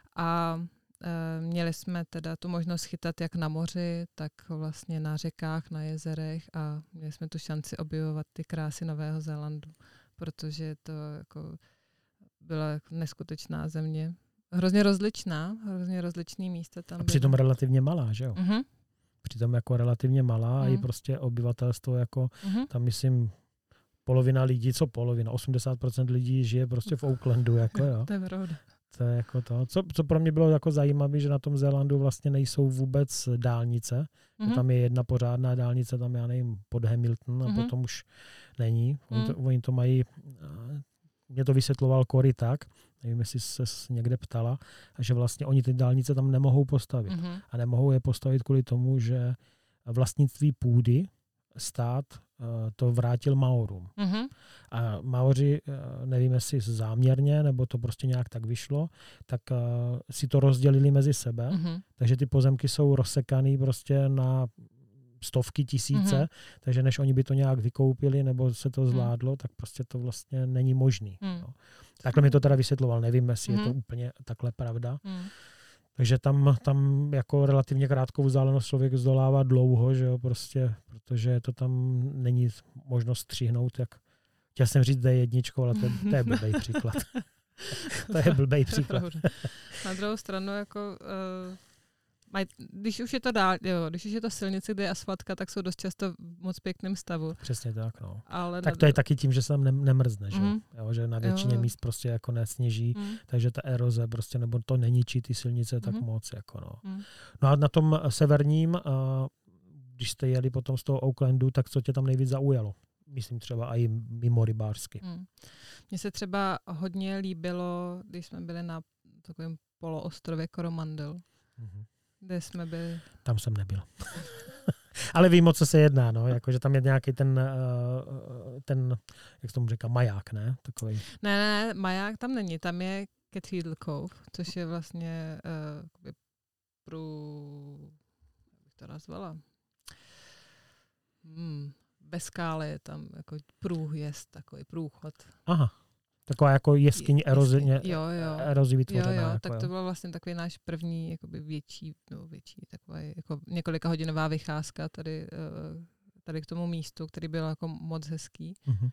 A měli jsme teda tu možnost chytat jak na moři, tak vlastně na řekách, na jezerech a měli jsme tu šanci objevovat ty krásy Nového Zélandu, protože to jako byla neskutečná země. Hrozně rozličný místa tam. A přitom relativně malá, že jo? Uh-huh. Přitom jako relativně malá a i prostě obyvatelstvo jako tam myslím polovina lidí, 80% lidí žije prostě v Aucklandu, jako jo. To je pravda. To je jako to. Co pro mě bylo jako zajímavé, že na tom Zélandu vlastně nejsou vůbec dálnice. Tam je jedna pořádná dálnice, tam já nevím, pod Hamilton a potom už není. Oni to mají, mě to vysvětloval Cory tak, nevím, jestli se někde ptala, že vlastně oni ty dálnice tam nemohou postavit. A nemohou je postavit kvůli tomu, že vlastnictví půdy stát to vrátil Maorům. A Maoři, nevím jestli záměrně, nebo to prostě nějak tak vyšlo, tak si to rozdělili mezi sebe, takže ty pozemky jsou rozsekaný prostě na stovky, tisíce, takže než oni by to nějak vykoupili, nebo se to zvládlo, tak prostě to vlastně není možný. No. Takhle mi to teda vysvětloval, nevím, jestli je to úplně takhle pravda. Takže tam jako relativně krátkou vzdálenost člověk zdolává dlouho, že jo, prostě, protože to tam není možnost střihnout, jak chtěl jsem říct D1, ale to je blbej příklad. To je blbej příklad. Na druhou stranu, jako když už je to silnice, kde je asfaltka, tak jsou dost často v moc pěkném stavu. Přesně tak, no. Ale tak to je taky tím, že se tam nemrzne, že? Jo, že na většině míst prostě jako nesněží, takže ta eroze prostě, nebo to neničí ty silnice tak moc, jako no. No a na tom severním, když jste jeli potom z toho Aucklandu, tak co tě tam nejvíc zaujalo? Myslím třeba i mimo rybářsky. Mně se třeba hodně líbilo, když jsme byli na takovém poloostrově Coromandel, kde jsme byli. Tam jsem nebyl. Ale vím, o co se jedná, no, jakože tam je nějaký ten, jak se tomu říká, maják, ne? Takový. Ne, maják tam není, tam je Cathedral Cove, což je vlastně jak bych to nazvala? Bez skály je tam jako průjezd, takový průchod. Aha. Taková jako jeskyně erozí vytvořená. Jo, jako, tak to byl vlastně takový náš první jakoby větší takový jako několika hodinová vycházka tady k tomu místu, který byl jako moc hezký.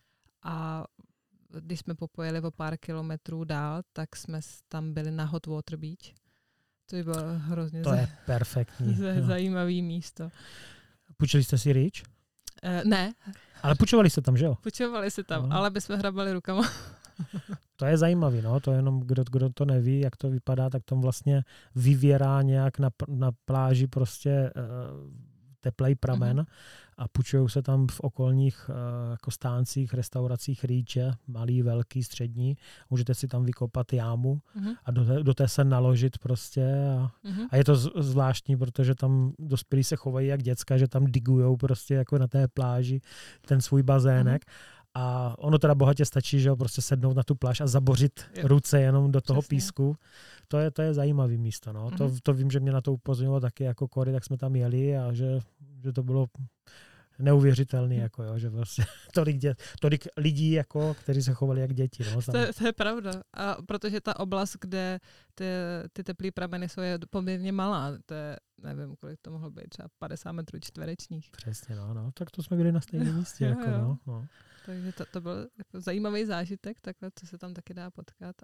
A když jsme popojeli o pár kilometrů dál, tak jsme tam byli na Hot Water Beach. To bylo hrozně je perfektní. Zajímavý místo. Půjčili jste si Rich? Ne. Ale půjčovali se tam, že jo? Půjčovali se tam, ale my jsme hrabali rukama. To je zajímavý, no, to jenom kdo to neví, jak to vypadá, tak tam vlastně vyvěrá nějak na pláži prostě teplej pramen a půjčují se tam v okolních jako stáncích, restauracích rýče, malý, velký, střední. Můžete si tam vykopat jámu a do té se naložit prostě a je to zvláštní, protože tam dospělí se chovají jak děcka, že tam digujou prostě jako na té pláži ten svůj bazének. A ono teda bohatě stačí, že jo, prostě sednout na tu pláž a zabořit ruce jenom do toho písku. To je zajímavý místo, no. To vím, že mě na to upozornilo taky jako Kory, tak jsme tam jeli a že to bylo neuvěřitelný, jako jo, že vlastně tolik lidí, jako, kteří se chovali jak děti. No, to je pravda. A protože ta oblast, kde ty teplý prameny jsou, je poměrně malá. To je, nevím, kolik to mohlo být, třeba 50 metrů čtverečních. Přesně, no. Tak to jsme byli na stejném místě. Jo. No. Takže to byl jako zajímavý zážitek, takhle, co se tam taky dá potkat.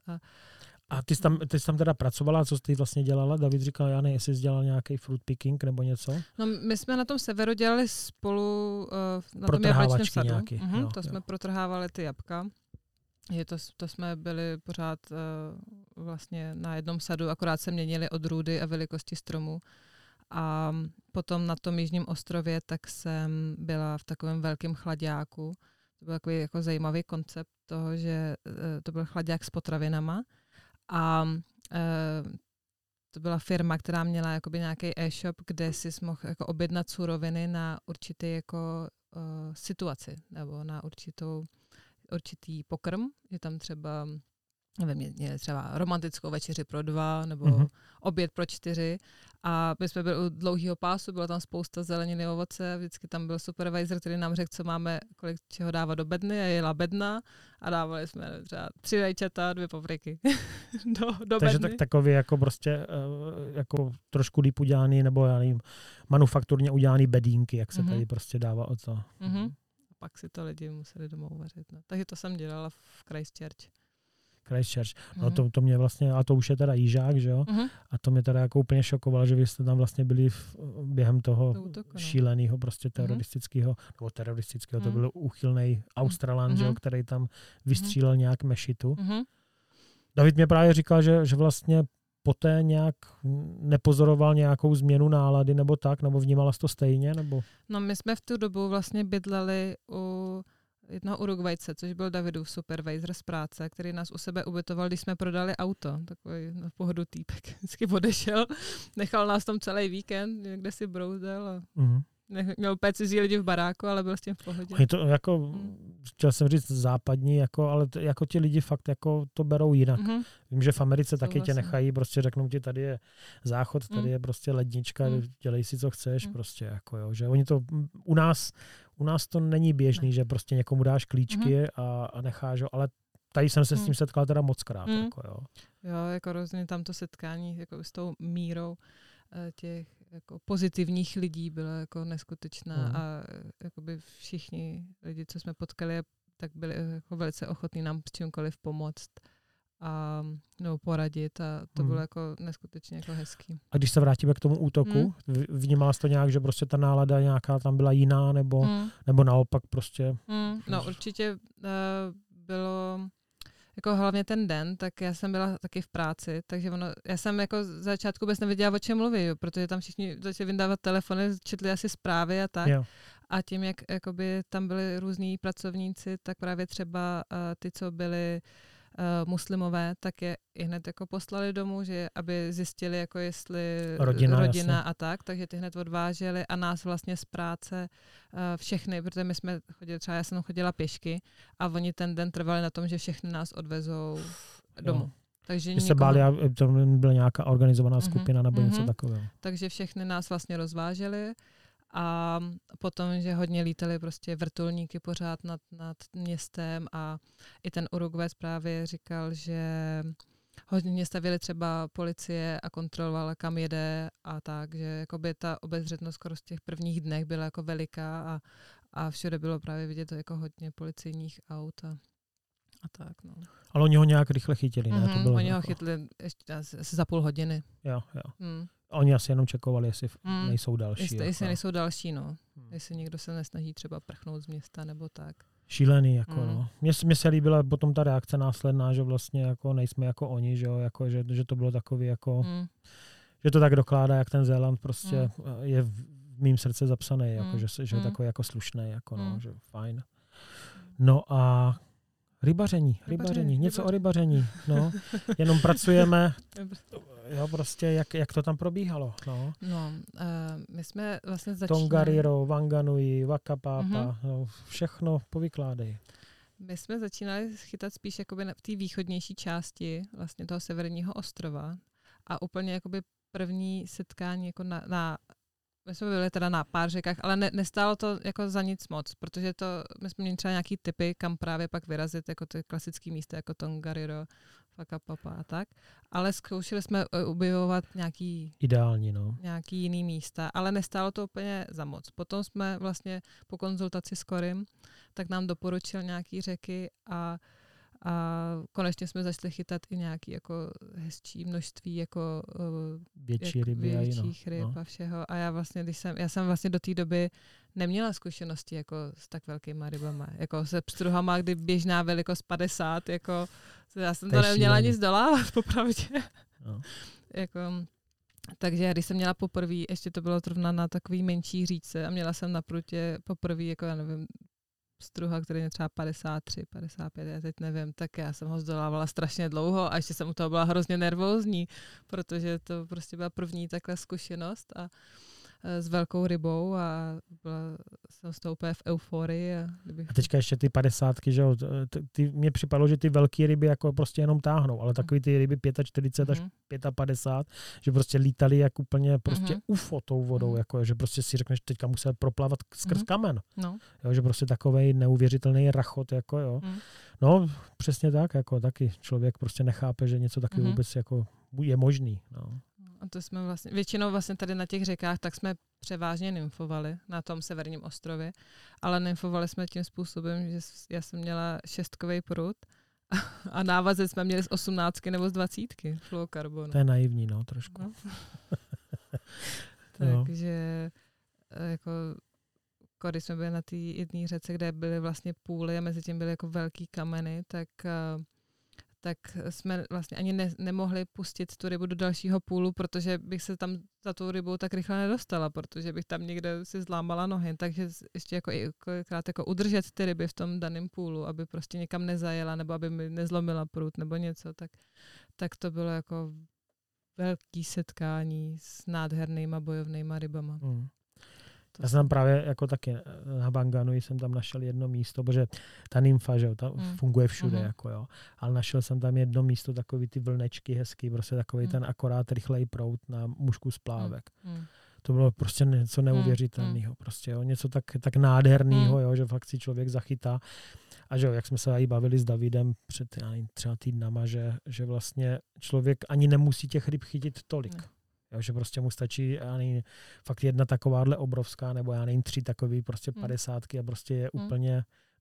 A ty jsi tam teda pracovala, co jsi vlastně dělala? David říkal, já ne, jestli jsi dělal nějaký fruit picking nebo něco? No, my jsme na tom severu dělali spolu na tom jablečném sadu. Nějaký. Jsme protrhávali ty jabka. To jsme byli pořád vlastně na jednom sadu, akorát se měnily odrůdy a velikosti stromů. A potom na tom jižním ostrově tak jsem byla v takovém velkém chlaďáku. To byl takový jako zajímavý koncept toho, že to byl chlaďák s potravinama. A to byla firma, která měla jakoby nějaký e-shop, kde si mohl jako objednat suroviny na určitý jako situaci nebo na určitý pokrm, že tam třeba nevím, měli třeba romantickou večeři pro 2 nebo oběd pro 4 a my jsme byli u dlouhého pásu, bylo tam spousta zeleniny, ovoce, vždycky tam byl supervisor, který nám řekl, co máme, kolik čeho dávat do bedny a jela bedna a dávali jsme třeba 3 rajčata, 2 papriky do takže bedny. takový jako prostě jako trošku líp udělaný, nebo já nevím, manufakturně udělaný bedínky, jak se tady prostě dává o to. A pak si to lidi museli doma uvařit. No. Takže to jsem dělala v Christchurch. No to mě vlastně, a to už je teda Jižák, že jo? A to mě teda jako úplně šokovalo, že vy jste tam vlastně byli během toho šíleného prostě teroristického, to byl úchylnej Australan, že jo, který tam vystřílel nějak mešitu. David mě právě říkal, že vlastně poté nějak nepozoroval nějakou změnu nálady nebo tak, nebo vnímala jsi to stejně? Nebo? No my jsme v tu dobu vlastně bydleli u jednoho Urugvajce, což byl Davidův supervisor z práce, který nás u sebe ubytoval, když jsme prodali auto. Takový na pohodu týpek. Vždycky odešel, nechal nás tam celý víkend, někde si brouzdal a měl úplně cizí lidi v baráku, ale byl s tím v pohodě. Je to jako, chtěl jsem říct západní, jako, ale jako ti lidi fakt jako to berou jinak. Vím, že v Americe taky tě nechají, prostě řeknou ti, tady je záchod, tady je prostě lednička, dělej si, co chceš, prostě jako jo, že oni to u nás to není běžný, že prostě někomu dáš klíčky a necháš ho, ale tady jsem se s tím setkal teda mockrát. Jako, jo. Jo, jako rozhodně tam to setkání jako s tou mírou těch jako pozitivních lidí bylo jako neskutečná a jakoby všichni lidi, co jsme potkali, tak byli jako velice ochotní nám s čímkoliv pomoct nebo poradit a to bylo jako neskutečně jako hezký. A když se vrátíme k tomu útoku, vnímala jsi to nějak, že prostě ta nálada nějaká tam byla jiná, nebo naopak prostě? No určitě bylo jako hlavně ten den, tak já jsem byla taky v práci, takže já jsem jako z začátku vůbec nevěděla, o čem mluví, protože tam všichni začali vyndávat telefony, četli asi zprávy a tak. Jo. A tím, jak jakoby tam byli různí pracovníci, tak právě třeba ty, co byli muslimové, tak je i hned jako poslali domů, že aby zjistili, jako jestli rodina a tak, takže ty hned odváželi a nás vlastně z práce všechny, protože my jsme chodili, třeba já jsem chodila pěšky a oni ten den trvali na tom, že všechny nás odvezou domů. Takže se báli, aby to byla nějaká organizovaná skupina nebo něco takového. Takže všechny nás vlastně rozváželi. A potom, že hodně lítali prostě vrtulníky pořád nad městem a i ten Urugvajec právě říkal, že hodně stavili třeba policie a kontrolovala, kam jede a tak, že jakoby ta obezřetnost skoro z těch prvních dnech byla jako veliká a všude bylo právě vidět jako hodně policejních aut a tak, no. Ale oni ho nějak rychle chytili, ne? To bylo oni ho chytli ještě asi za půl hodiny. Jo. Oni asi jenom čekovali, jestli nejsou další. Jestli nejsou další, no. Jestli někdo se nesnaží třeba prchnout z města nebo tak. Šílený, jako no. Mně se líbila potom ta reakce následná, že vlastně jako nejsme jako oni, že jo, jako, že to bylo takový jako, že to tak dokládá, jak ten Zéland prostě je v mým srdce zapsaný, jako, že je takový jako slušný, jako no, že fajn. No a rybaření, něco o rybaření, no. Jenom pracujeme, jo, prostě, jak to tam probíhalo, no. My jsme vlastně začínali... Tongariro, Wanganui, Waka Papa, no, všechno povykládej. My jsme začínali chytat spíš jakoby v té východnější části vlastně toho severního ostrova a úplně jakoby první setkání jako my jsme byli teda na pár řekách, ale nestálo to jako za nic moc, protože my jsme měli třeba nějaký typy, kam právě pak vyrazit, jako ty klasické místa, jako Tongariro, Waka Papa a tak. Ale zkoušeli jsme objevovat nějaký jiný místa, ale nestálo to úplně za moc. Potom jsme vlastně po konzultaci s Korim, tak nám doporučil nějaký řeky a konečně jsme začali chytat i nějaký jako hezčí množství jako větších ryb a všeho. A já jsem vlastně do té doby neměla zkušenosti jako s tak velkýma rybama. Jako se pstruhama, kdy běžná velikost 50, jako já jsem to neměla nic dolávat, popravdě. No. Takže když jsem měla poprvé, ještě to bylo zrovna na takový menší říčce a měla jsem na prutě poprvé, jako já nevím, struha, který je třeba 53, 55, já teď nevím, tak já jsem ho zdolávala strašně dlouho a ještě jsem u toho byla hrozně nervózní, protože to prostě byla první takhle zkušenost a s velkou rybou a jsem z toho úplně v euforii. A teďka ještě ty 50, že jo, mně připadlo, že ty velké ryby jako prostě jenom táhnou, ale takový ty ryby 45 až 55, že prostě lítali jak úplně prostě UFO tou vodou, jako, že prostě si řekneš, teďka musel proplavat skrz kamen. No. Jo, že prostě takovej neuvěřitelný rachot, jako jo. No, přesně tak, jako taky člověk prostě nechápe, že něco takového vůbec jako je možný, no. A to jsme většinou vlastně tady na těch řekách, tak jsme převážně nymfovali na tom severním ostrově, ale nymfovali jsme tím způsobem, že já jsem měla 6kovej prut a návazec jsme měli z 18 nebo z 20 fluokarbonu. To je naivní, no, trošku. No. Takže jako když jsme byli na té jedné řece, kde byly vlastně půly a mezi tím byly jako velký kameny, tak jsme vlastně ani nemohli pustit tu rybu do dalšího půlu, protože bych se tam za tou rybou tak rychle nedostala, protože bych tam někde si zlámala nohy. Takže ještě jako kolikrát jako udržet ty ryby v tom daném půlu, aby prostě někam nezajela, nebo aby mi nezlomila prut nebo něco, tak to bylo jako velký setkání s nádhernýma bojovnýma rybama. Já jsem tam právě jako taky na Wanganui jsem tam našel jedno místo, protože ta nymfa, že jo, ta funguje všude, jako jo. Ale našel jsem tam jedno místo, takový ty vlnečky hezký, prostě takový ten akorát rychlej proud na mužku splávek. To bylo prostě něco neuvěřitelného, prostě jo, něco tak nádherného, jo, že fakt si člověk zachytá. A že jo, jak jsme se i bavili s Davidem před třeba týdnama, že vlastně člověk ani nemusí těch ryb chytit tolik. Jo, že prostě mu stačí fakt jedna takováhle obrovská, nebo já nevím, 3 takový prostě 50 a prostě je úplně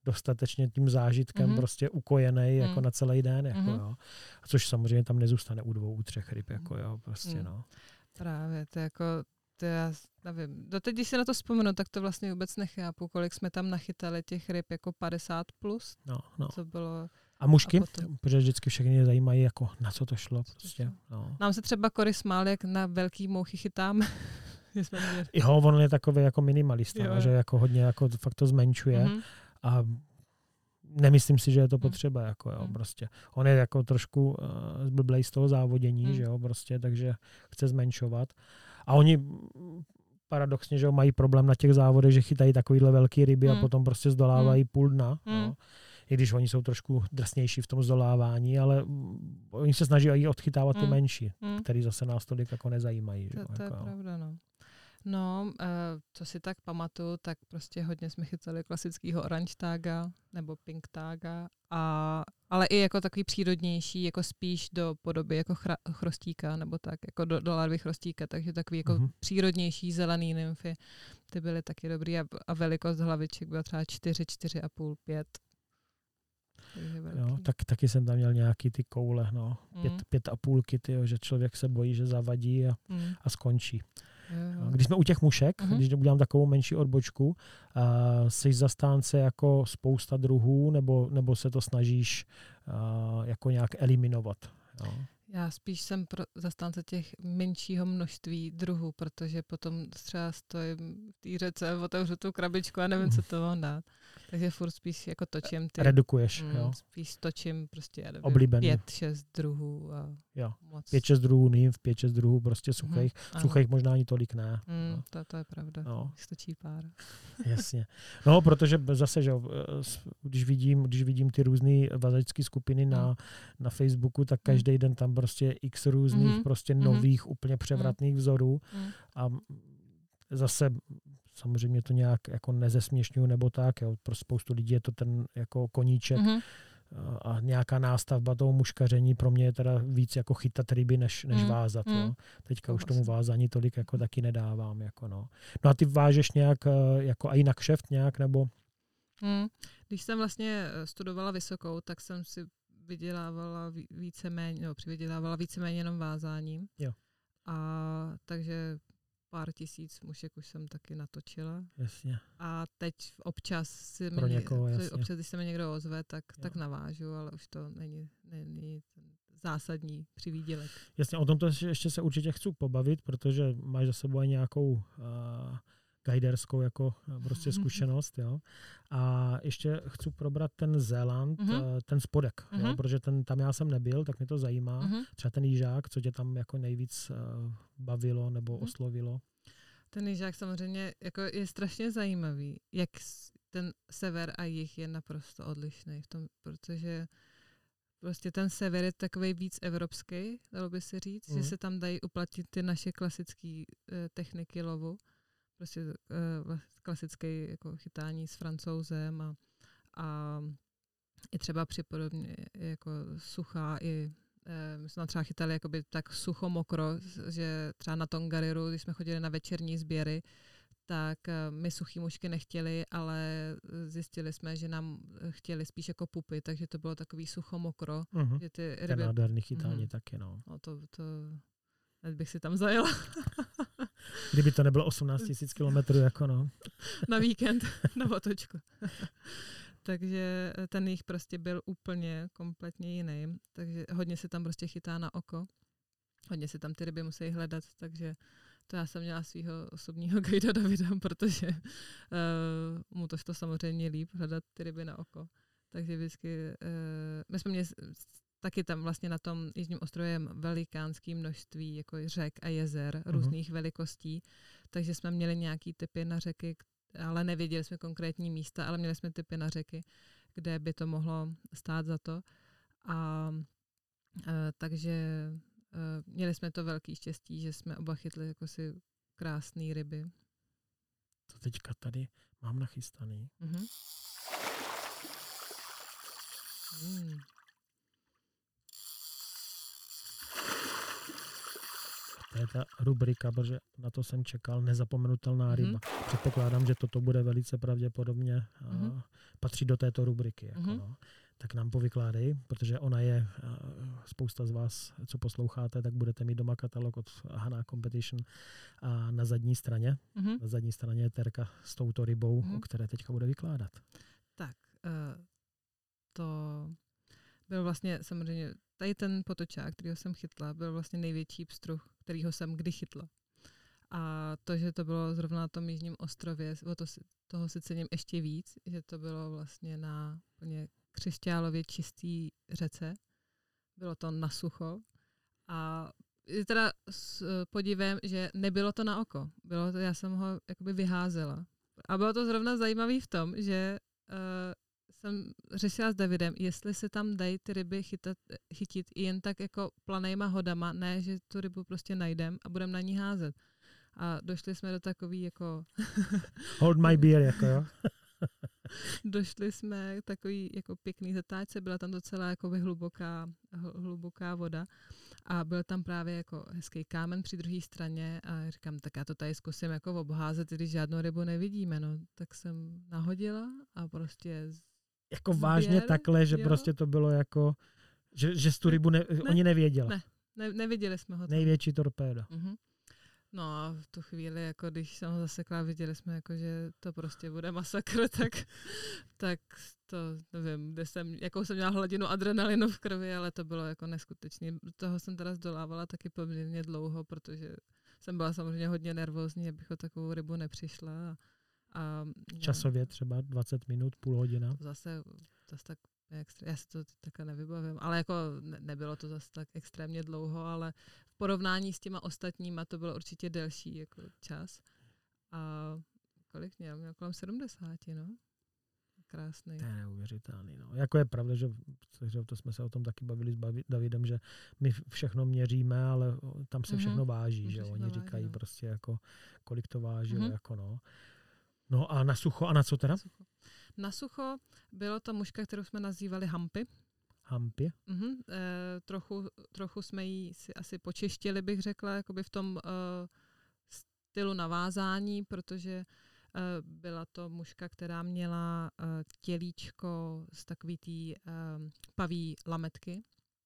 dostatečně tím zážitkem prostě ukojený jako na celý den. Jako, jo. A což samozřejmě tam nezůstane u 2, u 3 ryb. Jako, jo, prostě, no. Právě, to jako, to já nevím. Doteď, když si na to vzpomenu, tak to vlastně vůbec nechápu, kolik jsme tam nachytali těch ryb, jako 50 plus. No. Co bylo... A mužky? Protože vždycky všechny zajímají, jako na co to šlo. Prostě, no. Nám se třeba Kory smál, jak na velký mouchy chytáme. Jo, on je takový jako minimalista, jo. Že jako hodně jako fakt to zmenšuje. A nemyslím si, že je to potřeba. Jako, jo, prostě. On je jako trošku zblblej z toho závodění, že jo, prostě, takže chce zmenšovat. A oni paradoxně, že jo, mají problém na těch závodech, že chytají takovýhle velký ryby a potom prostě zdolávají půl dna. Jo. I když oni jsou trošku drsnější v tom zdolávání, ale oni se snaží odchytávat ty menší, který zase nás tolik jako nezajímají. To je pravda, no. No, co si tak pamatuju, tak prostě hodně jsme chytali klasického orange taga nebo pink taga, ale i jako takový přírodnější, jako spíš do podoby jako chrostíka, nebo tak, jako do larvy chrostíka, takže takový jako přírodnější zelený nymfy, ty byly taky dobrý a velikost hlaviček byla třeba 4, 4,5, 5. Jo, taky jsem tam měl nějaký ty koule, no, 5,5 tyjo, že člověk se bojí, že zavadí a skončí. Když jsme u těch mušek, když udělám takovou menší odbočku, jsi zastánce jako spousta druhů, nebo se to snažíš jako nějak eliminovat? Jo? Já spíš jsem zastánce těch menšího množství druhů, protože potom třeba stojím v té řece, otevřu tu krabičku a nevím, co to mám dát. Takže furt spíš jako točím ty... Redukuješ, jo? Spíš točím prostě, já nevím, oblíbený. 5-6 druhů. A jo, moc. 5-6 druhů nymf, 5-6 druhů prostě suchých. Suchých možná ani tolik ne. To je pravda. No. Stačí pár. Jasně. No, protože zase, že když vidím ty různé vazačské skupiny na Facebooku, tak každý den tam prostě x různých prostě nových, úplně převratných vzorů. A zase samozřejmě to nějak jako nezesměšňuju nebo tak, jo. Pro spoustu lidí je to ten jako koníček a nějaká nástavba toho muškaření pro mě je teda víc jako chytat ryby, než vázat. Jo. Teďka už tomu vázání tolik jako taky nedávám. Jako no. No a ty vážeš nějak jako i na kšeft nějak, nebo? Když jsem vlastně studovala vysokou, tak jsem si přivydělávala víceméně jenom vázáním. Jo. A takže pár tisíc mušek už jsem taky natočila. Jasně. A teď občas, když se mi někdo ozve, tak navážu, ale už to není ten zásadní přivídělek. Jasně, o tomto ještě se určitě chci pobavit, protože máš za sebou nějakou guiderskou jako prostě zkušenost. Jo? A ještě chci probrat ten Zéland, ten spodek, jo? Protože tam já jsem nebyl, tak mě to zajímá. Třeba ten jižák, co tě tam jako nejvíc bavilo nebo oslovilo? Ten jižák samozřejmě jako je strašně zajímavý, jak ten sever a jih je naprosto odlišný v tom, protože prostě ten sever je takovej víc evropský, dalo by se říct, že se tam dají uplatit ty naše klasické techniky lovu. Prostě klasické jako chytání s Francouzem a i třeba připodobně jako suchá i my jsme třeba chytali jakoby tak sucho-mokro, že třeba na Tongariru, když jsme chodili na večerní sběry, tak my suchý mušky nechtěli, ale zjistili jsme, že nám chtěli spíš jako pupy, takže to bylo takový sucho-mokro. Že ty ryby... Ten nádherný chytání taky, no. No to bych si tam zajela. Kdyby to nebylo 18 000 kilometrů, jako no. Na víkend, na otočku. Takže ten jich prostě byl úplně kompletně jiný. Takže hodně se tam prostě chytá na oko. Hodně se tam ty ryby musí hledat, takže to já jsem měla svého osobního guida Davida, protože mu to samozřejmě líp hledat ty ryby na oko. Takže vždycky, my jsme měli taky tam vlastně na tom jižním ostrově velikánské množství jako řek a jezer různých velikostí, takže jsme měli nějaký typy na řeky, ale nevěděli jsme konkrétní místa, ale měli jsme typy na řeky, kde by to mohlo stát za to. Takže měli jsme to velký štěstí, že jsme oba chytli jako si krásné ryby. To teďka tady mám nachystaný. To je ta rubrika, protože na to jsem čekal, nezapomenutelná ryba. Předpokládám, že toto bude velice pravděpodobně patří do této rubriky. Jako, no. Tak nám povykládej, protože ona je, spousta z vás, co posloucháte, tak budete mít doma katalog od Hana Competition a na zadní straně. Na zadní straně je Terka s touto rybou, o které teďka bude vykládat. Tak, to byl vlastně samozřejmě, tady ten potočák, kterýho jsem chytla, byl vlastně největší pstruh, kterýho jsem kdy chytla. A to, že to bylo zrovna na tom jižním ostrově, toho si cením ještě víc, že to bylo vlastně na úplně křišťálově čistý řece. Bylo to na sucho. A teda s podivem, že nebylo to na oko. Bylo to, já jsem ho jakoby vyházela. A bylo to zrovna zajímavé v tom, že jsem řešila s Davidem, jestli se tam dají ty ryby chytit jen tak jako planejma hodama, ne, že tu rybu prostě najdem a budeme na ní házet. A došli jsme do takový jako... Hold my beer, jako jo. Došli jsme k takový jako pěkný zatáčce, byla tam docela jako hluboká voda a byl tam právě jako hezký kámen při druhé straně a říkám, tak já to tady zkusím jako obházet, když žádnou rybu nevidíme, no. Tak jsem nahodila a prostě jako vážně takhle, že jo? Prostě to bylo jako, že z tu rybu oni nevěděli. Neviděli jsme ho tam. Největší torpédo. No a v tu chvíli, jako když jsem ho zasekla, viděli jsme, jako, že to prostě bude masakr, tak to nevím, jakou jsem měla hladinu adrenalinu v krvi, ale to bylo jako neskutečné. Toho jsem teda zdolávala taky poměrně dlouho, protože jsem byla samozřejmě hodně nervózní, abych o takovou rybu nepřišla. Časově třeba 20 minut, půl hodina? Zase tak já si to takhle nevybavím, ale jako nebylo to zase tak extrémně dlouho, ale v porovnání s těma ostatníma to bylo určitě delší jako čas. A kolik měl kolem 70, no. Krásný. To je neuvěřitelný, no. Jako je pravda, že to jsme se o tom taky bavili s Davidem, že my všechno měříme, ale tam se všechno váží, že oni říkají prostě jako, kolik to vážilo, jako no. No a na sucho, a na co teda? Na sucho bylo ta muška, kterou jsme nazývali hampy. Hampy? Trochu jsme ji si asi počeštili, bych řekla, jakoby v tom stylu navázání, protože byla to muška, která měla tělíčko z takový tý paví lametky.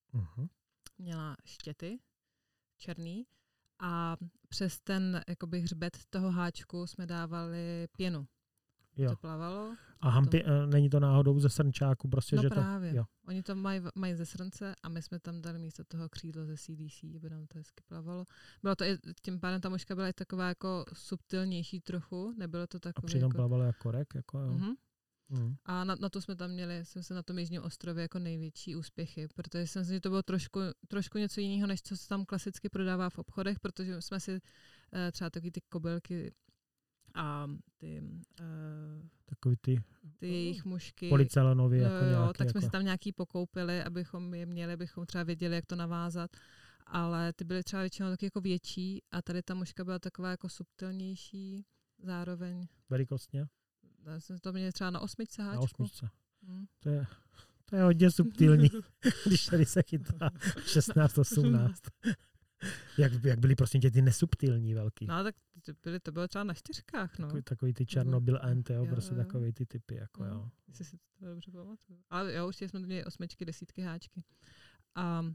Měla štěty černý a přes ten jakoby hřbet toho háčku jsme dávali pěnu. Jo. To plavalo. A hampy, není to náhodou ze srnčáku? Prostě, no že právě. To, jo. Oni to mají ze srnce a my jsme tam dali místo toho křídlo ze CDC, aby nám to hezky plavalo. Bylo to i, tím pádem ta muška byla i taková jako subtilnější trochu, nebylo to takové. A přitom jako... plavalo jako korek? Jako, jo. A na to jsme tam měli, jsem se na tom jižním ostrově jako největší úspěchy, protože jsem si, že to bylo trošku něco jiného, než co se tam klasicky prodává v obchodech, protože jsme si třeba taky ty kobylky a takový ty jejich mušky. Policelenový jako nějaký. Tak jsme si tam nějaký pokoupili, abychom je měli, abychom třeba věděli, jak to navázat. Ale ty byly třeba většinou taky jako větší a tady ta muška byla taková jako subtilnější zároveň. Velikostně? Já jsem to měl třeba na 8 háčku. Na 8. To je hodně subtilní, když tady se chytá 16, 18. Jak byly prosím tě ty nesubtilní velký? No tak to bylo třeba na 4, no. Takový ty Černobyl Ant, jo, prostě takový ty typy, jako jo. Jestli si to dobře pamatuju. Ale jo, určitě jsme měli 8, 10 háčky. A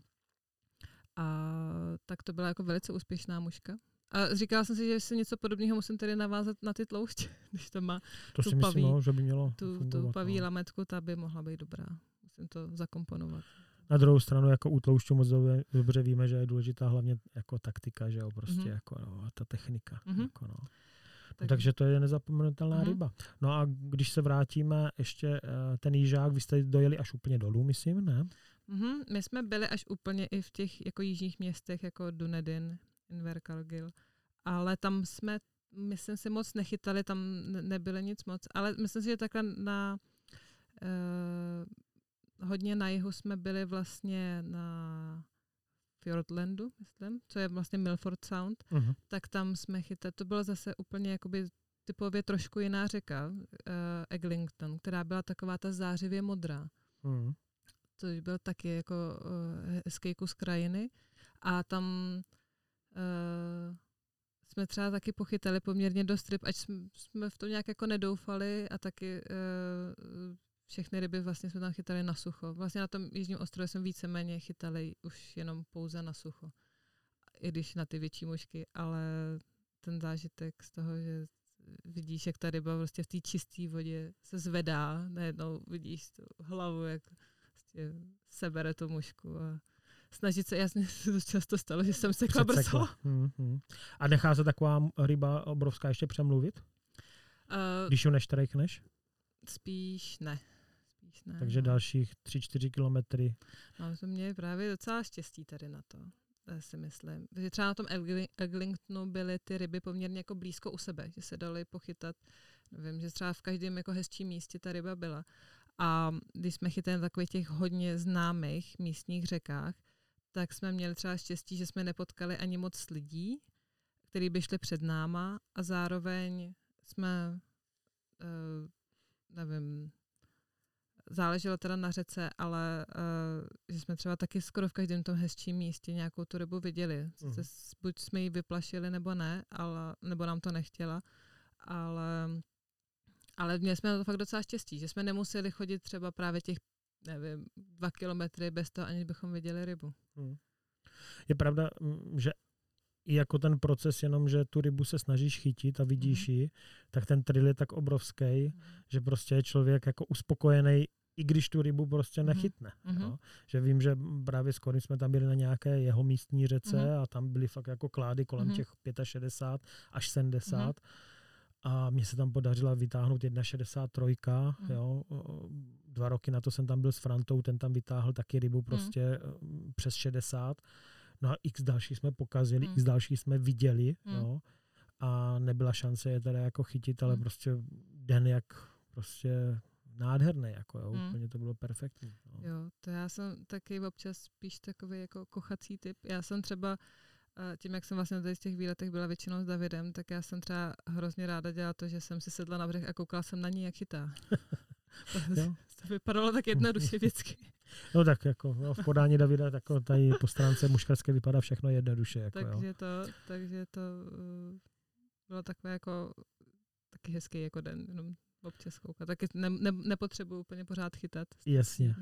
tak to byla jako velice úspěšná muška. A říkala jsem si, že si něco podobného musím tady navázat na ty tlouště, když to má to si myslím, že by mělo tu paví lametku, ta by mohla být dobrá. Musím to zakomponovat. Na druhou stranu, jako u tloušťů moc dobře víme, že je důležitá hlavně jako taktika, že jo, prostě jako no, ta technika. Jako no. Takže to je nezapomenutelná ryba. No a když se vrátíme ještě ten Jižák, vy jste dojeli až úplně dolů, myslím, ne? My jsme byli až úplně i v těch jako jižních městech, jako Dunedin, Invercargill, ale tam jsme, myslím si, moc nechytali, tam nebylo nic moc, ale myslím si, že takhle hodně na jihu jsme byli vlastně na Fiordlandu, myslím, co je vlastně Milford Sound, tak tam jsme chytali, to bylo zase úplně jakoby typově trošku jiná řeka, Eglinton, která byla taková ta zářivě modrá. To byl taky jako hezký kus krajiny a tam jsme třeba taky pochytali poměrně dost ryb, ať jsme v tom nějak jako nedoufali a taky všechny ryby vlastně jsme tam chytali na sucho. Vlastně na tom jižním ostrově jsme víceméně chytali už jenom pouze na sucho. I když na ty větší mušky, ale ten zážitek z toho, že vidíš, jak ta ryba prostě v té čisté vodě se zvedá, najednou vidíš tu hlavu, jak prostě sebere tu mušku a snažit se, jasně se to často stalo, že jsem sekla brzo. A nechá se taková ryba obrovská ještě přemluvit? Když ji neštrejkneš? Spíš ne. Takže dalších 3-4 kilometry. No, to mě je právě docela štěstí tady na to, si myslím. Protože třeba na tom Eglinktonu byly ty ryby poměrně jako blízko u sebe, že se daly pochytat. Vím, že třeba v každém jako hezčím místě ta ryba byla. A když jsme chytali na takových těch hodně známých místních řekách, tak jsme měli třeba štěstí, že jsme nepotkali ani moc lidí, kteří by šli před náma a zároveň jsme, nevím, záleželo teda na řece, ale že jsme třeba taky skoro v každém tom hezčím místě nějakou tu rybu viděli. Buď jsme ji vyplašili, nebo ne, nebo nám to nechtěla, ale měli jsme na to fakt docela štěstí, že jsme nemuseli chodit třeba právě těch, nevím, 2 kilometry bez toho, aniž bychom viděli rybu. Je pravda, že i jako ten proces jenom, že tu rybu se snažíš chytit a vidíš ji, tak ten thrill je tak obrovský, že prostě je člověk jako uspokojený, i když tu rybu prostě nechytne. No? Že vím, že právě skoro jsme tam byli na nějaké jeho místní řece a tam byly fakt jako klády kolem těch 65 až 70 a mně se tam podařila vytáhnout 1,63. Jo? 2 roky na to jsem tam byl s Frantou, ten tam vytáhl taky rybu prostě přes 60. No a x další jsme pokazili, x další jsme viděli, jo? A nebyla šance je teda jako chytit, ale prostě den jak prostě nádherný, jako jo, úplně to bylo perfektní. No. Jo, to já jsem taky občas spíš takový jako kochací typ. Já jsem třeba tím, jak jsem vlastně tady z těch výletech byla většinou s Davidem, tak já jsem třeba hrozně ráda dělala to, že jsem si sedla na břeh a koukala jsem na ní, jak chytá. To vypadalo tak jednoduše vždycky. No tak jako v podání Davida tak tady po stránce muškarské vypadá všechno jednoduše. Jako, takže to bylo takové jako taky hezký jako den, jenom občas koukat. Taky nepotřebuji úplně pořád chytat. Jasně.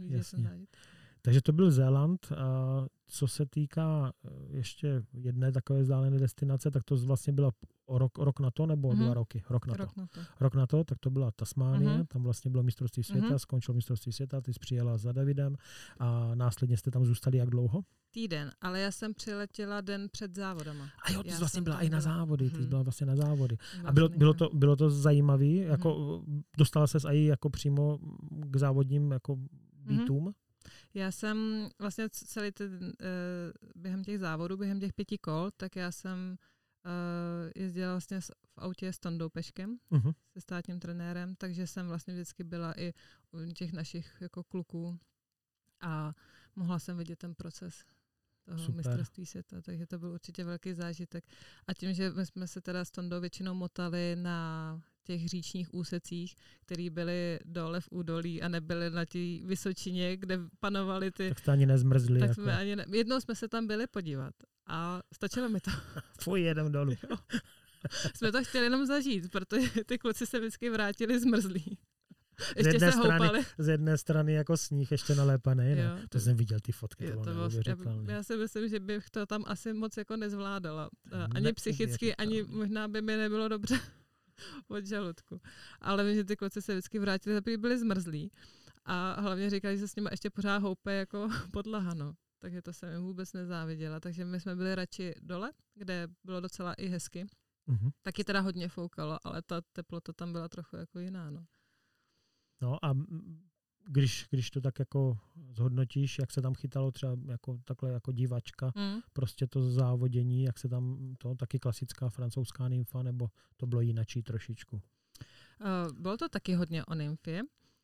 Takže to byl Zéland. A co se týká ještě jedné takové vzdálené destinace, tak to vlastně bylo rok na to, nebo 2 roky? Rok na to, tak to byla Tasmánie, tam vlastně bylo mistrovství světa, skončilo mistrovství světa, ty jsi přijela za Davidem a následně jste tam zůstali jak dlouho? Týden, ale já jsem přiletěla den před závodama. A jo, ty jsi vlastně byla i na závody, ty jsi byla vlastně na závody. A bylo to zajímavý, jako dostala ses i jako přímo k závodním jako býtům? Já jsem vlastně celý během těch závodů, během těch 5 kol, tak já jsem jezdila vlastně v autě s Tondou Peškem, se státním trenérem, takže jsem vlastně vždycky byla i u těch našich jako kluků a mohla jsem vidět ten proces toho mistrovství světa, takže to byl určitě velký zážitek. A tím, že my jsme se teda s Tondou většinou motali na těch říčních úsecích, které byly dole v údolí a nebyly na té Vysočině, kde panovaly ty... Tak to ani nezmrzli. Tak jako. jsme jednou jsme se tam byli podívat a stačilo mi to. Fuj, jedem dolů. Jsme to chtěli jenom zažít, protože ty kluci se vždycky vrátili zmrzlí. Ještě se houpali. Z jedné strany jako sníh ještě nalépaný, ne? To jsem viděl ty fotky, to bylo neuvěřitelné. Já si myslím, že bych to tam asi moc jako nezvládala. Ani psychicky, ani možná by mi nebylo dobře od žaludku. Ale vím, že ty kluci se vždycky vrátili, aby byli zmrzlí. A hlavně říkali, že se s nimi ještě pořád houpe jako podlaha, no. Takže to jsem jim vůbec nezáviděla. Takže my jsme byli radši dole, kde bylo docela i hezky. Taky teda hodně foukalo, ale ta teplota tam byla trochu jako jiná, no. No a když to tak jako zhodnotíš, jak se tam chytalo třeba jako takhle jako divačka, prostě to závodění, jak se tam to taky klasická francouzská nymfa, nebo to bylo jinačí trošičku? Bylo to taky hodně o nymfě,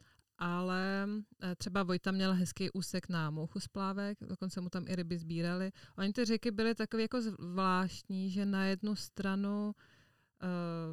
ale třeba Vojta měl hezký úsek na mouchu z plávek, dokonce mu tam i ryby sbírali. Oni ty řeky byly takové jako zvláštní, že na jednu stranu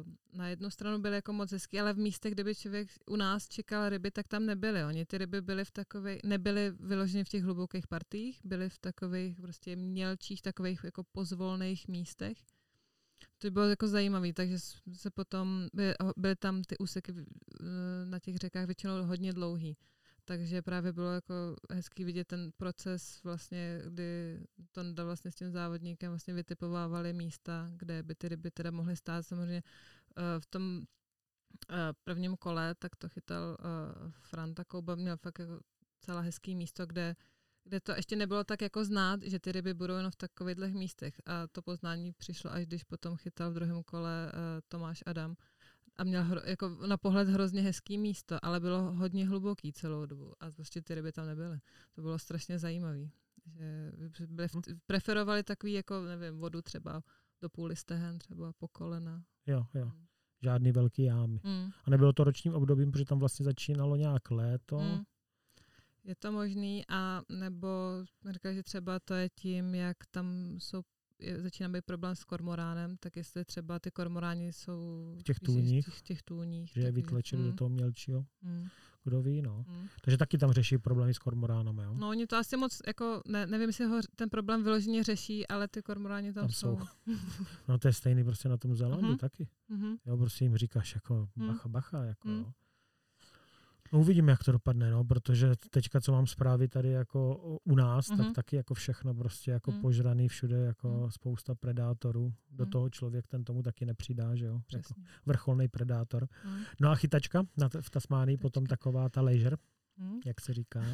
jednu stranu byly jako moc hezký, ale v místech, kde by člověk u nás čekal ryby, tak tam nebyly. Oni ty ryby byly nebyly vyloženě v těch hlubokých partiích, byly v takových prostě mělčích, takových jako pozvolných místech. To bylo jako zajímavé, takže se potom byly tam ty úseky na těch řekách většinou hodně dlouhý. Takže právě bylo jako hezký vidět ten proces vlastně, kdy Tonda vlastně s tím závodníkem vlastně vytipovávali místa, kde by ty ryby teda mohly stát. Samozřejmě v tom prvním kole, tak to chytal Franta Kouba, měl fakt jako celá hezký místo, kde to ještě nebylo tak jako znát, že ty ryby budou jenom v takovýchhle místech. A to poznání přišlo, až když potom chytal v druhém kole Tomáš Adam. A měl jako na pohled hrozně hezký místo, ale bylo hodně hluboký celou dobu. A prostě ty ryby tam nebyly. To bylo strašně zajímavé. Že preferovali takový, jako nevím, vodu třeba do půly stehen, třeba po kolena. Jo. Žádný velký jámy. A nebylo to ročním obdobím, protože tam vlastně začínalo nějak léto. Je to možný, a nebo říkali, že třeba to je tím, jak tam začíná být problém s kormoránem, tak jestli třeba ty kormoráni jsou v těch tůních. Že je vytlačili do toho mělčího. Kdo ví, no. Takže taky tam řeší problémy s kormoránama, jo? No, oni to asi moc, jako, nevím, jestli ten problém vyloženě řeší, ale ty kormoráni tam jsou. No, to je stejný prostě na tom Zélandu taky. Jo, prostě jim říkáš jako bacha, jako jo. No, uvidíme, jak to dopadne, no, protože teďka, co mám zprávy tady jako u nás, tak taky jako všechno prostě jako požraný všude, jako spousta predátorů. Do toho člověk ten tomu taky nepřidá, že jo? Jako vrcholný predátor. No a chytačka v Tasmánii potom taková ta leisure, jak se říká.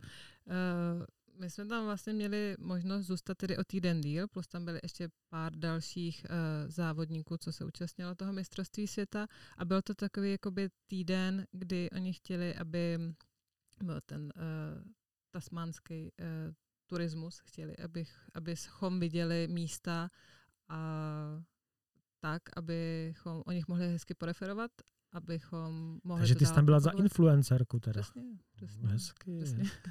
My jsme tam vlastně měli možnost zůstat tedy o týden díl, plus tam byly ještě pár dalších závodníků, co se účastnilo toho mistrovství světa, a byl to takový jakoby týden, kdy oni chtěli, aby byl ten tasmánský turismus, chtěli, abychom viděli místa a tak, abychom o nich mohli hezky poreferovat, abychom mohli. Takže ty jsi tam byla za influencerku teda. Přesně. Hezky.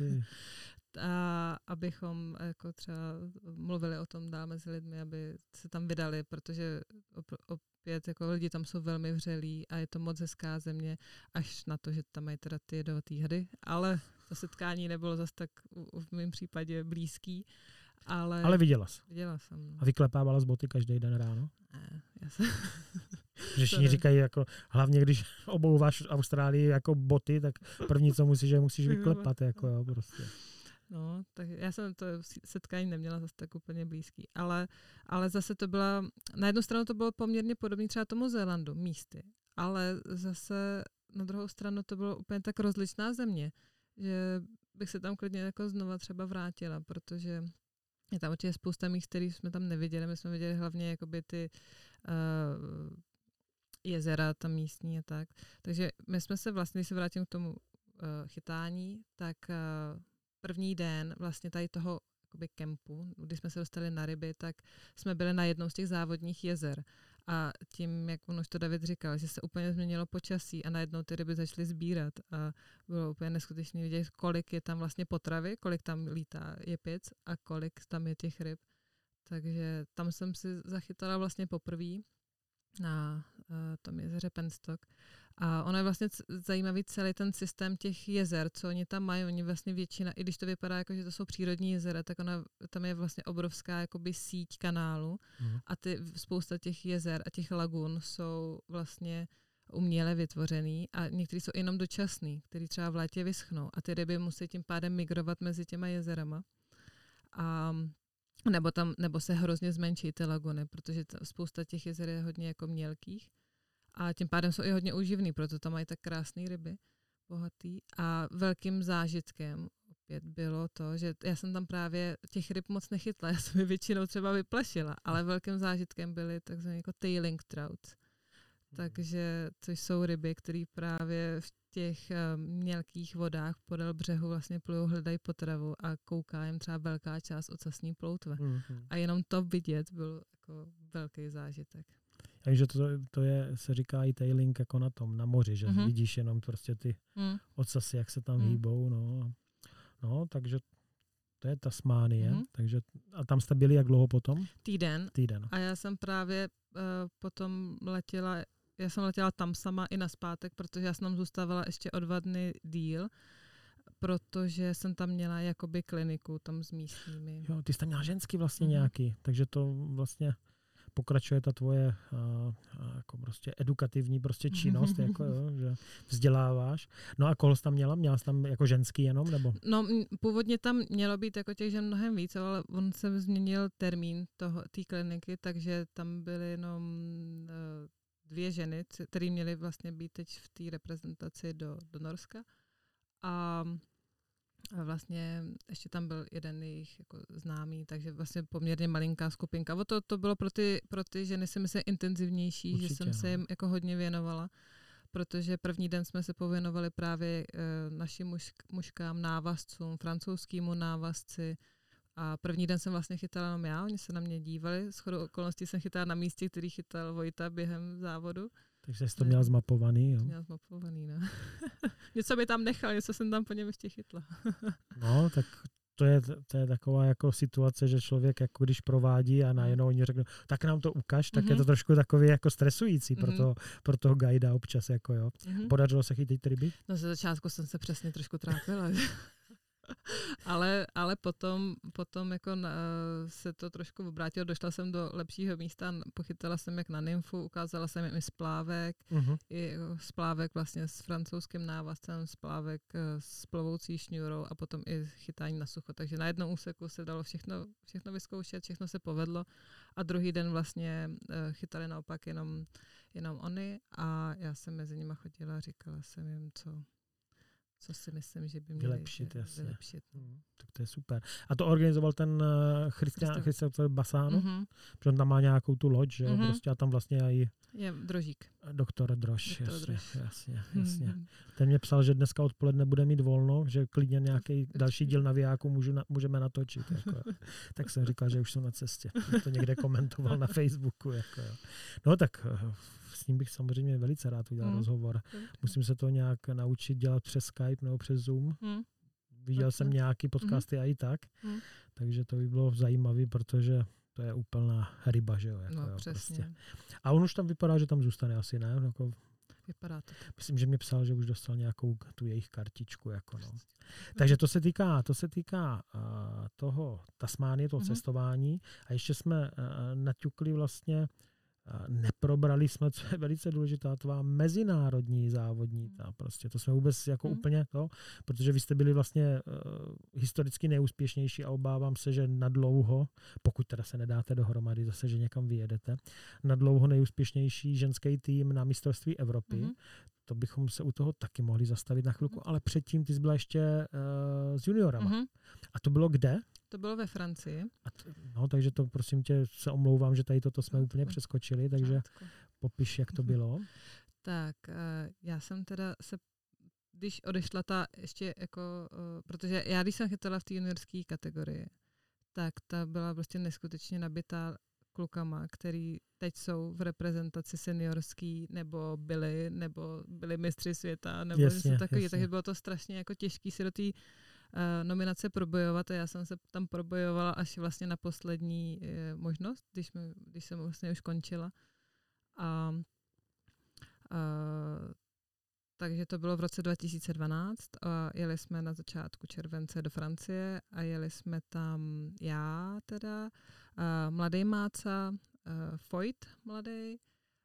A abychom jako třeba mluvili o tom dál mezi lidmi, aby se tam vydali, protože opět jako lidi tam jsou velmi vřelí a je to moc hezká země, až na to, že tam mají teda ty jedovatý hady, ale to setkání nebylo zas tak v mém případě blízký. Ale viděla jsi. Viděla jsem. No. A vyklepávala z boty každý den ráno? Ne, já jsem... Všichni říkají, jako, hlavně když obouváš v Austrálii jako boty, tak první, co musíš vyklepat. Jako, jo, prostě. No, tak já jsem to setkání neměla zase tak úplně blízký. Ale zase to byla, na jednu stranu to bylo poměrně podobné třeba tomu Zélandu, místy. Ale zase na druhou stranu to bylo úplně tak rozličná země, že bych se tam klidně jako znova třeba vrátila, protože je tam určitě spousta míst, který jsme tam neviděli. My jsme viděli hlavně jakoby ty jezera tam místní a tak. Takže my jsme se vlastně, když se vrátím k tomu chytání, tak první den vlastně tady toho jakoby kempu, když jsme se dostali na ryby, tak jsme byli na jednom z těch závodních jezer. A tím, jak on už to David říkal, že se úplně změnilo počasí a najednou ty ryby začaly sbírat a bylo úplně neskutečné vidět, kolik je tam vlastně potravy, kolik tam lítá jepic a kolik tam je těch ryb. Takže tam jsem si zachytala vlastně poprvé na tom jezeře Penstock. A ono je vlastně zajímavý celý ten systém těch jezer, co oni tam mají. Oni vlastně většina, i když to vypadá jako, že to jsou přírodní jezera, tak tam je vlastně obrovská jakoby síť kanálu a spousta těch jezer a těch lagun jsou vlastně uměle vytvořený a některý jsou jenom dočasný, který třeba v létě vyschnou a ty ryby musí tím pádem migrovat mezi těma jezerama. Nebo se hrozně zmenší ty laguny, protože spousta těch jezer je hodně jako mělkých a tím pádem jsou i hodně uživný, proto tam mají tak krásné ryby, bohatý. A velkým zážitkem opět bylo to, že já jsem tam právě těch ryb moc nechytla, já jsem je většinou třeba vyplašila, ale velkým zážitkem byly takzvané jako tailing trouts. Takže, což jsou ryby, které právě v těch mělkých vodách podél břehu vlastně plujou, hledají potravu a kouká jim třeba velká část ocasní ploutve. A jenom to vidět byl jako velký zážitek. Takže to je, se říká i tailing jako na moři, že vidíš jenom prostě ty ocasy, jak se tam hýbou. No, takže to je Tasmánie. Takže, a tam jste byli jak dlouho potom? Týden. Týden. A já jsem právě potom letěla já jsem letěla tam sama i nazpátek, protože já jsem tam zůstávala ještě o 2 dny díl, protože jsem tam měla jakoby kliniku tam s místními. Jo, ty jsi tam měla ženský vlastně nějaký, takže to vlastně pokračuje ta tvoje jako prostě edukativní prostě činnost, jako jo, že vzděláváš. No a koho jsi tam měla? Měla jsi tam jako ženský jenom, nebo? No, původně tam mělo být jako těch žen mnohem víc, ale on se změnil termín té kliniky, takže tam byly jenom 2 ženy, které měly vlastně být teď v té reprezentaci do Norska. A vlastně ještě tam byl jeden jejich jako známý, takže vlastně poměrně malinká skupinka. To bylo pro ty ženy si myslím intenzivnější, určitě, že jsem se jim jako hodně věnovala, protože první den jsme se pověnovali právě našim mužkám, návazcům, francouzskému návazci, a první den jsem vlastně chytala jenom já, oni se na mě dívali, shodou okolností jsem chytala na místě, který chytal Vojta během závodu. Takže jsi to měla zmapovaný, jo? Měla zmapovaný, no. Něco by tam nechal, něco jsem tam po něm ještě chytla. No, tak to je taková jako situace, že člověk jako když provádí a najednou oni řeknou, tak nám to ukaž, tak je to trošku takový jako stresující pro toho guida občas, jako jo. Podařilo se chytit ryby? No ze začátku jsem se přesně trošku trápila. ale potom jako se to trošku obrátilo, došla jsem do lepšího místa, pochytala jsem jak na nymfu, ukázala jsem jim i splávek, i splávek vlastně s francouzským návazcem, splávek s plovoucí šňůrou a potom i chytání na sucho. Takže na jednom úseku se dalo všechno vyzkoušet, všechno se povedlo a druhý den vlastně chytali naopak jenom oni a já jsem mezi nimi chodila a říkala jsem jim, co si myslím, že by měli vylepšit. Tak to je super. A to organizoval ten Christian Bassano, protože on tam má nějakou tu loď, že jo, prostě a tam vlastně i je Drožík. Doktor Drož, jasně. Ten mě psal, že dneska odpoledne bude mít volno, že klidně nějaký další díl Navijáku můžeme natočit. Jako. Tak jsem říkal, že už jsou na cestě. To někde komentoval na Facebooku. Jako. No tak s ním bych samozřejmě velice rád udělal rozhovor. Musím se to nějak naučit dělat přes Skype nebo přes Zoom. Viděl jsem nějaký podcasty a i tak, takže to by bylo zajímavé, protože to je úplná ryba, že jo? Jako, no, jo, přesně. Prostě. A on už tam vypadá, že tam zůstane asi, ne? Jako, vypadá to. Myslím, že mi psal, že už dostal nějakou tu jejich kartičku. Jako, no. Takže to se týká toho Tasmánie, toho cestování. A ještě jsme naťukli vlastně, neprobrali jsme, co je velice důležitá, tvá mezinárodní závodní. Prostě to jsme vůbec jako úplně to, protože vy jste byli vlastně historicky nejúspěšnější a obávám se, že nadlouho, pokud teda se nedáte dohromady zase, že někam vyjedete, nadlouho nejúspěšnější ženský tým na mistrovství Evropy. To bychom se u toho taky mohli zastavit na chvilku, ale předtím ty jsi byla ještě s juniorama. A to bylo kde? To bylo ve Francii. Takže to prosím tě, se omlouvám, že tady toto jsme úplně přeskočili, takže popiš, jak to bylo. Tak, já jsem teda když odešla ještě jako, protože já když jsem chytala v té juniorské kategorii, tak ta byla prostě neskutečně nabitá klukama, který teď jsou v reprezentaci seniorský, nebo byli mistři světa, nebo něco takový. Takže bylo to strašně jako těžký si do té nominace probojovat a já jsem se tam probojovala až vlastně na poslední možnost, když jsem vlastně už končila. Takže to bylo v roce 2012 a jeli jsme na začátku července do Francie a jeli jsme tam já teda, mladý Máca, Foyt mladý,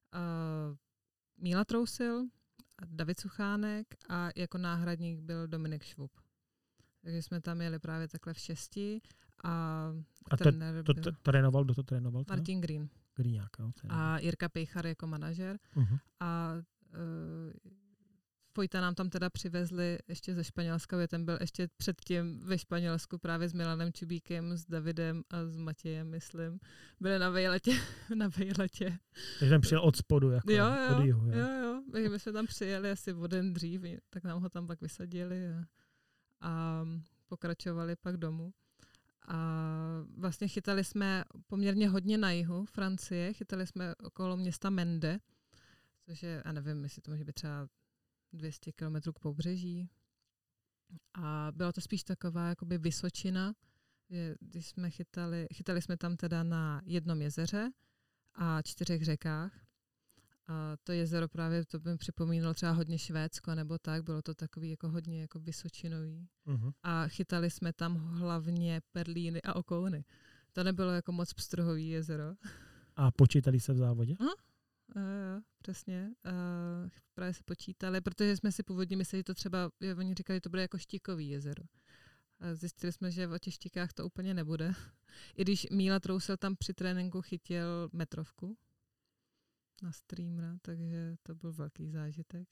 Míla Trousil, David Suchánek a jako náhradník byl Dominik Švub. Takže jsme tam jeli právě takhle v 6 a trénoval, kdo to trénoval? Martin Green. Greenák, jo. A Jirka Pejchar jako manažer. A Fojta nám tam teda přivezli ještě ze Španělska, ten byl ještě předtím ve Španělsku právě s Milanem Čubíkem, s Davidem a s Matějem, myslím. Byli na vejletě. Takže tam přijel od spodu, jako od jihu. Jo. My jsme tam přijeli asi o den dřív, tak nám ho tam pak vysadili a pokračovali pak domů. A vlastně chytali jsme poměrně hodně na jihu Francie, chytali jsme okolo města Mende, což je, já nevím, jestli to může být třeba 200 kilometrů k pobřeží. A byla to spíš taková jakoby vysočina, když jsme chytali jsme tam teda na jednom jezeře a 4 řekách. A to jezero právě, to by připomínalo třeba hodně Švédsko nebo tak, bylo to takový jako hodně jako vysočinový. A chytali jsme tam hlavně perlíny a okouny. To nebylo jako moc pstruhový jezero. A počítali se v závodě? Jo, přesně. Právě se počítali, protože jsme si původně mysleli, že to třeba, oni říkali, že to bude jako štíkový jezero. A zjistili jsme, že o těch štíkách to úplně nebude. I když Míla Trousil tam při tréninku chytil metrovku na streamera, takže to byl velký zážitek.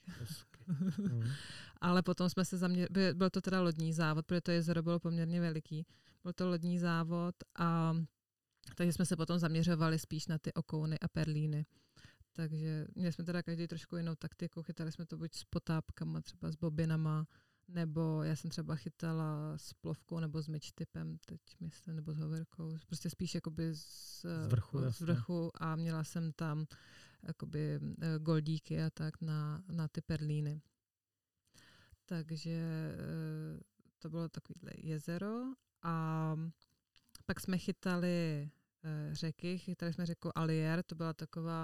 Ale potom jsme se zaměřili, byl to teda lodní závod, protože to jezero bylo poměrně veliký. Byl to lodní závod a takže jsme se potom zaměřovali spíš na ty okouny a perlíny. Takže měli jsme teda každý trošku jinou taktiku, chytali jsme to buď s potápkama, třeba s bobinama, nebo já jsem třeba chytala s plovkou nebo s myčtypem, teď myslím, nebo s hoverkou. Prostě spíš jakoby z vrchu a měla jsem tam jakoby goldíky a tak na ty perlíny. Takže to bylo takovýhle jezero a pak jsme chytali chytali jsme řeku Allier, to byla taková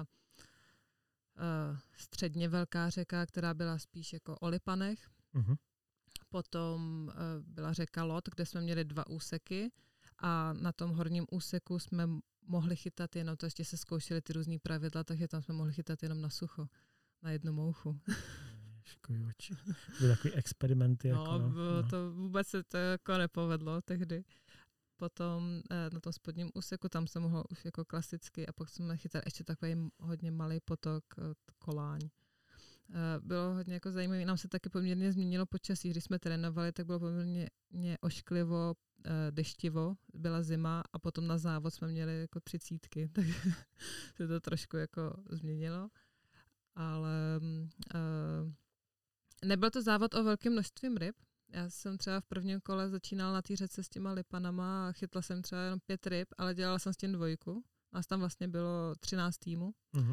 středně velká řeka, která byla spíš jako o lipanech. Potom byla řeka Lot, kde jsme měli 2 úseky a na tom horním úseku jsme mohli chytat jenom, to ještě se zkoušeli ty různý pravidla, takže tam jsme mohli chytat jenom na sucho, na jednu mouchu. Byly takový experimenty. To vůbec se to jako nepovedlo tehdy. Potom na tom spodním úseku, tam se mohlo už jako klasicky a pak jsme chytali ještě takový hodně malý potok, Koláň. Bylo hodně jako zajímavé, nám se taky poměrně změnilo počasí, když jsme trénovali, tak bylo poměrně ošklivo, deštivo, byla zima a potom na závod jsme měli jako 30, takže se to trošku jako změnilo. Ale nebyl to závod o velkém množstvím ryb. Já jsem třeba v prvním kole začínala na té řece s těma lipanama a chytla jsem třeba jenom 5 ryb, ale dělala jsem s tím 2. Nás tam vlastně bylo 13 týmů.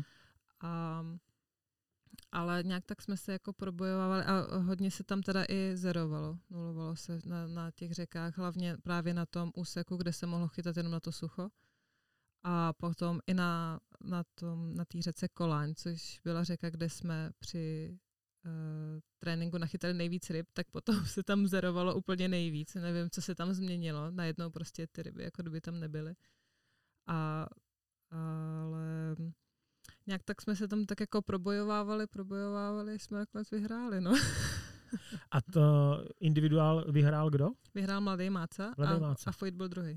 Ale nějak tak jsme se jako probojovali a hodně se tam teda i zerovalo. Nulovalo se na těch řekách, hlavně právě na tom úseku, kde se mohlo chytat jenom na to sucho. A potom i na té řece Koláň, což byla řeka, kde jsme při tréninku nachytali nejvíc ryb, tak potom se tam zerovalo úplně nejvíc. Nevím, co se tam změnilo. Najednou prostě ty ryby jako kdyby tam nebyly. Ale nějak tak jsme se tam tak jako probojovávali, jsme nakonec vyhráli, no. A to individuál vyhrál kdo? Vyhrál Mladý Máca a Foyt byl 2.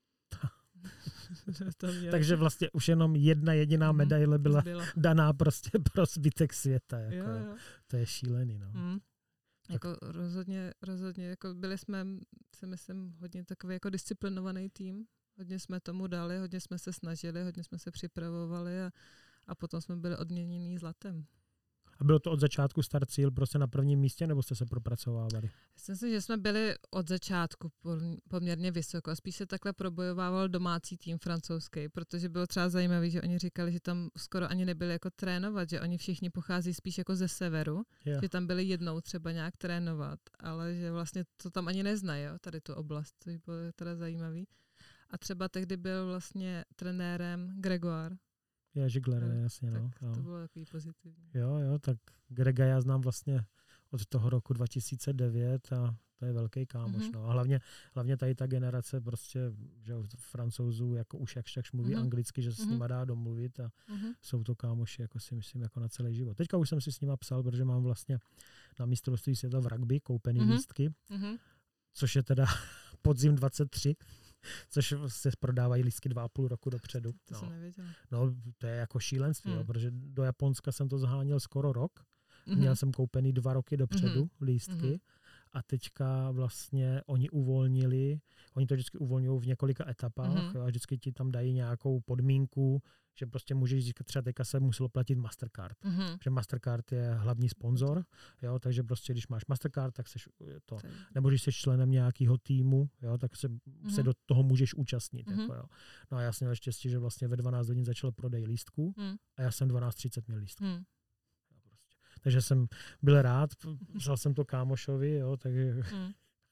Takže vlastně už jenom jedna jediná medaile byla daná prostě pro zbytek světa. Jako, jo. To je šílený. No. Jako rozhodně jako byli jsme, si myslím, hodně takový jako disciplinovaný tým. Hodně jsme tomu dali, hodně jsme se snažili, hodně jsme se připravovali a potom jsme byli odměnění zlatem. A bylo to od začátku start cíl prostě na prvním místě, nebo jste se propracovávali? Myslím si, že jsme byli od začátku poměrně vysoko. Spíš se takhle probojovával domácí tým francouzský, protože bylo třeba zajímavé, že oni říkali, že tam skoro ani nebyli jako trénovat, že oni všichni pochází spíš jako ze severu, že tam byli jednou třeba nějak trénovat, ale že vlastně to tam ani neznají, jo, tady tu oblast, což bylo teda zajímavý. A třeba tehdy byl vlastně trenérem Gregoire. Žigler, jasně. No. To bylo takový pozitivní. Jo, tak Grega já znám vlastně od toho roku 2009 a to je velký kámoš. No. A hlavně tady ta generace prostě, že Francouzů jako už jakž mluví anglicky, že se s nima dá domluvit a jsou to kámoši, jako si myslím, jako na celý život. Teďka už jsem si s nima psal, protože mám vlastně na mistrovství světa v rugby koupený lístky, což je teda podzim 23, což se prodávají lístky 2,5 roku dopředu. To jsem nevěděla. No, to je jako šílenství, protože do Japonska jsem to zháněl skoro rok. Měl jsem koupený 2 roky dopředu lístky a teďka vlastně oni to vždycky uvolňují v několika etapách a vždycky ti tam dají nějakou podmínku, že prostě můžeš říkat, třeba teďka se muselo platit Mastercard, že Mastercard je hlavní sponzor, jo, takže prostě když máš Mastercard, tak seš to, nebo když jsi členem nějakého týmu, jo, tak se do toho můžeš účastnit. Jako, jo. No a já jsem měl štěstí, že vlastně ve 12 hodin začal prodej lístků a já jsem 12:30 měl lístky. Takže jsem byl rád, vzal jsem to kámošovi, jo, takže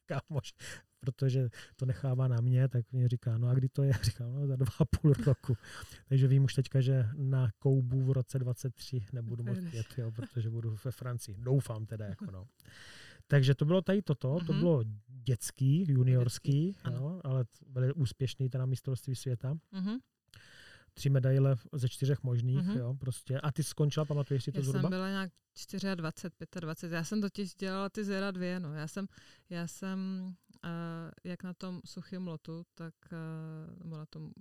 kámoš, protože to nechává na mě, tak mě říká, no a kdy to je? Říkám, no za 2,5 roku. Takže vím už teďka, že na Koubu v roce 23 nebudu moc jet, jo, protože budu ve Francii. Doufám teda, jako no. Takže to bylo tady toto, to bylo dětský, juniorský, jo, ale velmi úspěšný teda mistrovství světa. 3 medaile ze 4 možných, jo, prostě. A ty skončila, pamatuješ si to zhruba? Já jsem byla nějak 24, 25. Já jsem totiž dělala ty Zera 2, no. Já jsem jak na tom suchém lotu, tak nebo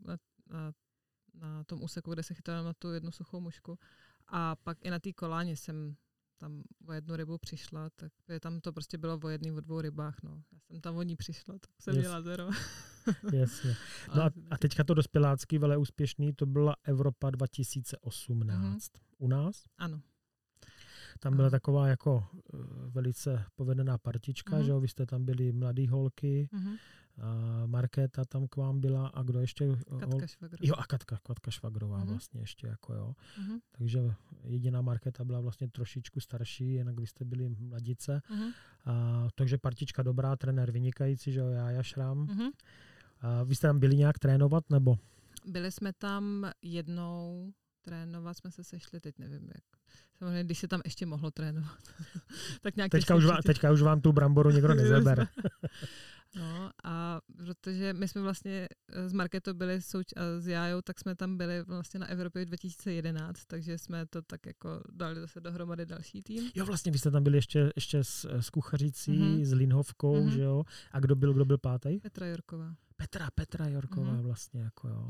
na tom úseku, kde se chytala na tu jednu suchou mušku. A pak i na té koláni jsem tam o jednu rybu přišla, tak tam to prostě bylo o 2 rybách, no. Já jsem tam o ní přišla, tak jsem měla 0. Jasně. No a teďka to dospělácký vele úspěšný, to byla Evropa 2018. U nás? Ano. Tam byla taková jako velice povedená partička, že jo, vy jste tam byli mladý holky, a Markéta tam k vám byla a kdo ještě? Katka Švagrová. Jo, a Katka Švagrová vlastně ještě jako jo. Takže jediná Markéta byla vlastně trošičku starší, jinak vy jste byli mladice. Takže partička dobrá, trenér vynikající, že jo, Jája Šram. A vy jste tam byli nějak trénovat, nebo? Byli jsme tam jednou, trénovat jsme se sešli, teď nevím jak. Samozřejmě, když se tam ještě mohlo trénovat. Tak nějak teďka už vám tu bramboru někdo nezabere. No a protože my jsme vlastně s Markétou byli a s Jájou, tak jsme tam byli vlastně na Evropě 2011, takže jsme to tak jako dali zase dohromady další tým. Jo, vlastně vy jste tam byli ještě s Kuchařicí, s Linhovkou, že jo? A kdo byl pátý? Petra Jorková. Petra Jorková vlastně, jako jo.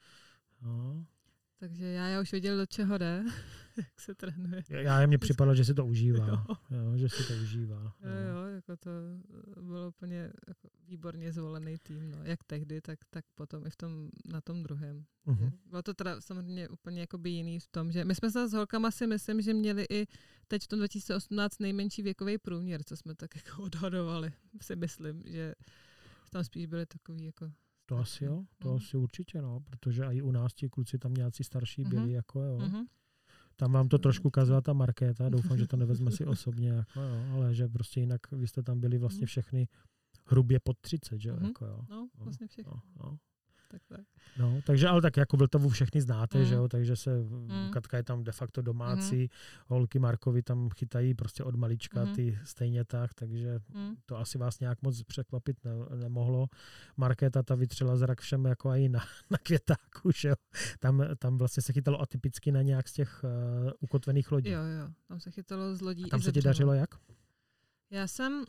No. Takže já už věděl, do čeho jde, jak se trénuje. Mně připadalo, že si to užívá. Jo, že si to užívá. Jo, jako to bylo úplně jako výborně zvolený tým. No. Jak tehdy, tak potom i na tom druhém. Bylo to teda samozřejmě úplně jakoby jiný v tom, že my jsme se s holkama si myslím, že měli i teď v tom 2018 nejmenší věkový průměr, co jsme tak jako odhadovali. Si myslím, že tam spíš byli takový jako... To asi jo, to asi určitě, no, protože i u nás ti kluci tam nějací starší byli, jako jo. Tam vám to trošku kazila ta Markéta, doufám, že to nevezme si osobně, jako jo, ale že prostě jinak vy jste tam byli vlastně všechny hrubě pod 30, že jo, jako jo. No, vlastně všechny. No. Tak. No, takže ale tak jako Vltavu všechny znáte, že jo, takže Katka je tam de facto domácí, holky Markovi tam chytají prostě od malička, ty stejně tak, takže to asi vás nějak moc překvapit nemohlo. Markéta ta vytřela zrak všem jako i na Květáku, že jo. Tam vlastně se chytalo atypicky na nějak z těch ukotvených lodí. Jo, tam se chytalo z lodí. A tam se ti dařilo jak? Já jsem...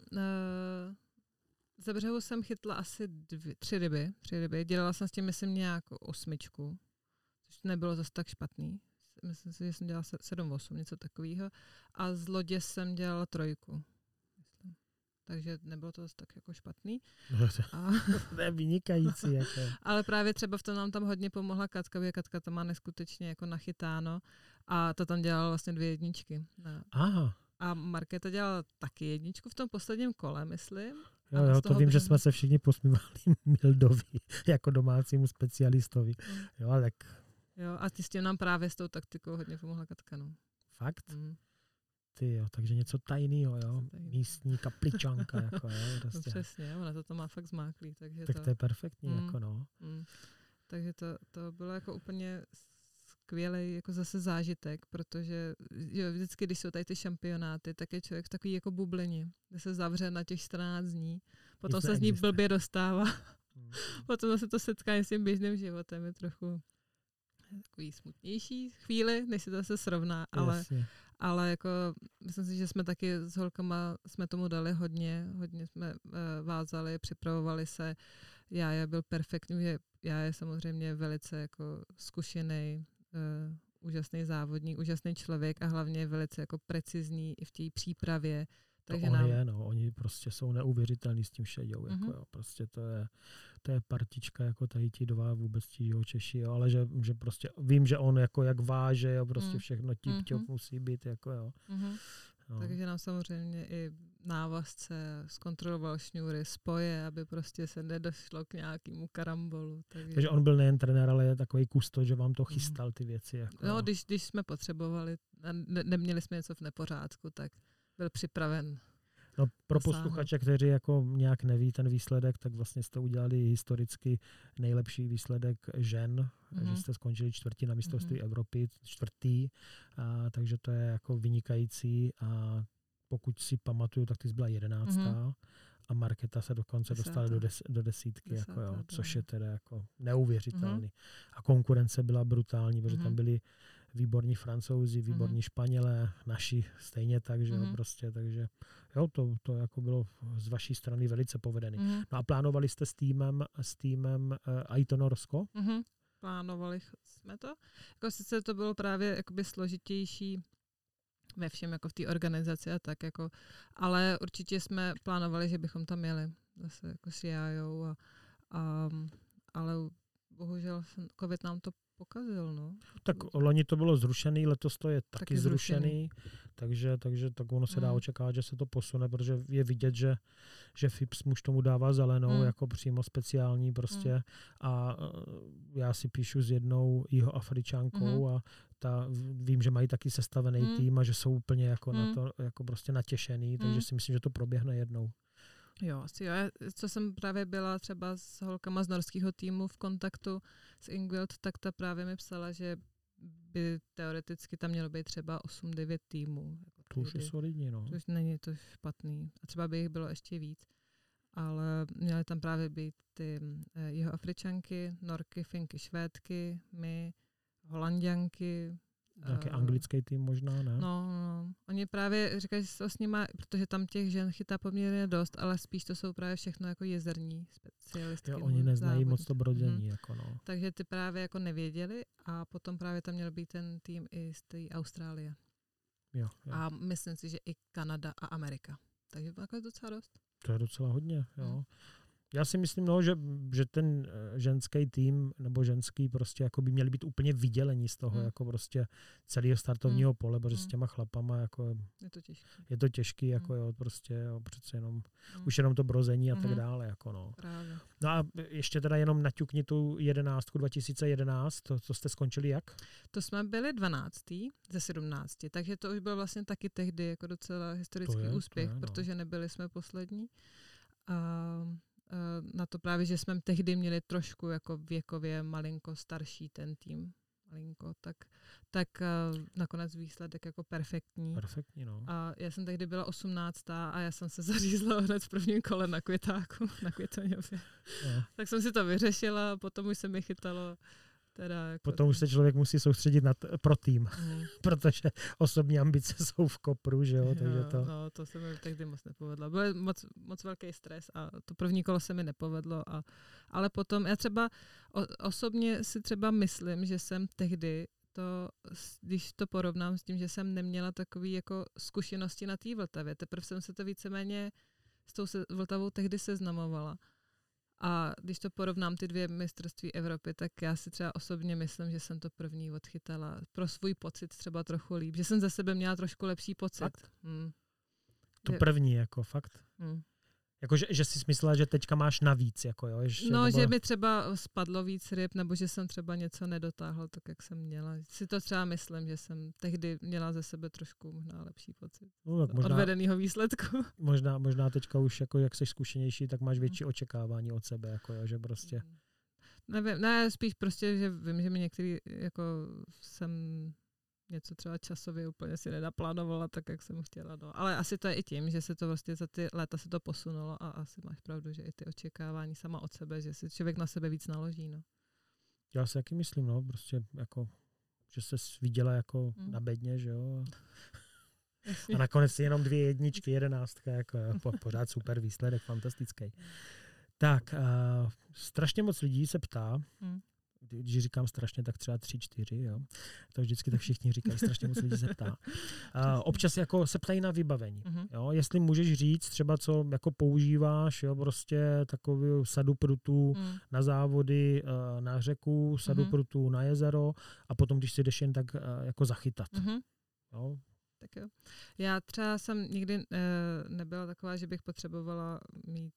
Ze břehu jsem chytla asi 3 ryby. Dělala jsem s tím, myslím, nějakou 8, což nebylo zase tak špatný. Myslím si, že jsem dělala 7-8, něco takového. A z lodě jsem dělala 3. Myslím. Takže nebylo to zase tak jako špatný. To je vynikající. Jako. Ale právě třeba v tom nám tam hodně pomohla Katka, protože Katka to má neskutečně jako nachytáno. A ta tam dělala vlastně 2 jedničky. Aha. A Markéta dělala taky 1 v tom posledním kole, myslím. Jo, to vím, že jsme se všichni posmívali Mildovi jako domácímu specialistovi. Jo, tak... Jo, a s tím nám právě s tou taktikou hodně pomohla Katka, no. Fakt? Ty jo, takže něco tajného, jo. Místní kapličanka, jako jo. Prostě. No přesně, ona to má fakt zmáklý. Takže tak to je perfektní, jako no. Takže to bylo jako úplně skvělý jako zase zážitek, protože jo, vždycky, když jsou tady ty šampionáty, tak je člověk v takový jako bublině, kde se zavře na těch 14 dní, potom se z ní blbě dostává. Potom zase to setkání s tím běžným životem je trochu takový smutnější chvíli, než se to zase srovná, ale jako myslím si, že jsme taky s holkama jsme tomu dali hodně jsme vázali, připravovali se. Jája byl perfektní, já je samozřejmě velice jako zkušený, úžasný závodník, úžasný člověk a hlavně velice jako precizní i v té přípravě. Takže oni prostě jsou neuvěřitelní s tím šeďou, jako jo, prostě to je partička jako tady ti dva vůbec ti Češi, jo, ale že prostě vím, že on jako jak váže, jo, prostě všechno tip-top musí být, jako jo. No. Takže nám samozřejmě i návazce zkontroloval šňůry, spoje, aby prostě se nedošlo k nějakému karambolu. Takže on byl nejen trenér, ale je takový kusto, že vám to chystal ty věci. Jako. No, když jsme potřebovali a neměli jsme něco v nepořádku, tak byl připraven. No, pro posluchače, kteří jako nějak neví ten výsledek, tak vlastně jste udělali historicky nejlepší výsledek žen, že jste skončili 4. na mistrovství Evropy, 4. Takže to je jako vynikající a pokud si pamatuju, tak ty jsi byla 11. A Markéta se dokonce dostala do 10. Jako jo, což je teda jako neuvěřitelný. A konkurence byla brutální, protože tam byli výborní Francouzi, výborní Španělé, naši stejně tak, že jo, prostě, takže jo, to jako bylo z vaší strany velice povedený. No a plánovali jste s týmem i to Norsko? Plánovali jsme to. Jako sice to bylo právě jakoby složitější ve všem, jako v té organizaci a tak, jako, ale určitě jsme plánovali, že bychom tam jeli zase jako s Jájou, ale bohužel covid nám to pokazil, no. Tak loni to bylo zrušený, letos to je taky zrušený, takže tak ono se dá očekávat, že se to posune, protože je vidět, že FIPS už tomu dává zelenou, jako přímo speciální prostě a já si píšu s jednou Jihoafričankou a vím, že mají taky sestavený tým a že jsou úplně jako na to jako prostě natěšený, takže si myslím, že to proběhne jednou. Jo, asi jo. Co jsem právě byla třeba s holkama z norského týmu v kontaktu s Ingvild, tak ta právě mi psala, že by teoreticky tam mělo být třeba 8-9 týmů. Jako to už je solidní, no. To už není to špatný. A třeba by jich bylo ještě víc. Ale měly tam právě být ty Jihoafričanky, Norky, Finky, Švédky, my, Holanďanky. Nějaký anglický tým možná, ne? No. Oni právě říkají, že se s nima, protože tam těch žen chytá poměrně dost, ale spíš to jsou právě všechno jako jezerní specialistky. Jo, oni neznají moc to brodění. Jako no. Takže ty právě jako nevěděli a potom právě tam měl být ten tým i z té Austrálie. Jo. A myslím si, že i Kanada a Amerika. Takže jako je docela dost. To je docela hodně, jo. Já si myslím, že ten ženský tým nebo ženský prostě jako by měli být úplně vydělení z toho jako prostě celého startovního pole, protože s těma chlapama jako je to těžký jako jo, prostě jo, přece jenom už jenom to brození a tak dále jako no. Právě. No a ještě teda jenom naťukni tu 2011, to jste skončili jak? To jsme byli 12. ze 17, takže to už byl vlastně taky tehdy jako docela historický úspěch, protože nebyli jsme poslední. Na to právě, že jsme tehdy měli trošku jako věkově malinko starší ten tým, tak nakonec výsledek jako perfektní. Perfektní, no. A já jsem tehdy byla 18. a já jsem se zařízla hned v prvním kole na Květáku, na Květoňově. Tak jsem si to vyřešila a potom už se mi chytalo teda jako potom už se člověk musí soustředit pro tým, protože osobní ambice jsou v kopru, že jo, takže to... No, to se mi tehdy moc nepovedlo. Byl moc velký stres a to první kolo se mi nepovedlo, ale potom já třeba osobně si třeba myslím, že jsem tehdy když to porovnám s tím, že jsem neměla takový jako zkušenosti na té Vltavě, teprve jsem se to víceméně s tou Vltavou tehdy seznamovala. A když to porovnám ty 2 mistrovství Evropy, tak já si třeba osobně myslím, že jsem to první odchytala pro svůj pocit třeba trochu líp. Že jsem ze sebe měla trošku lepší pocit. Fakt? To první, jako fakt? Jako, že jsi myslela, že teďka máš navíc, jako jo? Že mi třeba spadlo víc ryb, nebo že jsem třeba něco nedotáhla tak, jak jsem měla. Si to třeba myslím, že jsem tehdy měla ze sebe trošku možná lepší pocit. No, tak možná, odvedenýho výsledku. Možná teďka už, jako, jak jsi zkušenější, tak máš větší očekávání od sebe, jako jo, že prostě... Nevím, ne, spíš prostě, že vím, že mi některý, jako jsem něco třeba časově úplně si nenaplánovala tak, jak jsem chtěla. No. Ale asi to je i tím, že se to prostě za ty léta se to posunulo a asi máš pravdu, že i ty očekávání sama od sebe, že si člověk na sebe víc naloží. No. Já si taky myslím, no, prostě jako, že se viděla jako na bedně, že jo. A nakonec jenom 2 jedničky, 11, jako jo, pořád super výsledek, fantastický. Tak, strašně moc lidí se ptá, když říkám strašně, tak třeba 3-4, jo. To vždycky tak všichni říkají, strašně moc lidí se ptá. Občas jako se ptají na vybavení. Jo. Jestli můžeš říct třeba, co jako používáš, jo, prostě takovou sadu prutů na závody, na řeku, sadu prutů na jezero a potom, když si jdeš jen tak jako zachytat. Jo. Tak jo. Já třeba jsem nikdy nebyla taková, že bych potřebovala mít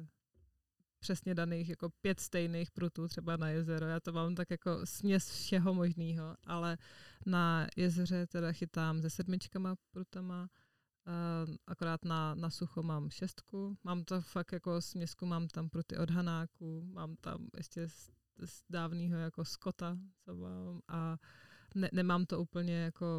přesně daných jako 5 stejných prutů třeba na jezero. Já to mám tak jako směs všeho možného, ale na jezeře teda chytám se 7 prutama, akorát na sucho mám 6. Mám to fakt jako směsku, mám tam pruty od Hanáku, mám tam ještě z dávného jako Scotta, co mám, a nemám to úplně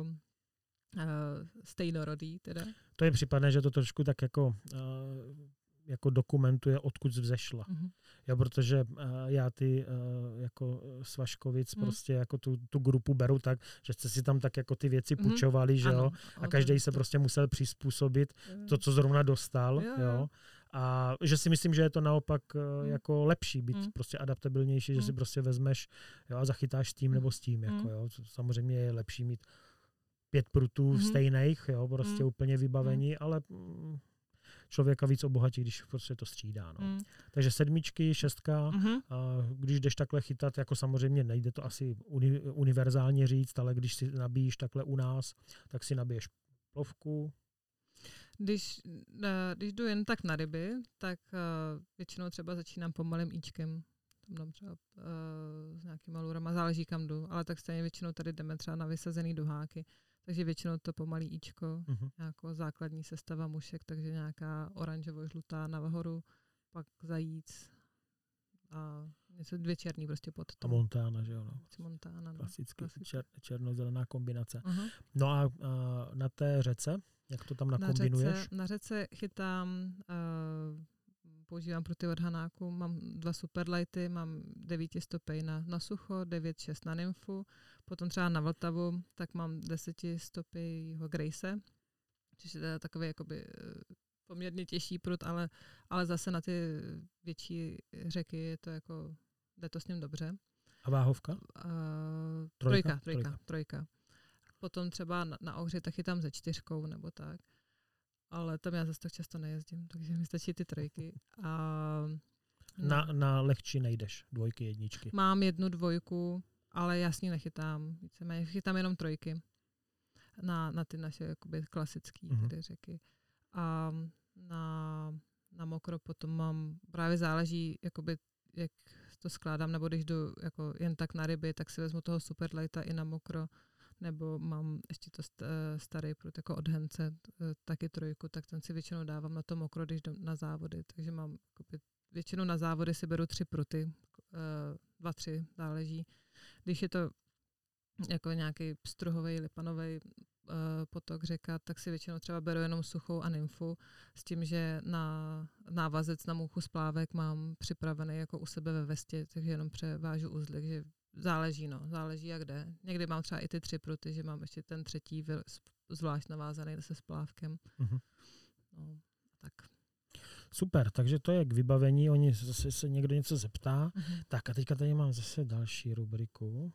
stejnorodý teda. To je připadne, že to trošku tak jako dokumentuje, odkud vzešla. Mm-hmm. Jo, protože já ty jako z Vaškovic prostě jako tu grupu beru tak, že jste si tam tak jako ty věci půjčovali, že jo, a každý se prostě musel přizpůsobit to, co zrovna dostal, jo. A že si myslím, že je to naopak jako lepší být prostě adaptabilnější, že si prostě vezmeš, jo, a zachytáš s tím nebo s tím, jako jo. Samozřejmě je lepší mít 5 prutů stejných, jo, prostě úplně vybavení, ale člověka víc obohatí, když prostě to střídá. No. Takže 7, 6, a když jdeš takhle chytat, jako samozřejmě nejde to asi univerzálně říct, ale když si nabíjíš takhle u nás, tak si nabiješ plovku. Když jdu jen tak na ryby, tak většinou třeba začínám pomalým íčkem. Tam dám třeba s nějakýma lurama, záleží kam jdu, ale tak stejně většinou tady jdeme třeba na vysazený duháky. Takže většinou to pomalý íčko, nějakou základní sestava mušek, takže nějaká oranžovo-žlutá nahoru, pak zajíc a něco 2 černý prostě pod to. A montána, že jo? No. Montána, no. Klasicky černozelená kombinace. No a na té řece, jak to tam nakombinuješ? Na řece chytám, používám pruty od Hanáku, mám 2 superlighty, mám 9 stopej na sucho, 9-6 na nymfu, potom třeba na Vltavu, tak mám 10 stopejho Grace, což je takový jakoby poměrně těžší prut, ale zase na ty větší řeky je to jako, jde to s ním dobře. A váhovka? Trojka. Potom třeba na Ohři tak chytám ze 4 nebo tak. Ale tam já zase tak často nejezdím, takže mi stačí ty 3. A na lehčí nejdeš, 2, 1. Mám 1, 2, ale já s ní nechytám. Víceméně chytám jenom 3 na ty naše jakoby klasické řeky. A na mokro potom mám, právě záleží, jakoby, jak to skládám, nebo když jdu jako jen tak na ryby, tak si vezmu toho superlighta i na mokro, nebo mám ještě to starý prut jako od Hence, taky 3, tak ten si většinou dávám na to mokro, když jdu na závody, takže mám většinou na závody si beru 3 pruty, 2, 3, záleží. Když je to jako nějaký pstruhovej, lipanovej potok, řeka, tak si většinou třeba beru jenom suchou a nymfu, s tím, že na návazec na mouchu splávek mám připravený jako u sebe ve vestě, takže jenom převážu uzly, že záleží jak jde. Někdy mám třeba i ty 3 pruty, že mám ještě ten 3. zvlášť navázaný se splávkem. No, tak. Super, takže to je k vybavení, oni zase se někdo něco zeptá. Tak a teďka tady mám zase další rubriku.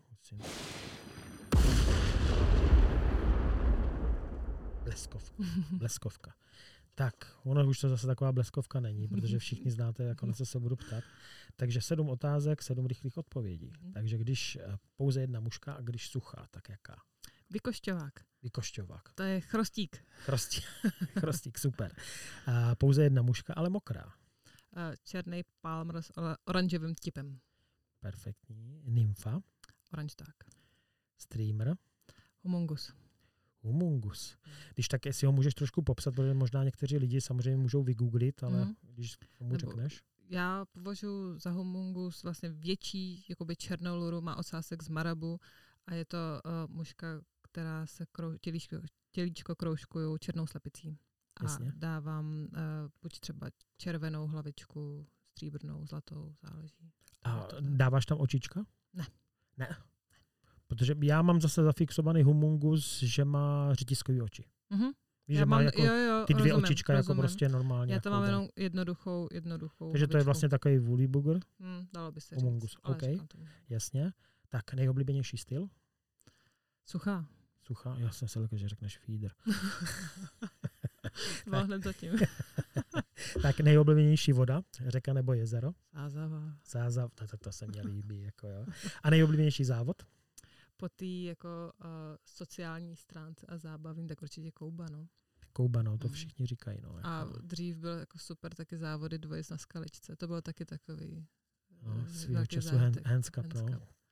Bleskovka. Tak, ono už to zase taková bleskovka není, protože všichni znáte, jak na co se budu ptát. Takže 7 otázek, 7 rychlých odpovědí. Takže když pouze 1 muška a když suchá, tak jaká? Vykošťovák. To je chrostík. Chrostík, super. Pouze 1 muška, ale mokrá. Černý palmr s oranžovým tipem. Perfektní. Nymfa. Oranžták. Streamer. Humungus. Když tak, jestli ho můžeš trošku popsat, protože možná někteří lidi samozřejmě můžou vygooglit, ale když mu řekneš. Já považuji za humungus vlastně větší jakoby černou luru, má ocásek z marabu a je to muška, která se tělíčko kroužkují černou slepicí. A Jasně. dávám buď třeba červenou hlavičku, stříbrnou, zlatou, záleží. A dáváš tam očička? Ne. Protože já mám zase zafixovaný humungus, že má řetiskový oči. Víš, že má jako ty 2 očička jako prostě normálně. Já to mám jenom jednoduchou. Takže to je vlastně takový woolly booger. Dalo by se humungus. říct. OK, jasně. Tak nejoblíbenější styl? Suchá. Já jsem se lekl, že řekneš feeder. Váhnem zatím. Tak nejoblíbenější voda? Řeka nebo jezero? Sázava. To se mě líbí. Jako jo. A nejoblíbenější závod? Po té jako sociální stránce a zábavní, tak určitě Kouba, no. Kouba, no, to všichni říkají. No, jako. A dřív byl jako super taky závody dvojic na skaličce. To bylo taky takový svýho času hands cup, no.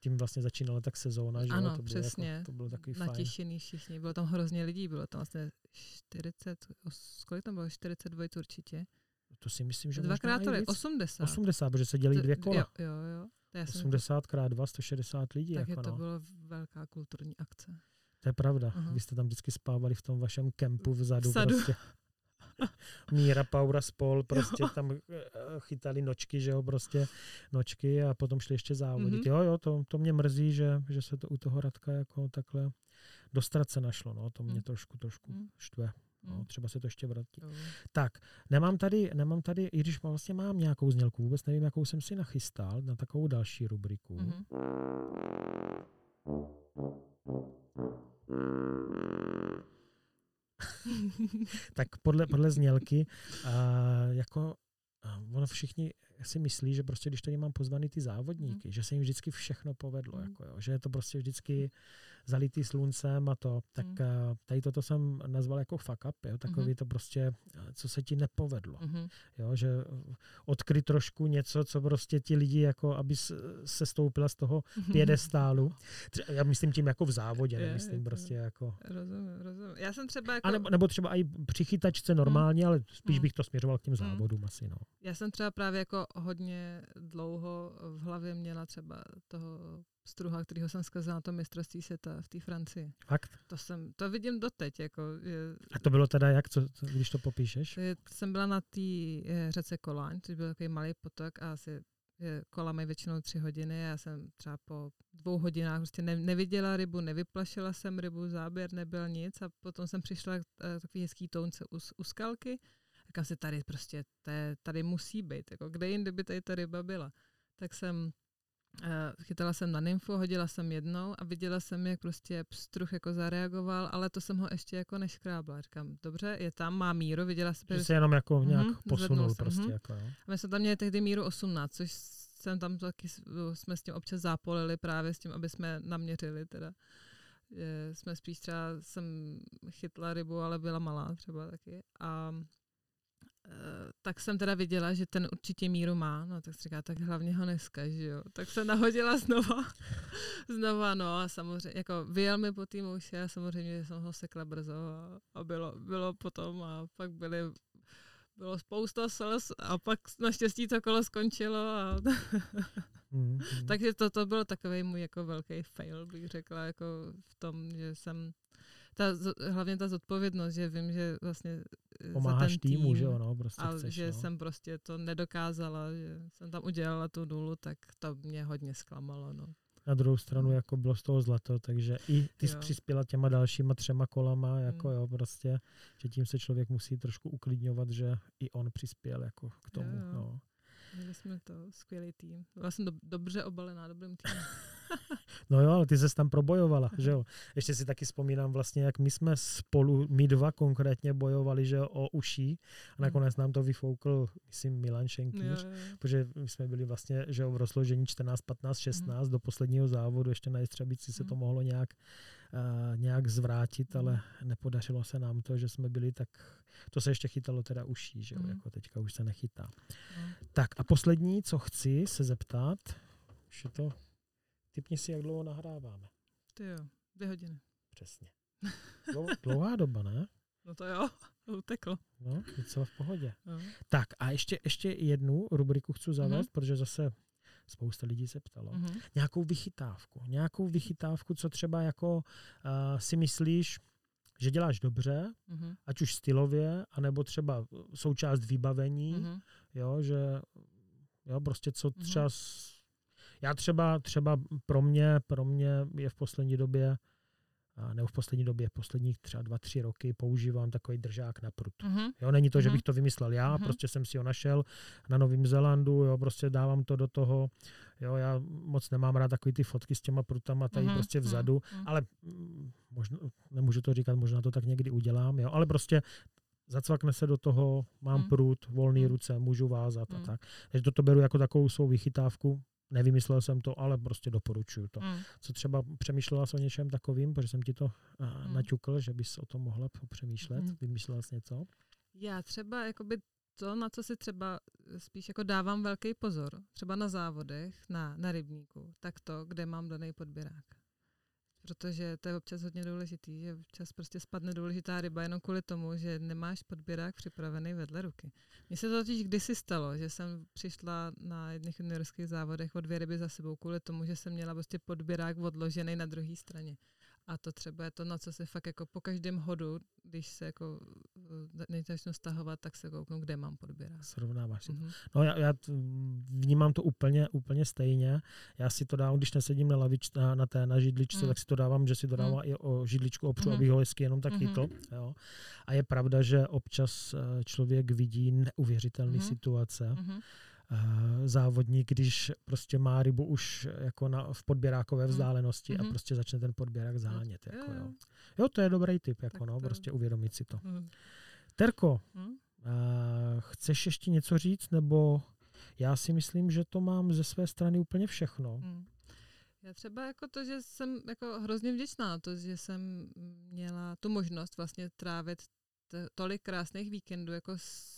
tím vlastně začínala tak sezóna, že ano, to bylo přesně. Jako, to bylo takový fajn. Natěšený všichni. Bylo tam hrozně lidí, bylo tam vlastně 40, kolik tam bylo? 42 určitě. To si myslím, že dvakrát možná i víc. 80. 80, protože se dělí 2 kola. Jo. 80 krát 2, 160 lidí. Tak jako to byla velká kulturní akce. To je pravda. Aha. Vy jste tam vždycky spávali v tom vašem kempu vzadu. Vsadu. Prostě. Míra, Paura, Spol, prostě tam chytali nočky, že jo, prostě nočky a potom šli ještě závodit. Jo, to mě mrzí, že se to u toho Radka jako takhle dostrat se našlo, no, to mě trošku štve. No, třeba se to ještě vrátí. Tak, nemám tady, i když vlastně mám nějakou znělku, vůbec nevím, jakou jsem si nachystal na takovou další rubriku. Tak podle znělky, jako ono všichni si myslí, že prostě, když tady mám pozvaný ty závodníky, že se jim vždycky všechno povedlo, jako jo, že je to prostě vždycky zalitý sluncem a to, tak tady toto jsem nazval jako fuck up, jo, takový to prostě, co se ti nepovedlo, jo, že odkryt trošku něco, co prostě ti lidi, jako aby se stoupila z toho piedestálu, já myslím tím jako v závodě, nemyslím prostě jako... Rozumím. Já jsem třeba jako... nebo třeba i při chytačce normálně, ale spíš bych to směřoval k těm závodům asi, no. Já jsem třeba právě jako hodně dlouho v hlavě měla třeba toho struha, kterýho jsem zkazala na to mistrovství světa v té Francii. Fakt? To vidím doteď. Jako, a to bylo teda jak, když to popíšeš? Jsem byla na té řece Cologne, což byl takový malý potok a asi kola mají většinou 3 hodiny. Já jsem třeba po 2 hodinách prostě neviděla rybu, nevyplašila jsem rybu, záběr nebyl nic a potom jsem přišla k takový hezký tounce u skalky. Říkám si, tady musí být, jako kde jinde by tady ta ryba byla. Tak jsem chytala jsem na nymfu, hodila jsem jednou a viděla jsem, jak prostě pstruh jako zareagoval, ale to jsem ho ještě jako neškrábla. Říkám, dobře, je tam, má míru, viděla jsem... Že se jenom jako nějak posunul prostě. Jako, jo. A my jsme tam měli tehdy míru 18, což jsem tam taky, jsme s tím občas zápolili právě s tím, aby jsme naměřili teda. Jsme spíš třeba, jsem chytla rybu, ale byla malá třeba taky. A tak jsem teda viděla, že ten určitě míru má, no tak si říká, tak hlavně ho neskaž, jo. Tak se nahodila znova, no a samozřejmě, jako vyjel mi po té mouši a samozřejmě jsem ho sekla brzo a bylo potom a pak bylo spousta slz a pak naštěstí to kolo skončilo a takže to bylo takovej můj jako velký fail, bych řekla, jako v tom, že jsem hlavně ta zodpovědnost, že vím, že vlastně pomáháš za ten týmu, že jo, no, prostě a chceš, že no. jsem prostě to nedokázala, že jsem tam udělala tu nulu, tak to mě hodně zklamalo, no. Na druhou stranu jako bylo z toho zlato, takže i ty jsi přispěla těma dalšíma 3 kolama, jako jo, prostě, že tím se člověk musí trošku uklidňovat, že i on přispěl jako k tomu, jo. no. Měli jsme to skvělý tým. Byla jsem dobře obalená dobrým týmem. No jo, ale ty ses tam probojovala, že jo. Ještě si taky vzpomínám vlastně, jak my jsme spolu, my 2 konkrétně bojovali, že jo, o uší a nakonec nám to vyfoukl, myslím, Milan Šenkýř, protože my jsme byli vlastně, že jo, v rozložení 14, 15, 16 do posledního závodu, ještě na Jestřebici se to mohlo nějak zvrátit, ale nepodařilo se nám to, že jsme byli tak, to se ještě chytalo teda uší, že jo, jako teďka už se nechytá. Tak a poslední, co chci se zeptat, už je to, tipni si, jak dlouho nahráváme. Ty jo, 2 hodiny. Přesně. Dlouhá doba, ne? No to jo, uteklo. No, docela v pohodě. No. Tak a ještě jednu rubriku chci zavést, protože zase spousta lidí se ptalo. Nějakou vychytávku, co třeba jako si myslíš, že děláš dobře, ať už stylově, anebo třeba součást vybavení, jo, že jo, prostě co třeba já třeba pro mě je v poslední době, nebo v posledních třeba 2-3 roky používám takový držák na prut. Jo, není to, že bych to vymyslel já, prostě jsem si ho našel na Novém Zélandu, jo, prostě dávám to do toho, jo, já moc nemám rád takový ty fotky s těma prutama tady prostě vzadu, ale možná, nemůžu to říkat, možná to tak někdy udělám, jo, ale prostě zacvakne se do toho, mám prut, volný ruce, můžu vázat a tak. Takže to beru jako takovou svou vychytávku. Nevymyslel jsem to, ale prostě doporučuju to. Co třeba přemýšlela jsi o něčem takovým, protože jsem ti to naťukl, že bys o tom mohla přemýšlet, vymyslela jsi něco? Já třeba jakoby to, na co si třeba spíš jako dávám velký pozor, třeba na závodech, na rybníku, tak to, kde mám daný podběrák. Protože to je občas hodně důležitý, že občas prostě spadne důležitá ryba jenom kvůli tomu, že nemáš podběrák připravený vedle ruky. Mně se to totiž kdysi stalo, že jsem přišla na jedných juniorských závodech o 2 ryby za sebou kvůli tomu, že jsem měla prostě podběrák odložený na druhé straně. A to třeba je to, na co se fakt jako po každém hodu, když se jako začnu stahovat, tak se kouknu, kde mám podběrák. Srovnáváš si to. No já vnímám to úplně stejně. Já si to dávám, když nesedím na židličce, tak si to dávám, že si to dávám i o židličku opřu, abych ho hezky jenom tak chytl. Jo. A je pravda, že občas člověk vidí neuvěřitelné situace. Závodník, když prostě má rybu už jako v podběrákové vzdálenosti a prostě začne ten podběrák zánět. Jako, jo, to je dobrý tip, jako, no, prostě uvědomit si to. Terko, chceš ještě něco říct, nebo já si myslím, že to mám ze své strany úplně všechno. Já třeba jako to, že jsem jako hrozně vděčná na to, že jsem měla tu možnost vlastně trávit tolik krásných víkendů jako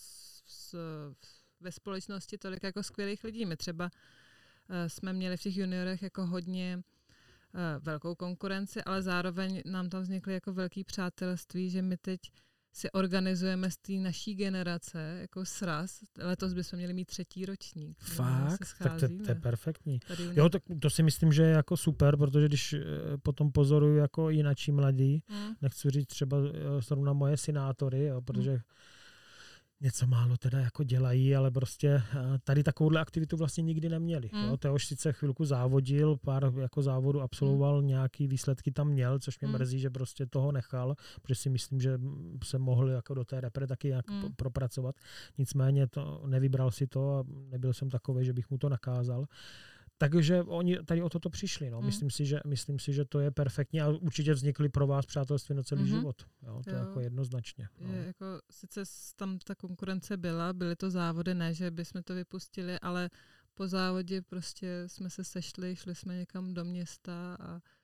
ve společnosti tolik jako skvělých lidí. My třeba jsme měli v těch juniorech jako hodně velkou konkurenci, ale zároveň nám tam vznikly jako velký přátelství, že my teď si organizujeme z té naší generace jako sraz. Letos bychom měli mít 3. ročník. Fakt? Tak to je perfektní. Jo, tak to si myslím, že je jako super, protože když potom pozoruju jako jinačí mladí, nechci říct třeba zrovna moje synátory, jo, protože něco málo teda jako dělají, ale prostě tady takovouhle aktivitu vlastně nikdy neměli. Jo? Teož sice chvilku závodil, pár jako závodů absolvoval, nějaký výsledky tam měl, což mě mrzí, že prostě toho nechal, protože si myslím, že se mohl jako do té repre taky nějak propracovat. Nicméně to nevybral si to a nebyl jsem takový, že bych mu to nakázal. Takže oni tady o toto přišli. No. Myslím si, že to je perfektní a určitě vznikly pro vás přátelství na celý život. Jo, to je jako jednoznačně. No. Je, jako, sice tam ta konkurence byla, byly to závody, ne, že bychom to vypustili, ale po závodě prostě jsme se sešli, šli jsme někam do města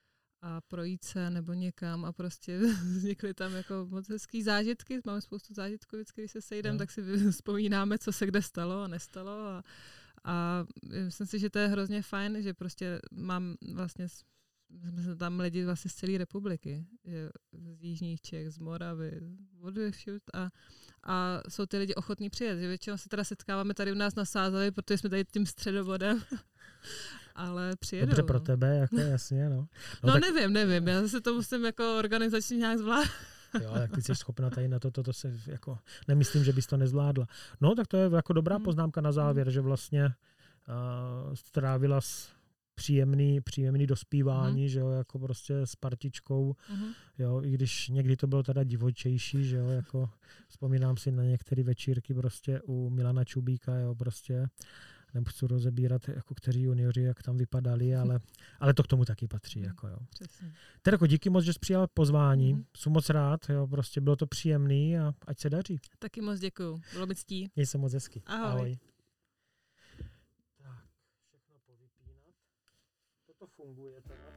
a projít se nebo někam a prostě vznikly tam jako moc hezký zážitky. Máme spoustu zážitků, vždycky, když se sejdeme, tak si vzpomínáme, co se kde stalo a nestalo a myslím si, že to je hrozně fajn, že prostě mám vlastně jsme tam lidi vlastně z celé republiky, že z jižních Čech, z Moravy, odevšud a jsou ty lidi ochotní přijet, že většinou se teda setkáváme tady u nás na Sázavě, protože jsme tady tím středovodem, ale přijedou. Dobře pro tebe, jako jasně, no. No tak... nevím, já zase to musím jako organizačně nějak zvládat. Jo, tak ty jsi schopna tady na to se jako, nemyslím, že bys to nezvládla. No, tak to je jako dobrá poznámka na závěr, že vlastně strávila příjemný dospívání, že jo, jako prostě s partičkou, jo, i když někdy to bylo teda divočejší, že jo, jako vzpomínám si na některé večírky prostě u Milana Čubíka, jo, prostě nechci rozebírat, jako kteří junioři, jak tam vypadali, ale to k tomu taky patří, jako jo. Přesně. Terko, díky moc, že jsi přijala pozvání, jsem moc rád, jo, prostě bylo to příjemný a ať se daří. Taky moc děkuju, bylo mi ctí. Měj se moc hezky. Ahoj. Tak, všechno povypínat. Toto funguje teda.